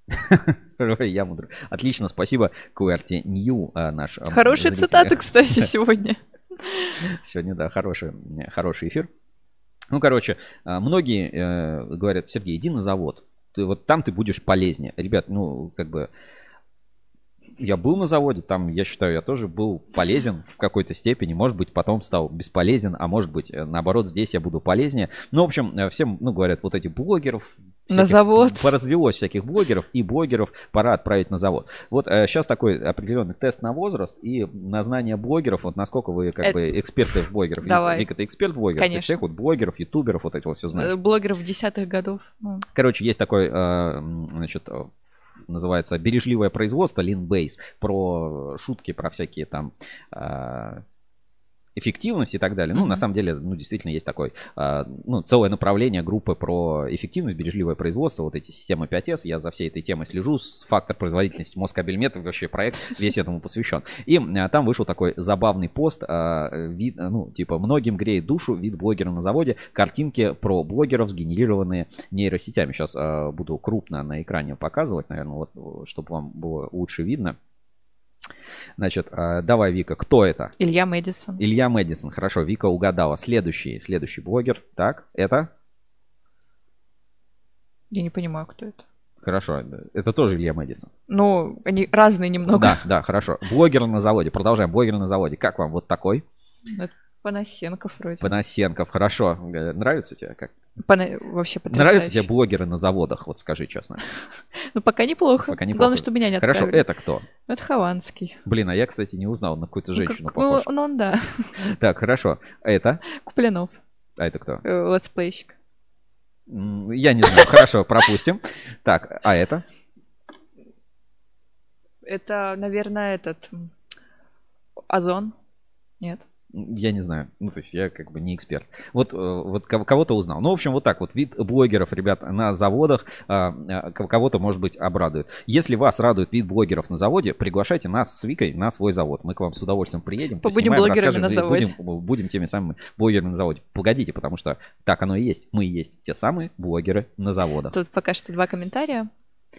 Я мудрый. Отлично, спасибо, Куэрти Нью, наш Хорошие зритель. цитаты, кстати, сегодня. Сегодня, да, хороший, хороший эфир. Ну, короче, многие э, говорят: Сергей, иди на завод. Ты, вот там ты будешь полезнее. Ребят, ну, как бы... Я был на заводе, там, я считаю, я тоже был полезен в какой-то степени. Может быть, потом стал бесполезен, а может быть, наоборот, здесь я буду полезнее. Ну, в общем, всем, ну, говорят, вот эти блогеров... На завод. Поразвелось всяких блогеров, и блогеров пора отправить на завод. Вот э, сейчас такой определенный тест на возраст и на знание блогеров. Вот насколько вы, как Это... бы, эксперты в блогерах. Давай. Вика, ты эксперт в блогерах? Конечно. Ты всех вот блогеров, ютуберов, вот эти вот все знаешь. Блогеров десятых годов. Ну. Короче, есть такой, э, значит... называется «Бережливое производство», Lean Base, про шутки, про всякие там э, эффективность и так далее. Mm-hmm. Ну, на самом деле, ну, действительно есть такое, э, ну, целое направление группы про эффективность, бережливое производство, вот эти системы пять эс. Я за всей этой темой слежу, с фактор производительности Москабельмет, вообще проект весь этому посвящен. И э, там вышел такой забавный пост, э, вид, ну, типа, многим греет душу вид блогера на заводе, картинки про блогеров, сгенерированные нейросетями. Сейчас э, буду крупно на экране показывать, наверное, вот, чтобы вам было лучше видно. Значит, давай, Вика, кто это? Илья Мэдисон. Илья Мэдисон, хорошо, Вика угадала. Следующий, следующий блогер. Так, это? Я не понимаю, кто это. Хорошо, это тоже Илья Мэдисон. Ну, они разные немного. Да, да, хорошо. Блогер на заводе, продолжаем. Блогер на заводе. Как вам вот такой? Это Панасенков вроде. Панасенков, хорошо. Нравится тебе как? Пана... Вообще потрясающе. Нравятся тебе блогеры на заводах, вот скажи честно? Ну, пока неплохо. Пока неплохо. Главное, чтобы меня не отправили. Хорошо, это кто? Это Хованский. Блин, а я, кстати, не узнал, на какую-то женщину ну, похож. Ну, он, да. Так, хорошо. Это? Куплинов. А это кто? Летсплейщик. Я не знаю. Хорошо, пропустим. Так, а это? Это, наверное, этот... Озон? Нет. Я не знаю, ну то есть я как бы не эксперт. Вот, вот кого-то узнал. Ну, в общем, вот так вот вид блогеров, ребят, на заводах кого-то, может быть, обрадует. Если вас радует вид блогеров на заводе, приглашайте нас с Викой на свой завод. Мы к вам с удовольствием приедем. Будем блогерами на заводе. Будем, будем теми самыми блогерами на заводе. Погодите, потому что так оно и есть. Мы и есть те самые блогеры на заводах. Тут пока что два комментария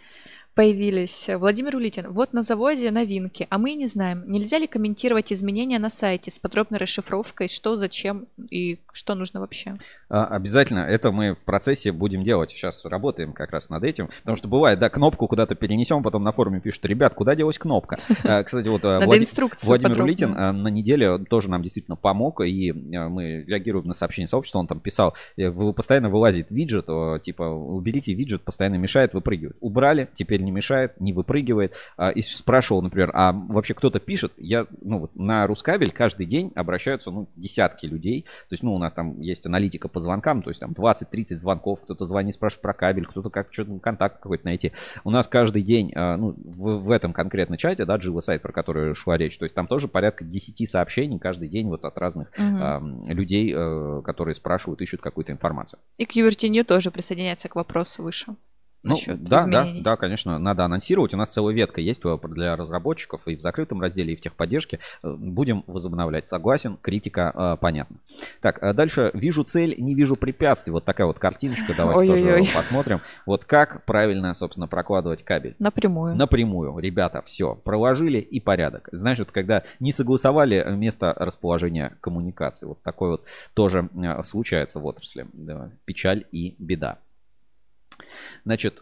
появились. Владимир Улитин. Вот на заводе новинки, а мы не знаем, нельзя ли комментировать изменения на сайте с подробной расшифровкой, что, зачем и что нужно вообще? А, обязательно. Это мы в процессе будем делать. Сейчас работаем как раз над этим. Потому что бывает, да, кнопку куда-то перенесем, потом на форуме пишут: ребят, куда делась кнопка? Кстати, вот Владимир Улитин на неделе тоже нам действительно помог, и мы реагируем на сообщение сообщества. Он там писал: постоянно вылазит виджет, типа, уберите виджет, постоянно мешает, выпрыгивает. Убрали, теперь не мешает, не выпрыгивает. И спрашивал, например, а вообще кто-то пишет? Я, ну, вот на Рускабель каждый день обращаются, ну, десятки людей. То есть, ну, у нас там есть аналитика по звонкам, то есть там двадцать-тридцать звонков, кто-то звонит, спрашивает про кабель, кто-то как что-то контакт какой-то найти. У нас каждый день, ну, в, в этом конкретном чате, да, Джива сайт, про который шла речь, то есть там тоже порядка десяти сообщений каждый день вот от разных угу. э, людей, э, которые спрашивают, ищут какую-то информацию. И Кьювертинью тоже присоединяется к вопросу выше. Ну, да, да, да, конечно, надо анонсировать. У нас целая ветка есть для разработчиков и в закрытом разделе, и в техподдержке. Будем возобновлять. Согласен, критика э, понятна. Так, дальше. Вижу цель, не вижу препятствий. Вот такая вот картиночка. Давайте Ой-ой-ой. тоже посмотрим. Вот как правильно, собственно, прокладывать кабель. Напрямую. Напрямую. Ребята, все, проложили и порядок. Знаешь, вот когда не согласовали место расположения коммуникации. Вот такой вот тоже случается в отрасли. Да, печаль и беда. Значит,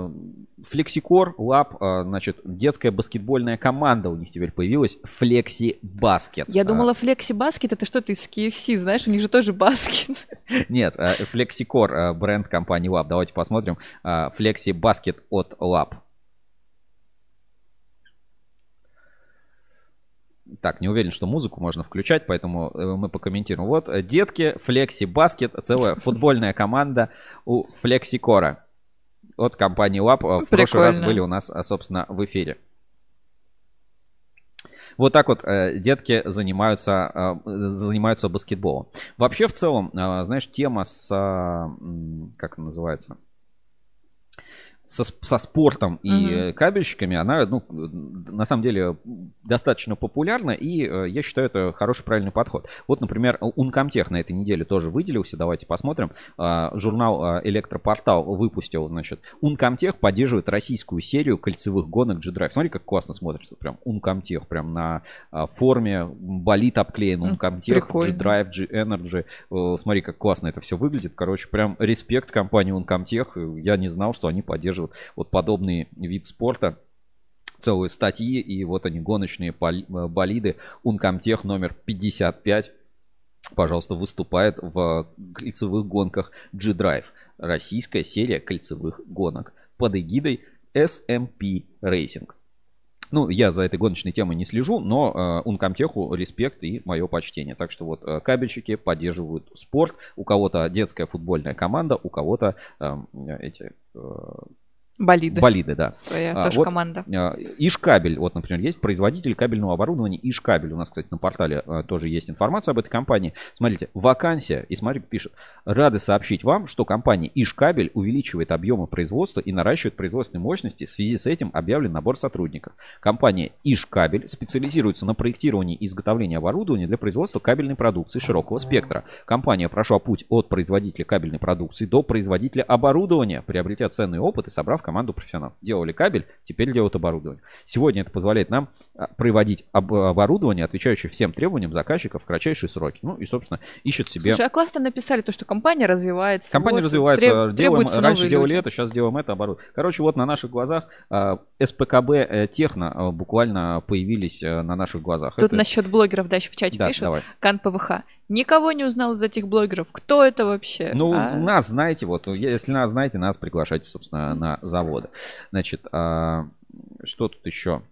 FlexiCore Lab, значит, детская баскетбольная команда у них теперь появилась, FlexiBasket. Я думала, FlexiBasket это что-то из кей эф си, знаешь, у них же тоже баскет. Нет, FlexiCore, бренд компании Lab. Давайте посмотрим. FlexiBasket от Lab. Так, не уверен, что музыку можно включать, поэтому мы покомментируем. Вот, детки, FlexiBasket, целая футбольная команда у FlexiCore от компании Lab. В Прикольно. прошлый раз были у нас, собственно, в эфире. Вот так вот детки занимаются, занимаются баскетболом. Вообще, в целом, знаешь, тема с... Как это называется? со, со спортом и Мгм. кабельщиками, она, ну, на самом деле, достаточно популярна, и э, я считаю, это хороший, правильный подход. Вот, например, Uncomtech на этой неделе тоже выделился, давайте посмотрим. А, журнал а, Электропортал выпустил, значит, Uncomtech поддерживает российскую серию кольцевых гонок G-Drive. Смотри, как классно смотрится, прям Uncomtech, прям на а, форме, болид обклеен М, Uncomtech, прикольно. G-Drive, G-Energy. Э, Смотри, как классно это все выглядит. Короче, прям респект компании Uncomtech. Я не знал, что они поддерживают вот подобный вид спорта. Целые статьи, и вот они, гоночные поли- болиды. Uncomtech номер пятьдесят пять, пожалуйста, выступает в кольцевых гонках G-Drive. Российская серия кольцевых гонок под эгидой эс эм пи Racing. Ну, я за этой гоночной темой не слежу, но э, Uncomtech респект и мое почтение. Так что вот э, кабельщики поддерживают спорт. У кого-то детская футбольная команда, у кого-то э, эти... э, Болиды. Болиды, да. Своя А, тоже вот, команда. а, Ишкабель, вот, например, есть производитель кабельного оборудования Ишкабель. У нас, кстати, на портале а, тоже есть информация об этой компании. Смотрите, вакансия, и смотрите, пишет. Рады сообщить вам, что компания Ишкабель увеличивает объемы производства и наращивает производственные мощности. В связи с этим объявлен набор сотрудников. Компания Ишкабель специализируется на проектировании и изготовлении оборудования для производства кабельной продукции широкого спектра. Компания прошла путь от производителя кабельной продукции до производителя оборудования, приобретя ценный опыт и собрав команду профессионалов. Делали кабель, теперь делают оборудование. Сегодня это позволяет нам а, производить об- оборудование, отвечающее всем требованиям заказчиков в кратчайшие сроки. Ну и, собственно, ищут себе... Слушай, а классно написали то, что компания развивается. Компания вот, развивается. треб- Делаем, требуются раньше новые делали люди. это, сейчас делаем это оборудование. Короче, вот на наших глазах а, эс пэ ка бэ э, Техно а, буквально появились а, на наших глазах. Тут Это- насчет блогеров, да, еще в чате Да, пишут. давай. Кан пэ вэ ха. Никого не узнал из этих блогеров. Кто это вообще? Ну, А? нас знаете, вот, если нас знаете, нас приглашайте, собственно, на заводы. Значит, а, что тут еще?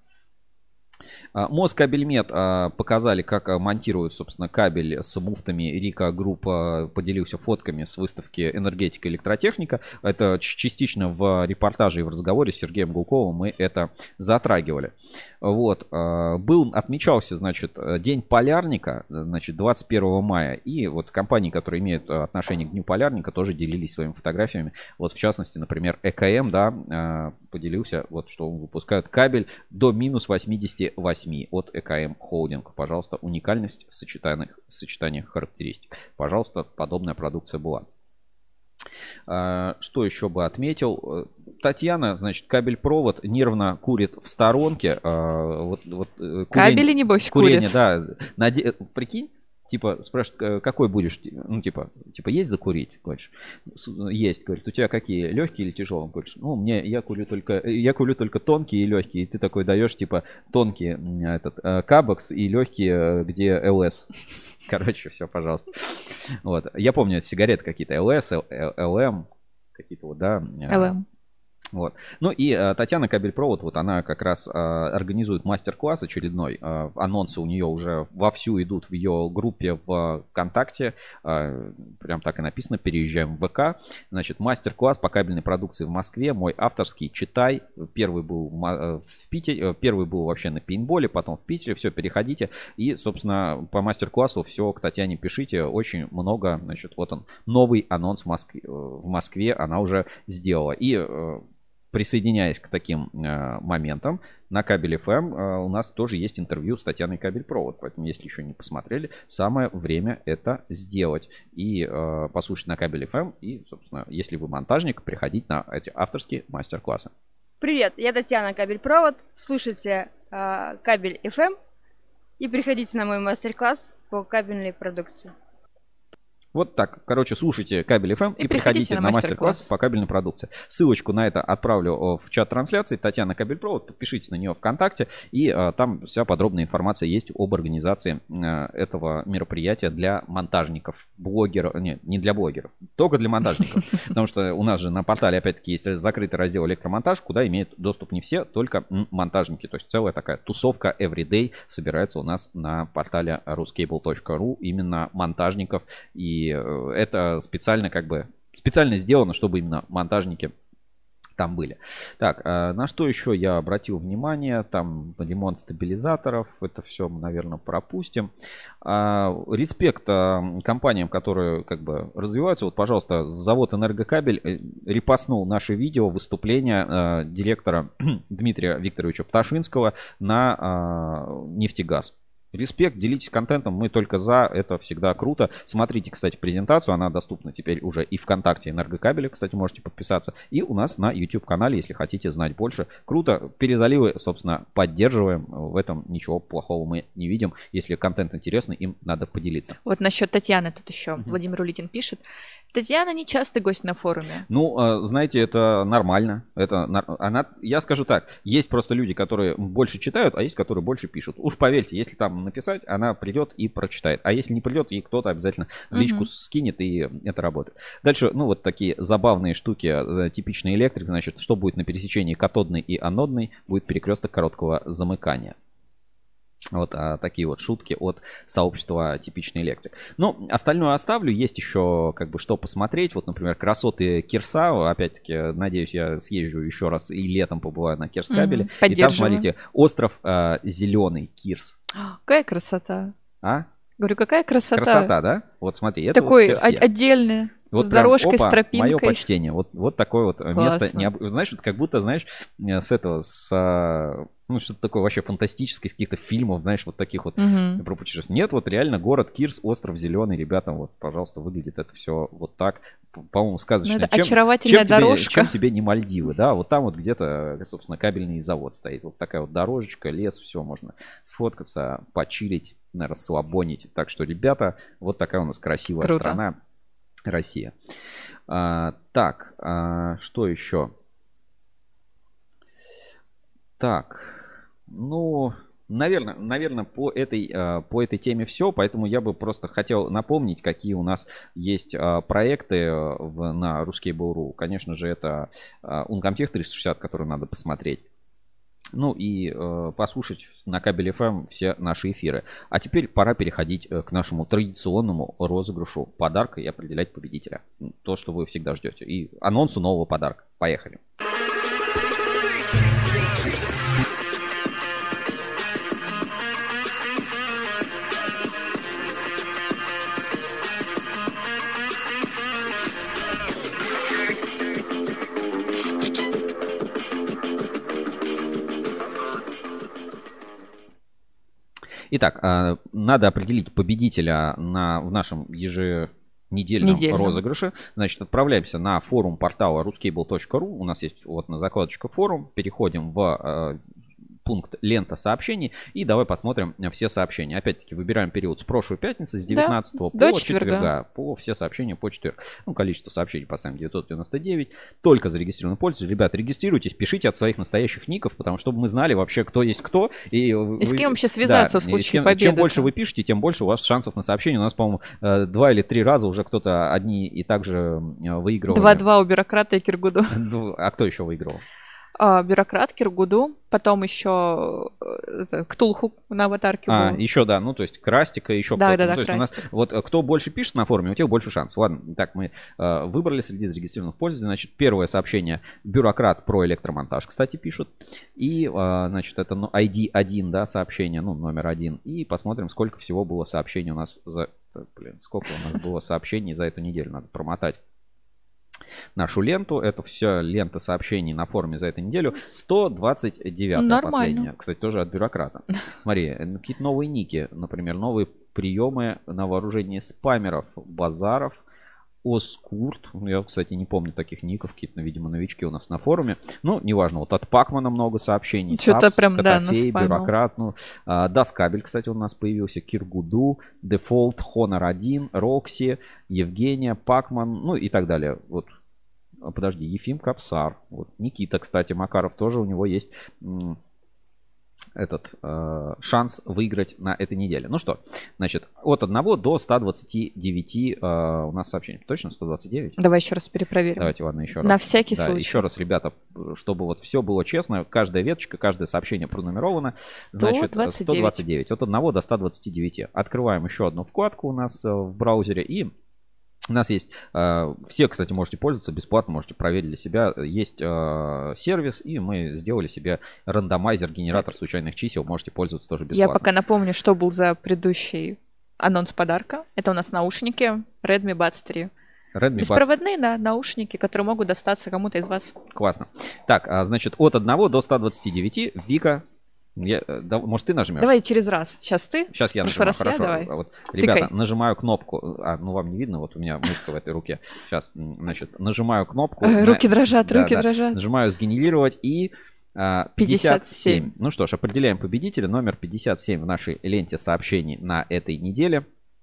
А, Москабельмет а, показали, как а, монтируют, собственно, кабель с муфтами. Рика Групп а, поделился фотками с выставки «Энергетика и электротехника». Это ч- частично в репортаже и в разговоре с Сергеем Гулковым мы это затрагивали. Вот. а, Был, отмечался, значит, День полярника, значит, двадцать первого мая. И вот компании, которые имеют а, отношение к Дню полярника, тоже делились своими фотографиями. Вот, в частности, например, э ка эм, да, а, поделился, вот, что выпускают кабель до минус восемьдесят восемь от э ка эм Holding. Пожалуйста, уникальность сочетанных, сочетания характеристик. Пожалуйста, подобная продукция была. А, Что еще бы отметил? Татьяна, значит, кабель-провод нервно курит в сторонке. А, Вот, вот, э, курень- Кабели, небось, курение, курят. да. Наде- Прикинь? Типа, спрашивают, э, какой будешь, ну, типа, типа, есть закурить? Говоришь, «С- есть. Говорит, у тебя какие, легкие или тяжелые? Говоришь, ну, мне, я курю только, э, я курю только тонкие и легкие. И ты такой даешь, типа, тонкие, м, этот, э, Кабекс и легкие, э, где эл эс. Короче, все, пожалуйста. Вот. Я помню, сигареты какие-то, эл эс, эл эм, какие-то вот, да. э, эл эм. Вот. Ну и э, Татьяна Кабель-Провод, вот она как раз э, организует мастер-класс очередной. Э, анонсы у нее уже вовсю идут в ее группе в ВКонтакте. Э, прям так и написано, переезжаем в вэ ка. Значит, мастер-класс по кабельной продукции в Москве. Мой авторский, читай. Первый был в Питере, первый был вообще на пейнтболе, потом в Питере. Все, переходите. И, собственно, по мастер-классу все к Татьяне пишите. Очень много, значит, вот он, новый анонс в Москве. В Москве она уже сделала. И э, присоединяясь к таким э, моментам, на Кабель эф эм э, у нас тоже есть интервью с Татьяной Кабель-Провод. Поэтому, если еще не посмотрели, самое время это сделать. И э, послушать на Кабель эф эм. И, собственно, если вы монтажник, приходите на эти авторские мастер-классы. Привет, я Татьяна Кабель-Провод. Слушайте э, Кабель эф эм и приходите на мой мастер-класс по кабельной продукции. Вот так. Короче, слушайте Кабель эф эм и, И приходите приходите на на мастер-класс мастер-класс. по кабельной продукции. Ссылочку на это отправлю в чат трансляции. Татьяна Кабель-Провод. Подпишитесь на нее ВКонтакте. И а, там вся подробная информация есть об организации а, этого мероприятия для монтажников. Блогеров. Нет, не для блогеров. Только для монтажников. Потому что у нас же на портале, опять-таки, есть закрытый раздел электромонтаж, куда имеют доступ не все, только монтажники. То есть целая такая тусовка everyday собирается у нас на портале ruscable точка ру. Именно монтажников. И это специально как бы специально сделано, чтобы именно монтажники там были. Так, на что еще я обратил внимание? Там ремонт стабилизаторов. Это все мы, наверное, пропустим. Респект компаниям, которые как бы развиваются. Вот, пожалуйста, завод «Энергокабель» репостнул наше видео выступления директора Дмитрия Викторовича Пташинского на «Нефтегаз». Респект, делитесь контентом, мы только за, это всегда круто. Смотрите, кстати, презентацию, она доступна теперь уже и ВКонтакте Энергокабеля, кстати, можете подписаться. И у нас на YouTube-канале, если хотите знать больше. Круто, перезаливы, собственно, поддерживаем, в этом ничего плохого мы не видим. Если контент интересный, им надо поделиться. Вот насчет Татьяны тут еще uh-huh. Владимир Улитин пишет. Татьяна не частый гость на форуме. Ну, знаете, это нормально. Это, она, я скажу так, есть просто люди, которые больше читают, а есть, которые больше пишут. Уж поверьте, если там написать, она придет и прочитает. А если не придет, ей кто-то обязательно в личку uh-huh. скинет, и это работает. Дальше, ну, вот такие забавные штуки. Типичный электрик, значит, что будет на пересечении катодной и анодной? Будет перекресток короткого замыкания. Вот а, такие вот шутки от сообщества «Типичный электрик». Ну, остальное оставлю. Есть еще как бы что посмотреть. Вот, например, красоты Кирса. Опять-таки, надеюсь, я съезжу еще раз и летом побываю на Кирс-кабеле. Mm-hmm. И там, смотрите, остров а, зеленый Кирс. Какая красота. А? Говорю, какая красота. Красота, да? Вот смотри. Это такой вот отдельный. Вот с прям, дорожкой, опа, с тропинкой. Мое почтение. Вот, вот такое вот Классно. Место. Необ... Знаешь, вот как будто, знаешь, с этого, с... Ну, что-то такое вообще фантастическое, из каких-то фильмов, знаешь, вот таких вот угу. про путешествия. Нет, вот реально город Кирс, остров зеленый, ребята, вот, пожалуйста, выглядит это все вот так, по-моему, сказочно. Ну, это чем, очаровательная чем дорожка. Тебе, чем тебе не Мальдивы, да? Вот там вот где-то, собственно, кабельный завод стоит. Вот такая вот дорожечка, лес, все, можно сфоткаться, почилить, расслабонить. Так что, ребята, вот такая у нас красивая Круто. Страна, Россия. А, так, а, что еще? Так... Ну, наверное, наверное, по этой, по этой теме все, поэтому я бы просто хотел напомнить, какие у нас есть проекты в, на Ruskable.ru. Конечно же, это Uncomtech триста шестьдесят, который надо посмотреть. Ну и э, послушать на Кабель эф эм все наши эфиры. А теперь пора переходить к нашему традиционному розыгрышу подарка и определять победителя. То, что вы всегда ждете. И анонсу нового подарка. Поехали. Итак, надо определить победителя на, в нашем еженедельном Недельном. розыгрыше. Значит, отправляемся на форум портала ruskable точка ру. У нас есть вот на закладочка форум. Переходим в пункт «Лента сообщений». И давай посмотрим все сообщения. Опять-таки выбираем период с прошлой пятницы, с девятнадцатого да, по четверга. По все сообщения по четверг. Ну, количество сообщений поставим девятьсот девяносто девять. Только зарегистрированный пользователь. Ребята, регистрируйтесь, пишите от своих настоящих ников, потому что чтобы мы знали вообще, кто есть кто. И, и вы... с кем вообще связаться, да, в случае кем, победы. Чем больше вы пишете, тем больше у вас шансов на сообщение. У нас, по-моему, два или три раза уже кто-то одни и также выигрывал. два-два у бюрократа и Киргуду. А кто еще выигрывал? А, бюрократ, Киргуду, потом еще это, Ктулху на аватарке. А, был. еще, да, ну, то есть Крастика, еще да, кто-то. Да, ну, да, то есть у нас, вот кто больше пишет на форуме, у тех больше шансов. Ладно, так, мы э, выбрали среди зарегистрированных пользователей. Значит, первое сообщение. Бюрократ про электромонтаж, кстати, пишут. И, э, значит, это ну, ай ди один, да, сообщение, ну, номер один. И посмотрим, сколько всего было сообщений у нас за... Блин, сколько у нас было сообщений за эту неделю. Надо промотать нашу ленту. Это все лента сообщений на форуме за эту неделю. сто двадцать девятая последняя. Кстати, тоже от бюрократа. Смотри, какие-то новые ники. Например, новые приемы на вооружение спамеров, базаров, Оскурт. Я, кстати, не помню таких ников. Какие-то, видимо, новички у нас на форуме. Ну, неважно. Вот от Пакмана много сообщений. Что-то прям, Котофей, да, бюрократ. Ну, Даскабель, кстати, у нас появился. Киргуду, Дефолт, Хонор один, Рокси, Евгения, Пакман, ну и так далее. Вот. Подожди, Ефим Капсар. Вот. Никита, кстати, Макаров тоже, у него есть этот э, шанс выиграть на этой неделе. Ну что, значит, от одного до ста двадцати девяти э, у нас сообщений. Точно сто двадцать девять? Давай еще раз перепроверим. Давайте, ладно, еще раз. На всякий да, случай. Еще раз, ребята, чтобы вот все было честно, каждая веточка, каждое сообщение пронумеровано. Значит, сто двадцать девять. От одного до ста двадцати девяти. Открываем еще одну вкладку у нас в браузере и У нас есть, э, все, кстати, можете пользоваться бесплатно, можете проверить для себя. Есть э, сервис, и мы сделали себе рандомайзер, генератор случайных чисел. Можете пользоваться тоже бесплатно. Я пока напомню, что был за предыдущий анонс подарка. Это у нас наушники Redmi Buds три. Redmi Беспроводные, Buds... да, наушники, которые могут достаться кому-то из вас. Классно. Так, а, значит, от одного до ста двадцати девяти. Вика, я, да, может, ты нажмешь? Давай через раз. Сейчас ты. Сейчас я нажимаю, хорошо. Я, вот, ребята, Тыкай. Нажимаю кнопку. А, ну вам не видно, вот у меня мышка в этой руке. Сейчас, значит, нажимаю кнопку. Руки на... дрожат, да, руки да. дрожат. Нажимаю сгенерировать и а, пятьдесят семь. пятьдесят семь. Ну что ж, определяем победителя. Номер пятьдесят семь в нашей ленте сообщений на этой неделе.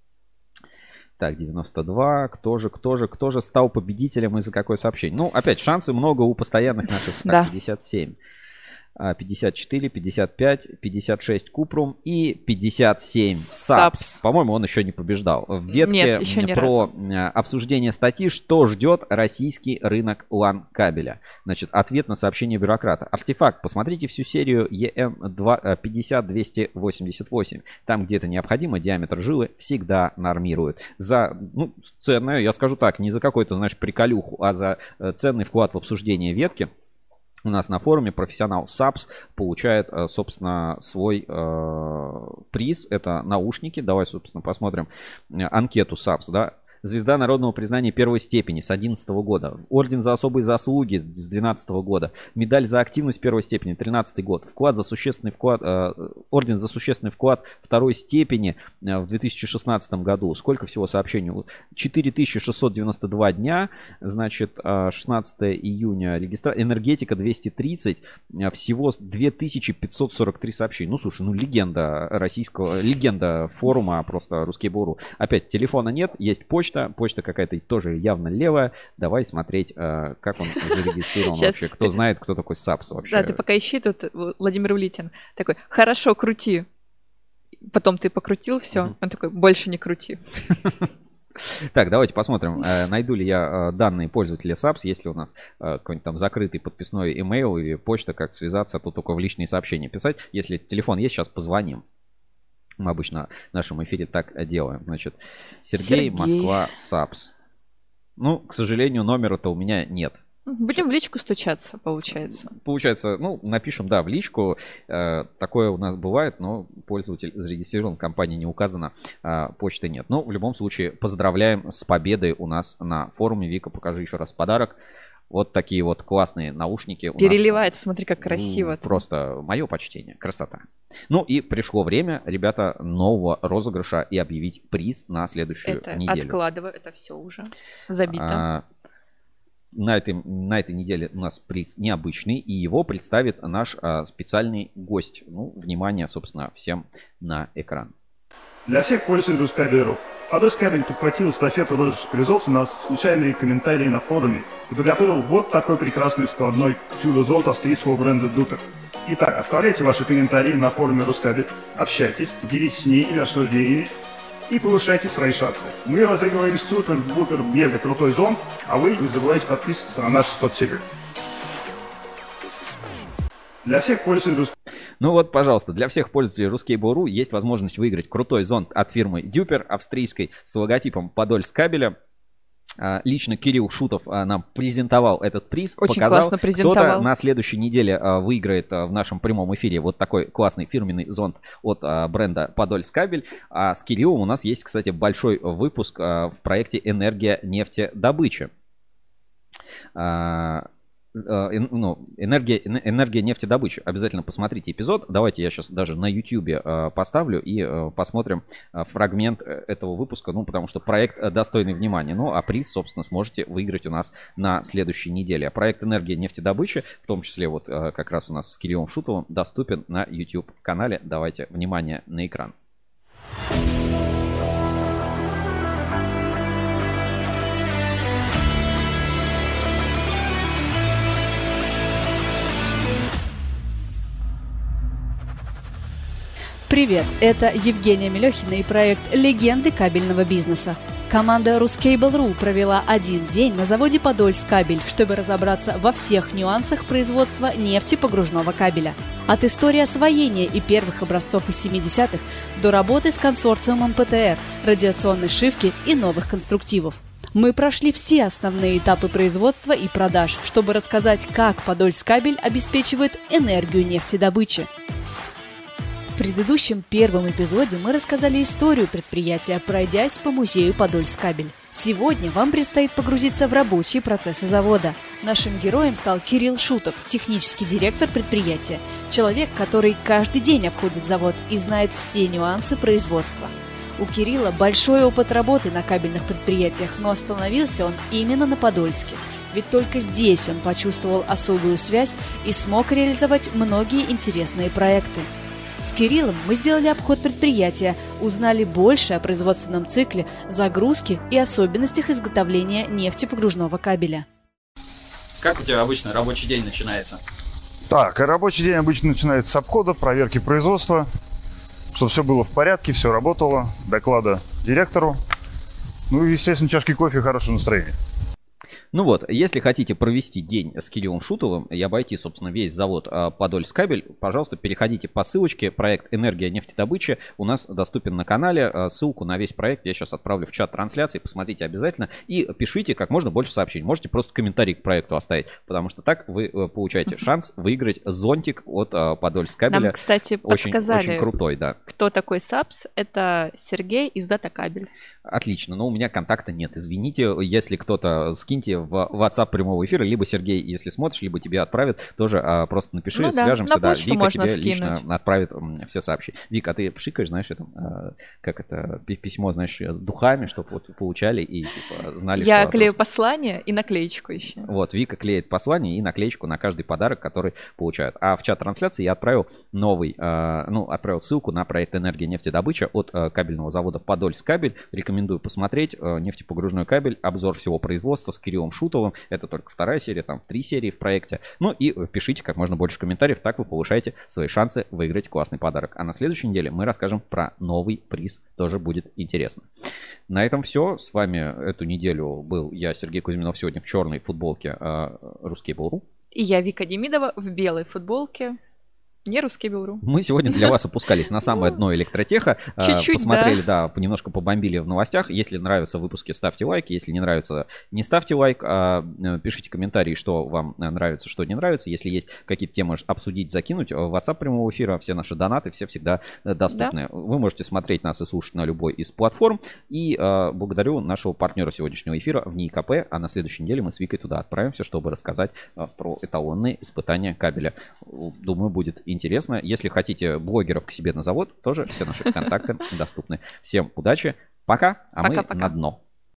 Так, девяносто два. Кто же, кто же, кто же стал победителем и за какое сообщение? Ну, опять, шансы много у постоянных наших. Так, да. пятьдесят семь. пятьдесят четыре, пятьдесят пять, пятьдесят шесть Купрум и пятьдесят семь Сапс. По-моему, он еще не побеждал. В ветке Нет, еще не про разу. обсуждение статьи «Что ждет российский рынок лан-кабеля?» Значит, ответ на сообщение бюрократа. Артефакт. Посмотрите всю серию и эм пятьдесят двести восемьдесят восемь. Там, где это необходимо, диаметр жилы всегда нормируют. За, ну, ценное, я скажу так, не за какой-то, знаешь, приколюху, а за ценный вклад в обсуждение ветки. У нас на форуме профессионал Сапс получает, собственно, свой э, приз. Это наушники. Давай, собственно, посмотрим анкету Сапс, да. Звезда народного признания первой степени с одиннадцатого года. Орден за особые заслуги с двенадцатого года. Медаль за активность первой степени тринадцатый год. Вклад за существенный вклад, э, орден за существенный вклад второй степени э, в две тысячи шестнадцатом году. Сколько всего сообщений? четыре тысячи шестьсот девяносто два дня. Значит, э, шестнадцатого июня регистрация. Энергетика двести тридцать. Э, всего две тысячи пятьсот сорок три сообщения. Ну, слушай, ну легенда российского, легенда форума просто Ruskable.ru. Опять телефона нет, есть почта. Почта какая-то тоже явно левая. Давай смотреть, как он зарегистрирован Сейчас. вообще. Кто знает, кто такой Сапс вообще. Да, ты пока ищи, тут Владимир Улитин такой: хорошо, крути. Потом ты покрутил, все. Mm-hmm. Он такой: больше не крути. Так, давайте посмотрим, найду ли я данные пользователя Сапс, есть ли у нас какой-нибудь там закрытый подписной email или почта, как связаться, а то только в личные сообщения писать. Если телефон есть, сейчас позвоним. Мы обычно в нашем эфире так делаем. Значит, Сергей, Сергей. Москва, Сапс. Ну, к сожалению, номера-то у меня нет. Будем в личку стучаться, получается. Получается, ну, напишем, да, в личку. Э, такое у нас бывает, но пользователь зарегистрирован, компания не указана, э, почты нет. Но в любом случае, поздравляем с победой у нас на форуме. Вика, покажи еще раз подарок. Вот такие вот классные наушники. Переливается, смотри, как красиво. Просто мое почтение, красота. Ну и пришло время, ребята, нового розыгрыша и объявить приз на следующую это неделю. Откладываю, это все уже забито. А, на, этой, на этой неделе у нас приз необычный, и его представит наш а, специальный гость. Ну, внимание, собственно, всем на экран. Для всех пользователей Ruskable.ru. Ruskable подхватил эстафету розыгрыша призов на случайные комментарии на форуме и подготовил вот такой прекрасный складной чудо-золото австрийского бренда Duper. Итак, оставляйте ваши комментарии на форуме Ruskable, общайтесь, делитесь с ней или обсуждениями и повышайте свои шансы. Мы разыгрываем супер-бупер мега крутой зонт, а вы не забывайте подписываться на наши соцсети. Для всех пользователей Ну вот, пожалуйста, для всех пользователей Ruskable.ru есть возможность выиграть крутой зонт от фирмы Duper, австрийской, с логотипом Подольскабеля. Лично Кирилл Шутов нам презентовал этот приз, Очень показал. Классно презентовал. Кто-то на следующей неделе выиграет в нашем прямом эфире вот такой классный фирменный зонт от бренда Подольскабель. А с Кириллом у нас есть, кстати, большой выпуск в проекте «Энергия нефтедобычи». Ну, энергия, энергия нефтедобычи. Обязательно посмотрите эпизод. Давайте я сейчас даже на YouTube э, поставлю и э, посмотрим э, фрагмент этого выпуска, ну, потому что проект достойный внимания. Ну, а приз, собственно, сможете выиграть у нас на следующей неделе. Проект «Энергия нефтедобычи», в том числе вот э, как раз у нас с Кириллом Шутовым, доступен на YouTube-канале. Давайте внимание на экран. Привет, это Евгения Мелехина и проект «Легенды кабельного бизнеса». Команда Ruskable.ru провела один день на заводе Подольскабель, чтобы разобраться во всех нюансах производства нефтепогружного кабеля. От истории освоения и первых образцов из семидесятых до работы с консорциумом ПТР, радиационной шивки и новых конструктивов. Мы прошли все основные этапы производства и продаж, чтобы рассказать, как Подольскабель обеспечивает энергию нефтедобычи. В предыдущем первом эпизоде мы рассказали историю предприятия, пройдясь по музею Подольскабель. Сегодня вам предстоит погрузиться в рабочие процессы завода. Нашим героем стал Кирилл Шутов, технический директор предприятия. Человек, который каждый день обходит завод и знает все нюансы производства. У Кирилла большой опыт работы на кабельных предприятиях, но остановился он именно на Подольске. Ведь только здесь он почувствовал особую связь и смог реализовать многие интересные проекты. С Кириллом мы сделали обход предприятия, узнали больше о производственном цикле, загрузке и особенностях изготовления нефтепогружного кабеля. Как у тебя обычно рабочий день начинается? Так, рабочий день обычно начинается с обхода, проверки производства, чтобы все было в порядке, все работало, доклада директору. Ну и, естественно, чашки кофе и хорошее настроение. Ну вот, если хотите провести день с Кириллом Шутовым и обойти, собственно, весь завод Подольскабель, пожалуйста, переходите по ссылочке. Проект «Энергия нефтедобычи» у нас доступен на канале. Ссылку на весь проект я сейчас отправлю в чат трансляции. Посмотрите обязательно и пишите как можно больше сообщений. Можете просто комментарий к проекту оставить, потому что так вы получаете шанс выиграть зонтик от Подольскабеля. Нам, кстати, очень, подсказали, очень крутой, да. Кто такой САПС. Это Сергей из Датакабель. Отлично, но у меня контакта нет. Извините, если кто-то скиньте в WhatsApp прямого эфира, либо Сергей, если смотришь, либо тебе отправит, тоже а, просто напиши, ну, свяжемся, да, да. Вика тебе скинуть. Лично отправит м, все сообщения. Вика, а ты пшикаешь, знаешь, это, а, как это, письмо, знаешь, духами, чтобы вот получали и типа знали, Я что... клею вопрос... послание и наклеечку еще. Вот, Вика клеит послание и наклеечку на каждый подарок, который получают. А в чат трансляции я отправил новый, а, ну, отправил ссылку на проект «Энергия нефтедобыча» от а, кабельного завода Подольскабель. Рекомендую посмотреть. А, нефтепогружной кабель, обзор всего производства с Кириллом Шутовым. Это только вторая серия, там три серии в проекте. Ну и пишите как можно больше комментариев, так вы повышаете свои шансы выиграть классный подарок. А на следующей неделе мы расскажем про новый приз, тоже будет интересно. На этом все. С вами эту неделю был я, Сергей Кузьминов, сегодня в черной футболке Ruskable.ru. И я, Вика Демидова, в белой футболке. Не Ruskable.ru. Мы сегодня для вас опускались на самое дно электротеха. Чуть-чуть, посмотрели, да. да, немножко побомбили в новостях. Если нравятся выпуски, ставьте лайк. Если не нравится, не ставьте лайк. А пишите комментарии, что вам нравится, что не нравится. Если есть какие-то темы обсудить, закинуть. В WhatsApp прямого эфира все наши донаты, все всегда доступны. Да. Вы можете смотреть нас и слушать на любой из платформ. И а, благодарю нашего партнера сегодняшнего эфира в НИИКП. А на следующей неделе мы с Викой туда отправимся, чтобы рассказать а, про эталонные испытания кабеля. Думаю, будет интересно. Интересно. Если хотите блогеров к себе на завод, тоже все наши контакты доступны. Всем удачи. Пока. А мы на дно.